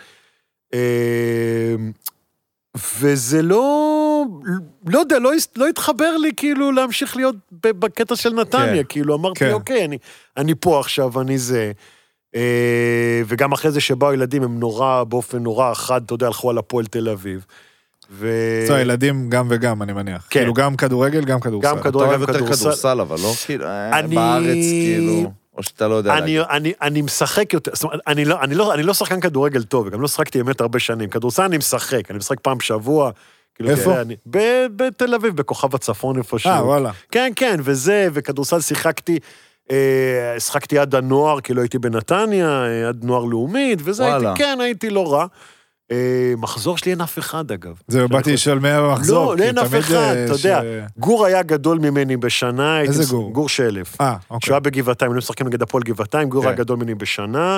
וזה לא יודע, לא התחבר לי כאילו להמשיך להיות בקטע של נתניה, כאילו אמרתי, אוקיי, אני פה עכשיו, אני זה, וגם אחרי זה שבאו ילדים, הם באופן נורא אחד, אתה יודע, הלכו על הפועל תל אביב, זו, ילדים גם וגם, אני מניח. כאילו גם כדורגל, גם כדורסל. גם כדורגל, גם כדורסל, אבל לא כאילו, בארץ כאילו, או שאתה לא יודע להגיד. אני משחק יותר, זאת אומרת, אני לא שחקן כדורגל טוב, וגם לא שחקתי באמת הרבה שנים. כדורסל אני משחק פעם בשבוע. איפה? בתל אביב, בכוכב הצפון איפשהו. וואלה. כן, כן, וזה, וכדורסל שחקתי עד הנוער, כאילו הייתי בנתניה, עד נוער לאומית, וזה הייתי לא רע. מחזור שלי אין אף אחד, אגב. זהו, באתי לשאול מאה מחזור. לא, אין אף אחד, אתה יודע. גור היה גדול ממני בשנה. איזה גור? גור שלף. אוקיי. שהוא היה בגבעתיים, היינו משחקים נגד הפועל גבעתיים, גור היה גדול ממני בשנה.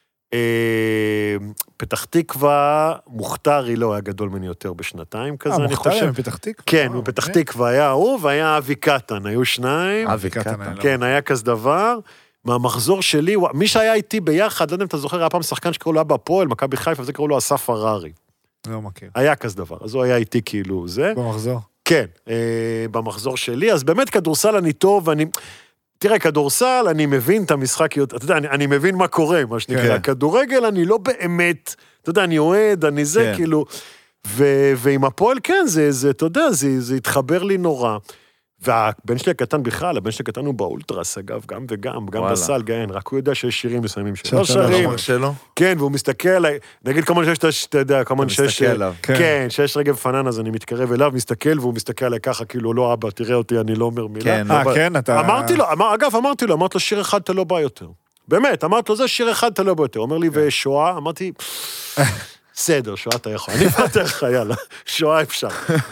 פתח תקווה, מוכתרי לא היה גדול ממני יותר בשנתיים כזה, אני חושב. מוכתרי מפתח תקווה? כן, מפתח תקווה היה הוא, והיה אבי קטן, היו שניים. אבי קטן. כן, היה כזה דבר. מהמחזור שלי, מי שהיה איתי ביחד, לא יודע אם אתה זוכר, היה פעם שחקן שקראו לו אבא הפועל, מכבי חיפה, וזה קראו לו אסף הררי. לא מכיר. היה כזה דבר, אז הוא היה איתי כאילו זה. במחזור? כן, במחזור שלי, אז באמת כדורסל אני טוב, תראה, כדורסל, אני מבין את המשחק, אתה יודע, אני מבין מה קורה, מה שנקרא. כדורגל, אני לא באמת, אתה יודע, אני אוהד, אני זה, כאילו, ועם הפועל, כן, זה, אתה יודע, זה התחבר לי נורא. והבן שלי הקטן בכלל, הבן שלי הקטן הוא באולטרס, אגב, גם וגם, גם בסל, גאין, רק הוא יודע שיש שירים מסוימים שלא שרים. כן, והוא מסתכל עליי, נגיד כמובן שיש, אתה יודע, כמובן שיש, כן, שיש רגב פנן, אז אני מתקרב אליו, מסתכל, והוא מסתכל עליי ככה, כאילו, לא אבא, תראה אותי, אני לא אומר מילה. כן, אתה... אמרתי לו, שיר אחד אתה לא בא יותר. באמת, אמרתי לו, זה שיר אחד אתה לא בא יותר. אומר לי, ושואה, אמרתי... בסדר, שואה אתה יכול, אני באתי לך, יאללה, שואה אפשר.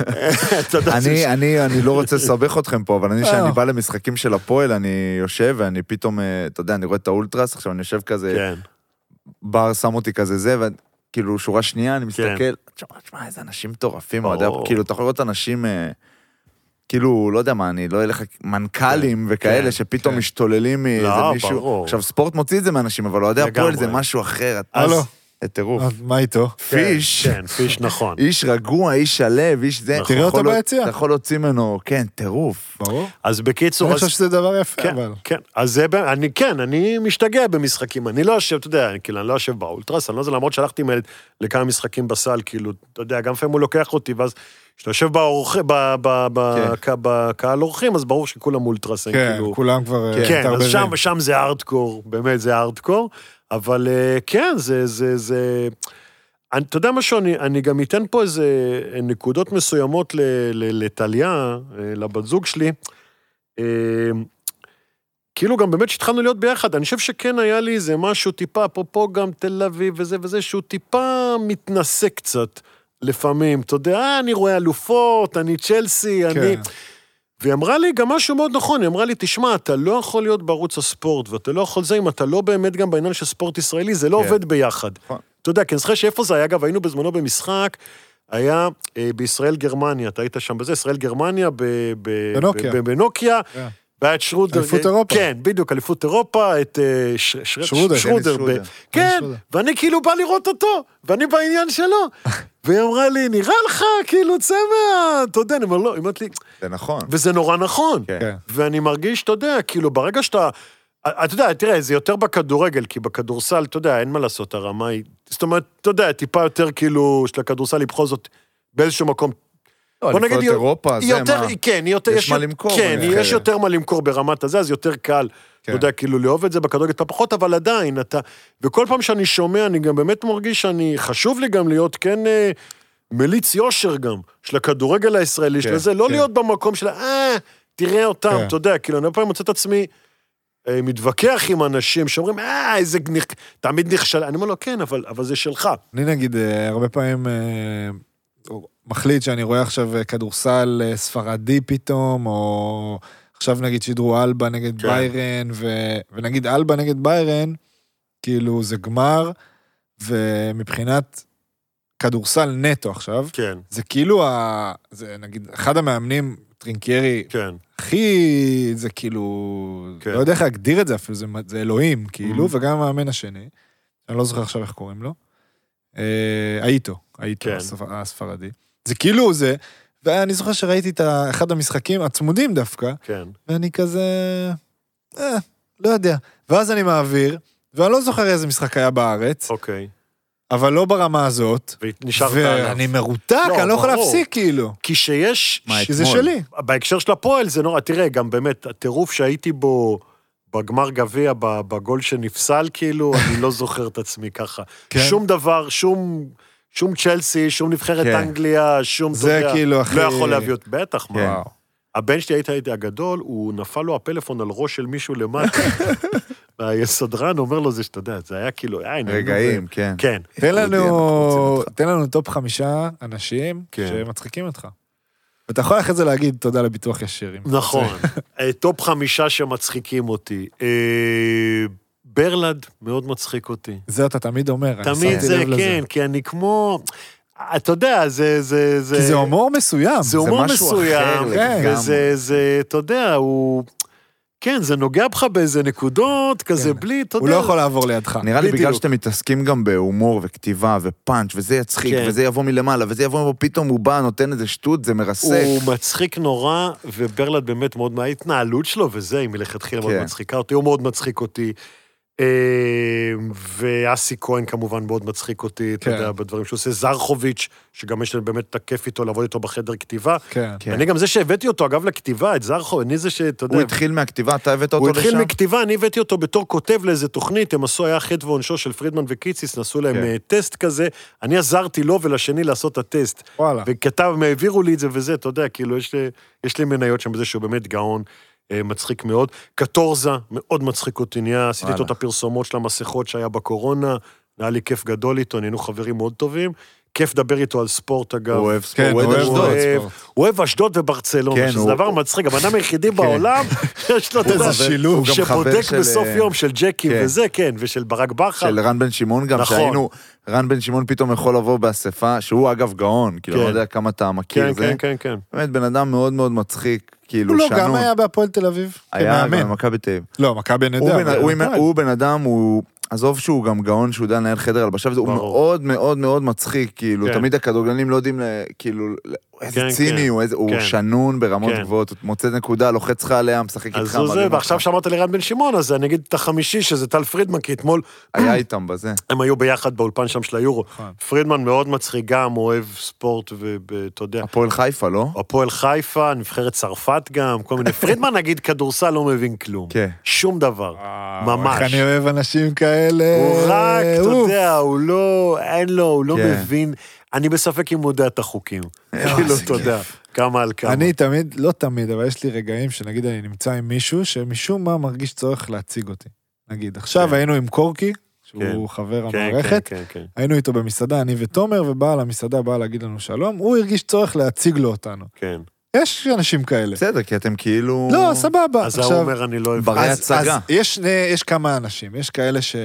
אני לא רוצה לסבך אתכם פה, אבל כשאני בא למשחקים של הפועל, אני יושב ואני פתאום, אתה יודע, אני רואה את האולטרס, עכשיו אני יושב כזה, בר שם אותי כזה זה, וכאילו שורה שנייה, אני מסתכל, תשמע, איזה אנשים מטורפים, כאילו, אתה יכול לראות אנשים, כאילו, לא יודע מה, אני לא אלך מנכ"לים וכאלה, שפתאום משתוללים מאיזה מישהו, עכשיו ספורט מוציא את זה מאנשים, אבל לא יודע, הפועל זה משהו אחר, טירוף. מה איתו? פיש. כן, פיש נכון. איש רגוע, איש שלב, איש זה. תראה אותו ביציאה. אתה יכול להוציא ממנו, כן, טירוף. ברור. אז בקיצור... אני חושב שזה דבר יפה, אבל... כן, אז זה, אני משתגע במשחקים, אני לא יושב, אתה יודע, כאילו, אני לא יושב באולטרס, אני לא יודע, למרות שהלכתי לכמה משחקים בסל, כאילו, אתה יודע, גם פעמים הוא לוקח אותי, ואז כשאתה יושב בקהל אורחים, אז ברור שכולם אולטרס, כן, כולם כבר... כן, אז שם זה הארדקור, באמת זה הארדקור, אבל כן, אתה יודע משהו, אני גם אתן פה איזה נקודות מסוימות לטליה, לבת זוג שלי, כאילו גם באמת שהתחלנו להיות ביחד, אני חושב שכן היה לי איזה משהו טיפה, אפרופו גם תל אביב וזה, שהוא טיפה מתנסה קצת לפעמים, אתה יודע, אני רואה אלופות, אני צ'לסי, והיא אמרה לי גם משהו מאוד נכון, היא אמרה לי, תשמע, אתה לא יכול להיות בערוץ הספורט, ואתה לא יכול זה, אם אתה לא באמת גם בעניין של ספורט ישראלי, זה לא עובד ביחד. אתה יודע, כי אני זוכר שאיפה זה היה, אגב, היינו בזמנו במשחק, היה בישראל גרמניה, אתה היית שם בזה, ישראל גרמניה, בנוקיה, והיה את שרודר. אליפות אירופה. כן, בדיוק, אליפות אירופה, את שרודר. כן, ואני כאילו בא לראות אותו, ואני בעניין שלו. והיא אמרה לי, נראה לך, כאילו, צא אתה יודע, אני אומר, לא, היא אמרת לי... זה נכון. וזה נורא נכון. ואני מרגיש, אתה יודע, כאילו, ברגע שאתה... אתה יודע, תראה, זה יותר בכדורגל, כי בכדורסל, אתה יודע, אין מה לעשות, הרמה היא... זאת אומרת, אתה יודע, טיפה יותר כאילו, של הכדורסל היא בכל זאת באיזשהו מקום בוא נגיד, אירופה, זה מה? כן, יש מה למכור. כן, יש יותר מה למכור ברמת הזה, אז יותר קל, אתה יודע, כאילו, לאהוב את זה בכדורגל פחות, אבל עדיין, וכל פעם שאני שומע, אני גם באמת מרגיש חשוב לי גם להיות, כן, מליץ יושר גם, של הכדורגל הישראלי, של זה, לא להיות במקום של, תראה אותם, אתה יודע, כאילו, אני פעם מוצא את עצמי, מתווכח עם אנשים שאומרים, איזה תמיד נכשל, אני אומר לו, כן, אבל זה שלך. אני נגיד, הרבה פעמים מחליט שאני רואה עכשיו כדורסל ספרדי פתאום, או עכשיו נגיד שידרו אלבה נגד ביירן, ונגיד אלבה נגד ביירן, כאילו זה גמר, ומבחינת כדורסל נטו עכשיו, זה כאילו, זה נגיד, אחד המאמנים, טרינקיירי, הכי, זה כאילו, לא יודע איך להגדיר את זה אפילו, זה אלוהים, כאילו, וגם המאמן השני, אני לא זוכר עכשיו איך קוראים לו, האיטו, הספרדי. זה כאילו זה, ואני זוכר שראיתי את אחד המשחקים הצמודים דווקא, ואני כזה, לא יודע. ואז אני מעביר, ואני לא זוכר איזה משחק היה בארץ, אבל לא ברמה הזאת, ואני מרותק, אני לא יכול להפסיק כאילו. כי שיש, שזה שלי. בהקשר של הפועל זה נורא, תראה, גם באמת, הטירוף שהייתי בו, בגמר גביע, בגול שנפסל כאילו, אני לא זוכר את עצמי ככה. שום דבר, שום צ'לסי, שום נבחרת אנגליה, שום זה כאילו לא יכול להביא אותי, בטח, מה? הבן שלי הייתי הגדול, הוא נפל לו הפלאפון על ראש של מישהו למטה, והסדרן אומר לו זה שאתה יודע, זה היה כאילו, רגעים, כן. כן. תן לנו טופ 5 אנשים שמצחיקים אותך. ואתה יכול אחרי זה להגיד תודה לביטוח ישיר. נכון. טופ 5 שמצחיקים אותי. ברלד מאוד מצחיק אותי. זה אתה תמיד אומר. תמיד זה, כן, כי אני כמו, אתה יודע, זה... כי זה הומור מסוים. זה הומור מסוים, וזה, אתה יודע, הוא... כן, זה נוגע בך באיזה נקודות, כזה בלי, אתה יודע. הוא לא יכול לעבור לידך. נראה לי בגלל שאתם מתעסקים גם בהומור וכתיבה ופאנץ', וזה יצחיק, וזה יבוא מלמעלה, וזה יבוא פתאום הוא בא, נותן איזה שטות, זה מרסק. הוא מצחיק נורא, וברלד באמת מאוד מההתנהלות שלו, וזה, היא מלכתחילה מאוד מצחיקה אותי, הוא מאוד מצחיק אותי. ואסי כהן כמובן מאוד מצחיק אותי, אתה יודע, בדברים שהוא עושה, זרחוביץ', שגם יש לי באמת תקף איתו, לעבוד איתו בחדר כתיבה. אני גם זה שהבאתי אותו, אגב, לכתיבה, את זרחוביץ', אני זה שאתה יודע... הוא התחיל מהכתיבה, אתה הבאת אותו לשם? הוא התחיל מכתיבה, אני הבאתי אותו בתור כותב לאיזה תוכנית, הם עשו, היה חטא ועונשו של פרידמן וקיציס, נעשו להם טסט כזה, אני עזרתי לו ולשני לעשות את הטסט. וכתב, העבירו לי את זה וזה, אתה יודע, כאילו, יש לי מניות שם בזה שהוא באמת גאון. מצחיק מאוד. קטורזה, מאוד מצחיק אותי, עשיתי איתו את הפרסומות של המסכות שהיה בקורונה, היה לי כיף גדול איתו, נהיינו חברים מאוד טובים, כיף לדבר איתו על ספורט אגב. הוא אוהב ספורט, הוא אוהב אשדוד וברצלונה, שזה דבר מצחיק, הבן אדם היחידי בעולם, יש לו איזה שילוב, שבודק בסוף יום של ג'קי וזה, כן, ושל ברק בכר. של רן בן שמעון גם, שהיינו, רן בן שמעון פתאום יכול לבוא באספה, שהוא אגב גאון, כאילו לא יודע כמה אתה מכיר זה. כן. באמת בן אדם מאוד מאוד מצחיק, כאילו הוא לא, גם היה בהפועל תל אביב. היה במכבי תל אביב. לא, מכבי נדע. הוא בן אדם, הוא... עזוב שהוא גם גאון, שהוא יודע לנהל חדר הלבשה, הוא מאוד מאוד מאוד מצחיק, כאילו, תמיד הכדורגלנים לא יודעים, כאילו, איזה ציני הוא שנון ברמות גבוהות, הוא מוצא נקודה, לוחץ לך עליה, משחק איתך. אז זה, ועכשיו שמעת לרן בן שמעון, אז אני אגיד את החמישי, שזה טל פרידמן, כי אתמול... היה איתם בזה. הם היו ביחד באולפן שם של היורו. פרידמן מאוד מצחיק גם, אוהב ספורט, ואתה יודע... הפועל חיפה, לא? הפועל חיפה, נבחרת צרפת גם, כל מיני... פרידמן, נגיד, כדורסל לא מבין כלום. שום דבר. ממש. אני אוהב אנשים כאלה. הוא רק, אתה יודע, הוא לא, אין לו, הוא לא מבין. אני בספק אם הוא יודע את החוקים. כאילו, אתה יודע, כמה על כמה. אני תמיד, לא תמיד, אבל יש לי רגעים שנגיד אני נמצא עם מישהו שמשום מה מרגיש צורך להציג אותי. נגיד, עכשיו היינו עם קורקי, שהוא חבר המערכת, היינו איתו במסעדה, אני ותומר, ובעל המסעדה בא להגיד לנו שלום, הוא הרגיש צורך להציג לו אותנו. כן. יש אנשים כאלה. בסדר, כי אתם כאילו... לא, סבבה. אז הוא אומר, אני לא... ברי הצגה. יש כמה אנשים, יש כאלה ש...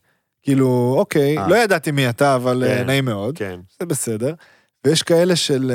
כאילו, אוקיי, לא ידעתי מי אתה, אבל נעים מאוד. זה בסדר. ויש כאלה של...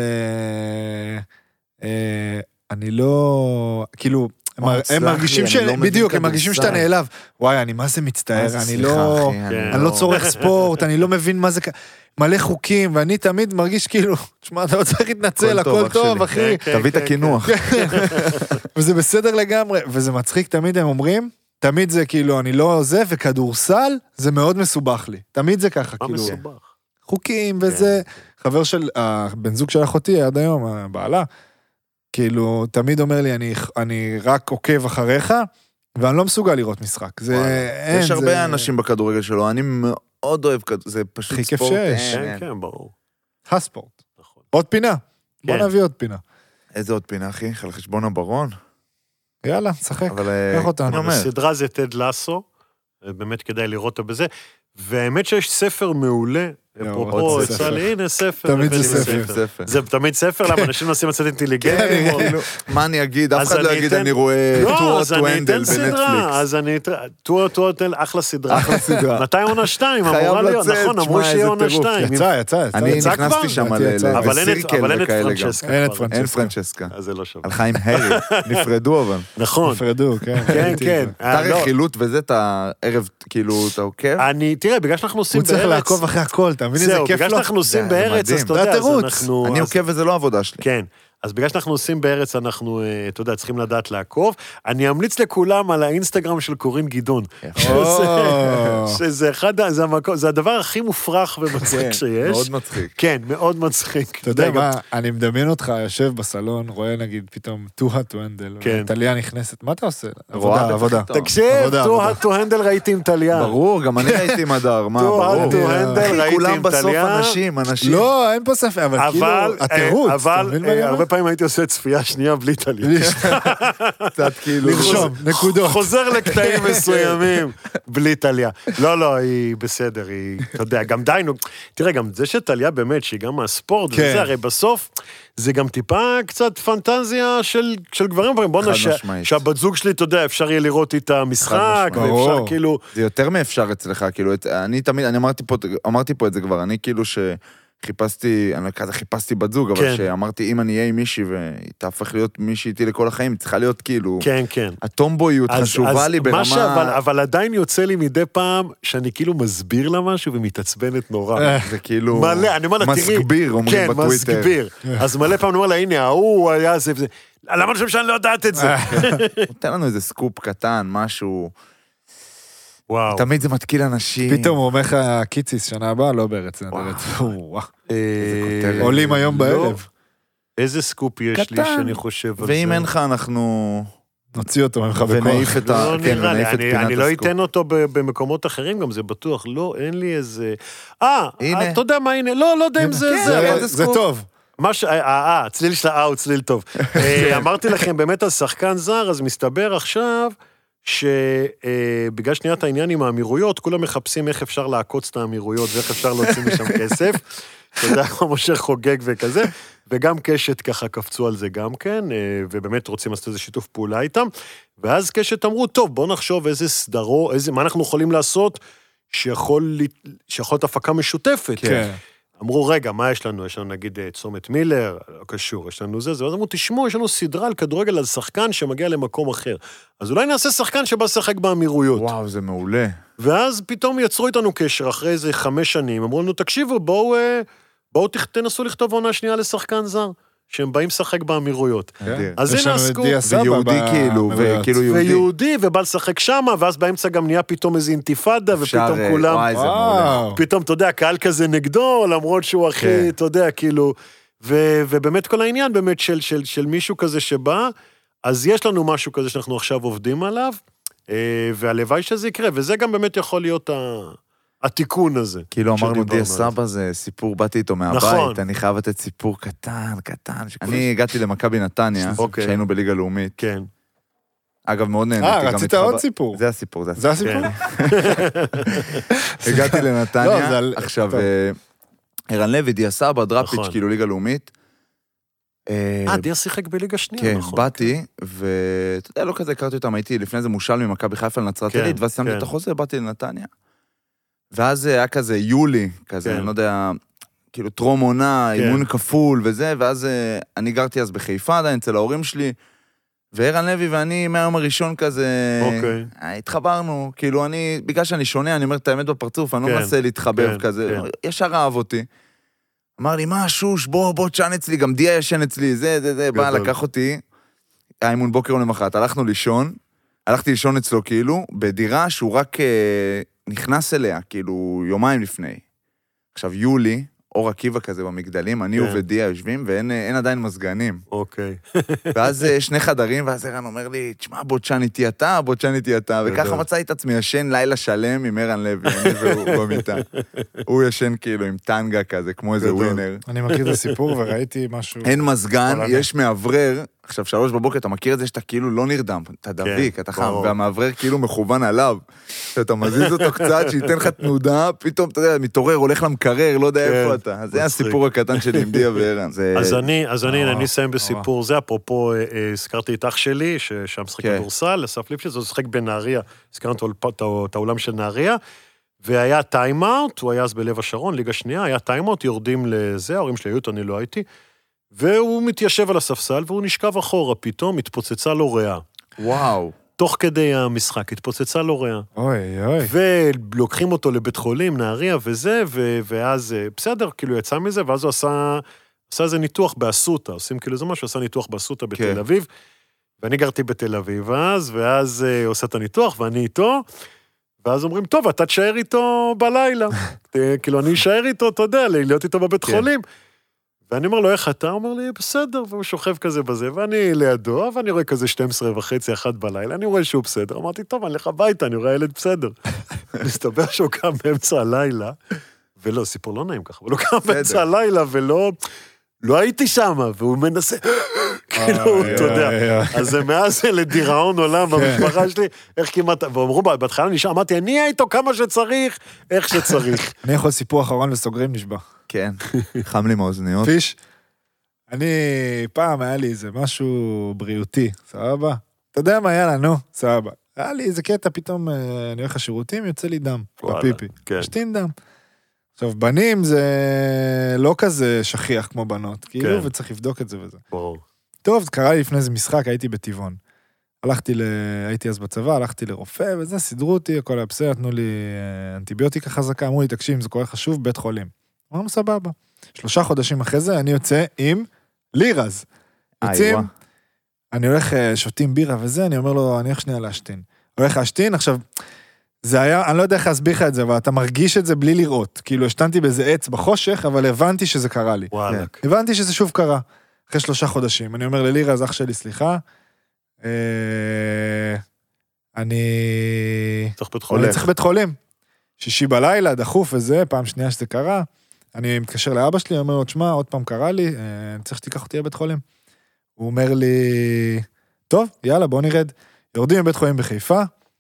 אני לא... כאילו... הם מרגישים בדיוק, הם מרגישים שאתה נעלב. וואי, אני מה זה מצטער, אני לא צורך ספורט, אני לא מבין מה זה... מלא חוקים, ואני תמיד מרגיש כאילו, תשמע, אתה לא צריך להתנצל, הכל טוב, אחי. תביא את הכינוח. וזה בסדר לגמרי, וזה מצחיק, תמיד הם אומרים, תמיד זה כאילו, אני לא עוזב, וכדורסל, זה מאוד מסובך לי. תמיד זה ככה, כאילו. מה מסובך? חוקים וזה, חבר של, הבן זוג של אחותי עד היום, הבעלה, כאילו, תמיד אומר לי, אני רק עוקב אחריך, ואני לא מסוגל לראות משחק. יש הרבה אנשים בכדורגל שלו, אני מאוד אוהב, זה פשוט ספורט. כן, ברור. הספורט. עוד פינה. בוא נביא עוד פינה. איזה עוד פינה, אחי? על חשבון הברון? יאללה, שחק. קח אותנו. הסדרה זה טד לסו, באמת כדאי לראות אותו בזה, והאמת שיש ספר מעולה, אפרופו, יצא לי, הנה ספר. תמיד זה ספר. זה תמיד ספר, למה אנשים עושים מצד אינטליגנטים. מה אני אגיד? אף אחד לא יגיד, אני רואה טוואט טו הנדל בנטפליקס. אז אני אתן סדרה, טוואט טו הנדל, אחלה סדרה. מתי עונה 2? אמורה להיות, נכון, אמרו שיהיה עונה 2. יצא. אני נכנסתי שם לסירקל וכאלה גם. אין פרנצ'סקה. אז זה לא שווה. הלכה עם הרי, נפרדו אבל. נכון. נפרדו, כן, כן. אתה רכילות וזה, אתה ערב, כאילו, אתה עוקב? תראה, בגלל שאנחנו עושים בארץ... הוא צריך לעקוב אחרי הכל, אתה מבין איזה כיף לו? בגלל שאנחנו עושים בארץ, אז אתה יודע, אז אנחנו... אני עוקב וזה לא עבודה שלי. כן. אז בגלל שאנחנו עושים בארץ, אנחנו, אתה יודע, צריכים לדעת לעקוב. אני אמליץ לכולם על האינסטגרם של קורין גדעון. שזה אחד, זה הדבר הכי מופרך ומצחיק שיש. מאוד מצחיק. כן, מאוד מצחיק. אתה יודע מה, אני מדמיין אותך, יושב בסלון, רואה נגיד פתאום טוהט טו הנדל, טליה נכנסת, מה אתה עושה? עבודה. תקשיב, טוהט טו הנדל ראיתי עם טליה. ברור, גם אני ראיתי עם הדר, מה? טוהט טו הנדל ראיתי עם טליה. כולם בסוף אנשים. לא, אין פה ספר, אבל כאילו, התירוץ, הרבה פעמים הייתי עושה צפייה שנייה בלי טליה. קצת כאילו... לרשום, נקודות. חוזר לקטעים מסוימים, בלי טליה. לא, היא בסדר, היא, אתה יודע, גם דיינו, תראה, גם זה שטליה באמת, שהיא גם מהספורט, וזה, הרי בסוף, זה גם טיפה קצת פנטזיה של גברים, בוא שהבת זוג שלי, אתה יודע, אפשר יהיה לראות איתה משחק, ואפשר כאילו... זה יותר מאפשר אצלך, כאילו, אני תמיד, אני אמרתי פה את זה כבר, אני כאילו חיפשתי, אני כזה חיפשתי בת זוג, אבל שאמרתי, אם אני אהיה עם מישהי, והיא תהפך להיות מישהי איתי לכל החיים, היא צריכה להיות כאילו... כן, כן. הטומבויות חשובה לי ברמה... אבל עדיין יוצא לי מדי פעם, שאני כאילו מסביר לה משהו, ומתעצבנת נורא. זה כאילו... מלא, אני אומר לה, תראי... מסגביר, אומרים בטוויטר. כן, מסגביר. אז מלא פעם אני אומר לה, הנה, ההוא היה זה וזה. למה אני חושב שאני לא יודעת את זה? נותן לנו איזה סקופ קטן, משהו... וואו. תמיד זה מתקיל אנשים. פתאום הוא אומר לך, קיציס, שנה הבאה, לא בארץ נדרת. עולים היום בערב. איזה סקופ יש לי שאני חושב על זה? ואם אין לך, אנחנו... נוציא אותו ממך בכוח. ונעיף את פינת הסקופ. אני לא אתן אותו במקומות אחרים, גם זה בטוח. לא, אין לי איזה... אתה יודע מה, הנה, לא יודע אם זה... זה טוב. צליל של הוא צליל טוב. אמרתי לכם באמת על שחקן זר, אז מסתבר עכשיו... שבגלל שניית העניין עם האמירויות, כולם מחפשים איך אפשר לעקוץ את האמירויות, ואיך אפשר להוציא משם כסף, אתה יודע, כמו משה חוגג וכזה, וגם קשת ככה קפצו על זה גם כן, ובאמת רוצים לעשות איזה שיתוף פעולה איתם, ואז קשת אמרו, טוב, בוא נחשוב איזה סדרו, מה אנחנו יכולים לעשות, שיכול להיות הפקה משותפת. כן. אמרו, רגע, מה יש לנו? יש לנו נגיד צומת מילר, לא קשור, יש לנו זה, ואז אמרו, תשמעו, יש לנו סדרה על כדורגל על שחקן שמגיע למקום אחר. אז אולי נעשה שחקן שבא לשחק באמירויות. וואו, זה מעולה. ואז פתאום יצרו איתנו קשר אחרי איזה 5 שנים, אמרו לנו, תקשיבו, בואו תנסו לכתוב עונה שנייה לשחקן זר, שהם באים לשחק באמירויות. אז הנה הסקופ. ויהודי כאילו, ויהודי, ובא לשחק שמה, ואז באמצע גם נהיה פתאום איזו אינתיפאדה, ופתאום כולם... פתאום, אתה יודע, קהל כזה נגדו, למרות שהוא הכי, אתה יודע, כאילו... ובאמת כל העניין, באמת, של מישהו כזה שבא, אז יש לנו משהו כזה שאנחנו עכשיו עובדים עליו, והלוואי שזה יקרה, וזה גם באמת יכול להיות התיקון הזה. כאילו אמרנו, דיה סבא זה סיפור, באתי איתו מהבית, אני חייב לתת סיפור קטן. אני הגעתי למכבי נתניה, שהיינו בליגה לאומית. כן. אגב, מאוד נהניתי. רצית עוד סיפור. זה הסיפור. זה הסיפור? הגעתי לנתניה, עכשיו, ערן לוי, דיה סבא, דראפיץ', כאילו ליגה לאומית. דיה שיחק בליגה שנייה, כן, נכון. באתי, ואתה יודע, לא כזה הכרתי אותם, הייתי לפני זה מושל ממכבי חיפה לנצרת עילית, ואז שמתי את החוזה, באתי לנתניה. ואז היה כזה יולי, כזה, אני לא יודע, כאילו טרום עונה, אימון כפול וזה, ואז אני גרתי אז בחיפה עדיין, אצל ההורים שלי, וערן לוי ואני מהיום הראשון כזה, התחברנו, כאילו אני, בגלל שאני שונה, אני אומר את האמת בפרצוף, אני לא מנסה להתחבר כזה, ישר אהב אותי. אמר לי, מה, שוש, בוא תשען אצלי, גם דיה ישן אצלי, זה, בא, לקח אותי, היה אימון בוקר או למחרת, הלכתי לישון אצלו כאילו, בדירה שהוא רק נכנס אליה, כאילו יומיים לפני. עכשיו יולי, אור עקיבא כזה במגדלים, אני ובדיה יושבים, ואין עדיין מזגנים. אוקיי. ואז 2 חדרים, ואז ערן אומר לי, תשמע, בוטשן איתי אתה, וככה מצאתי את עצמי ישן לילה שלם עם ערן לוי, אני והוא במיטה. הוא ישן כאילו עם טנגה כזה, כמו איזה ווינר. אני מכיר את הסיפור וראיתי משהו... אין מזגן, יש מעברר, עכשיו 3 בבוקר, אתה מכיר את זה שאתה כאילו לא נרדם, אתה דביק, אתה חם, והמעברר כאילו מכוון עליו, אתה מזיז אותו קצת, שייתן לך תנודה, פתאום, אתה יודע, מתעורר, הולך למקרר, לא יודע איפה אתה. אז זה הסיפור הקטן שלי עם דיה וערן. אז אני אסיים בסיפור זה, אפרופו, הזכרתי את אח שלי, ששם משחק כדורסל, אסף ליפשיץ, הוא משחק בנהריה, הזכרנו את האולם של נהריה, והיה טיימאוט, הוא היה אז בלב השרון, ליגה שנייה, היה טיימאוט, יורדים לזה, ההורים שלי היו, אני לא הייתי, והוא מתיישב על הספסל, והוא נשכב אחורה, פתאום התפוצצה לו ריאה. וואו. תוך כדי המשחק, התפוצצה לו ריאה. אוי, אוי. ולוקחים אותו לבית חולים, נהריה וזה, ואז, בסדר, כאילו יצא מזה, ואז הוא עשה איזה ניתוח באסותא, עושים כאילו זה משהו, עשה ניתוח באסותא בתל אביב, ואני גרתי בתל אביב ואז הוא עושה את הניתוח, ואני איתו, ואז אומרים, טוב, אתה תשאר איתו בלילה. כאילו, אני אשאר איתו, אתה יודע, להיות איתו בבית חולים. ואני אומר לו, איך אתה? הוא אומר לי, בסדר, והוא שוכב כזה בזה, ואני לידו, ואני רואה כזה 12:30, 1 בלילה, אני רואה שהוא בסדר. אמרתי, טוב, אני לך הביתה, אני רואה ילד בסדר. מסתבר שהוא קם באמצע הלילה, ולא, סיפור לא נעים ככה, אבל הוא קם באמצע הלילה, ולא הייתי שם, והוא מנסה, כאילו, אתה יודע, אז זה מאז לדיראון עולם במשפחה שלי, איך כמעט, ואומרו, בהתחלה נשאר, אמרתי, אני אהיה איתו כמה שצריך, איך שצריך. אני יכול סיפור אחרון וסוגרים נשבע. כן, חם לי מהאוזניות. פיש, פעם היה לי איזה משהו בריאותי, סבבה? אתה יודע מה היה לנו? סבבה. היה לי איזה קטע, פתאום אני הולך לשירותים, יוצא לי דם, בפיפי. שתין דם. עכשיו, בנים זה לא כזה שכיח כמו בנות, כאילו, וצריך לבדוק את זה וזה. טוב, קרה לי לפני איזה משחק, הייתי בטבעון. הייתי אז בצבא, הלכתי לרופא, וזה, סידרו אותי, הכל היה בסדר, נתנו לי אנטיביוטיקה חזקה, אמרו לי, תקשיב, זה קורה חשוב, בית חולים. אמרנו, סבבה. 3 חודשים אחרי זה, אני יוצא עם לירז. יוצאים, אני הולך, שותים בירה וזה, אני אומר לו, אני הולך שנייה להשתין. הולך להשתין, עכשיו, זה היה, אני לא יודע איך להסביר לך את זה, אבל אתה מרגיש את זה בלי לראות. כאילו, השתנתי באיזה עץ בחושך, אבל הבנתי שזה קרה לי. הבנתי שזה שוב קרה. אחרי 3 חודשים. אני אומר ללירז, אח שלי, סליחה, אני צריך בית חולים. 6 בלילה, דחוף וזה, פעם שנייה שזה קרה. אני מתקשר לאבא שלי, אומר לו, תשמע, עוד פעם קרה לי, אני צריך שתיקח אותי לבית חולים. הוא אומר לי, טוב, יאללה, בוא נרד. יורדים מבית חולים בחיפה,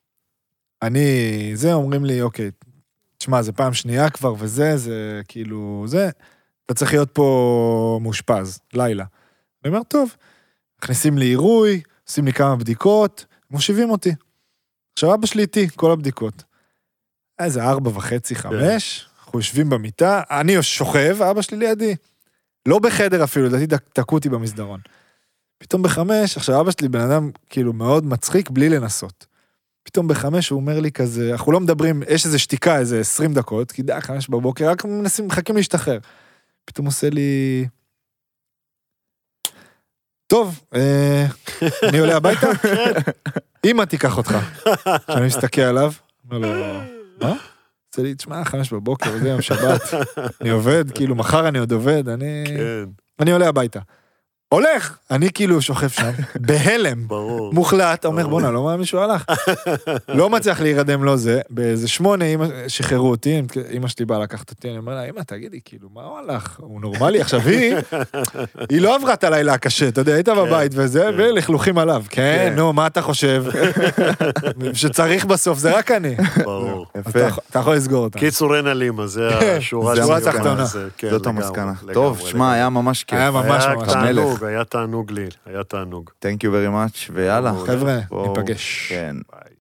אומרים לי, אוקיי, תשמע, זה פעם שנייה כבר, וזה, זה כאילו, זה, אתה צריך להיות פה מאושפז, לילה. אני אומר, טוב, מכניסים לי עירוי, עושים לי כמה בדיקות, מושיבים אותי. עכשיו אבא שלי איתי, כל הבדיקות. איזה 4:30, 5, אנחנו יושבים במיטה, אני שוכב, אבא שלי לידי. לא בחדר אפילו, לדעתי תקעו אותי במסדרון. פתאום ב5, עכשיו אבא שלי בן אדם כאילו מאוד מצחיק בלי לנסות. פתאום ב5 הוא אומר לי כזה, אנחנו לא מדברים, יש איזה שתיקה, איזה 20 דקות, כי 5 בבוקר, רק מחכים להשתחרר. פתאום עושה לי, טוב, אני עולה הביתה, אמא תיקח אותך. כשאני מסתכל עליו, אומר לו, מה? עושה לי, תשמע, 5 בבוקר, זה יום שבת, אני עובד, כאילו מחר אני עוד עובד, אני עולה הביתה. הולך, אני כאילו שוכב שם, בהלם, מוחלט, אומר בונה, לא מה מישהו הלך. לא מצליח להירדם לו זה, באיזה 8 שחררו אותי, אמא שלי באה לקחת אותי, אני אומר לה, אמא תגידי, כאילו, מה הוא הלך? הוא נורמלי, עכשיו היא לא עברה את הלילה הקשה, אתה יודע, הייתה בבית וזה, ולכלוכים עליו, כן, נו, מה אתה חושב? שצריך בסוף, זה רק אני. ברור. אתה יכול לסגור אותה. קיצור אין אלימה, זה השורה התחתונה. זאת המסקנה. טוב, שמע, היה ממש כיף. היה ממש תענוג, היה תענוג לי, היה תענוג. Thank you very much, ויאללה. חבר'ה, ניפגש. כן.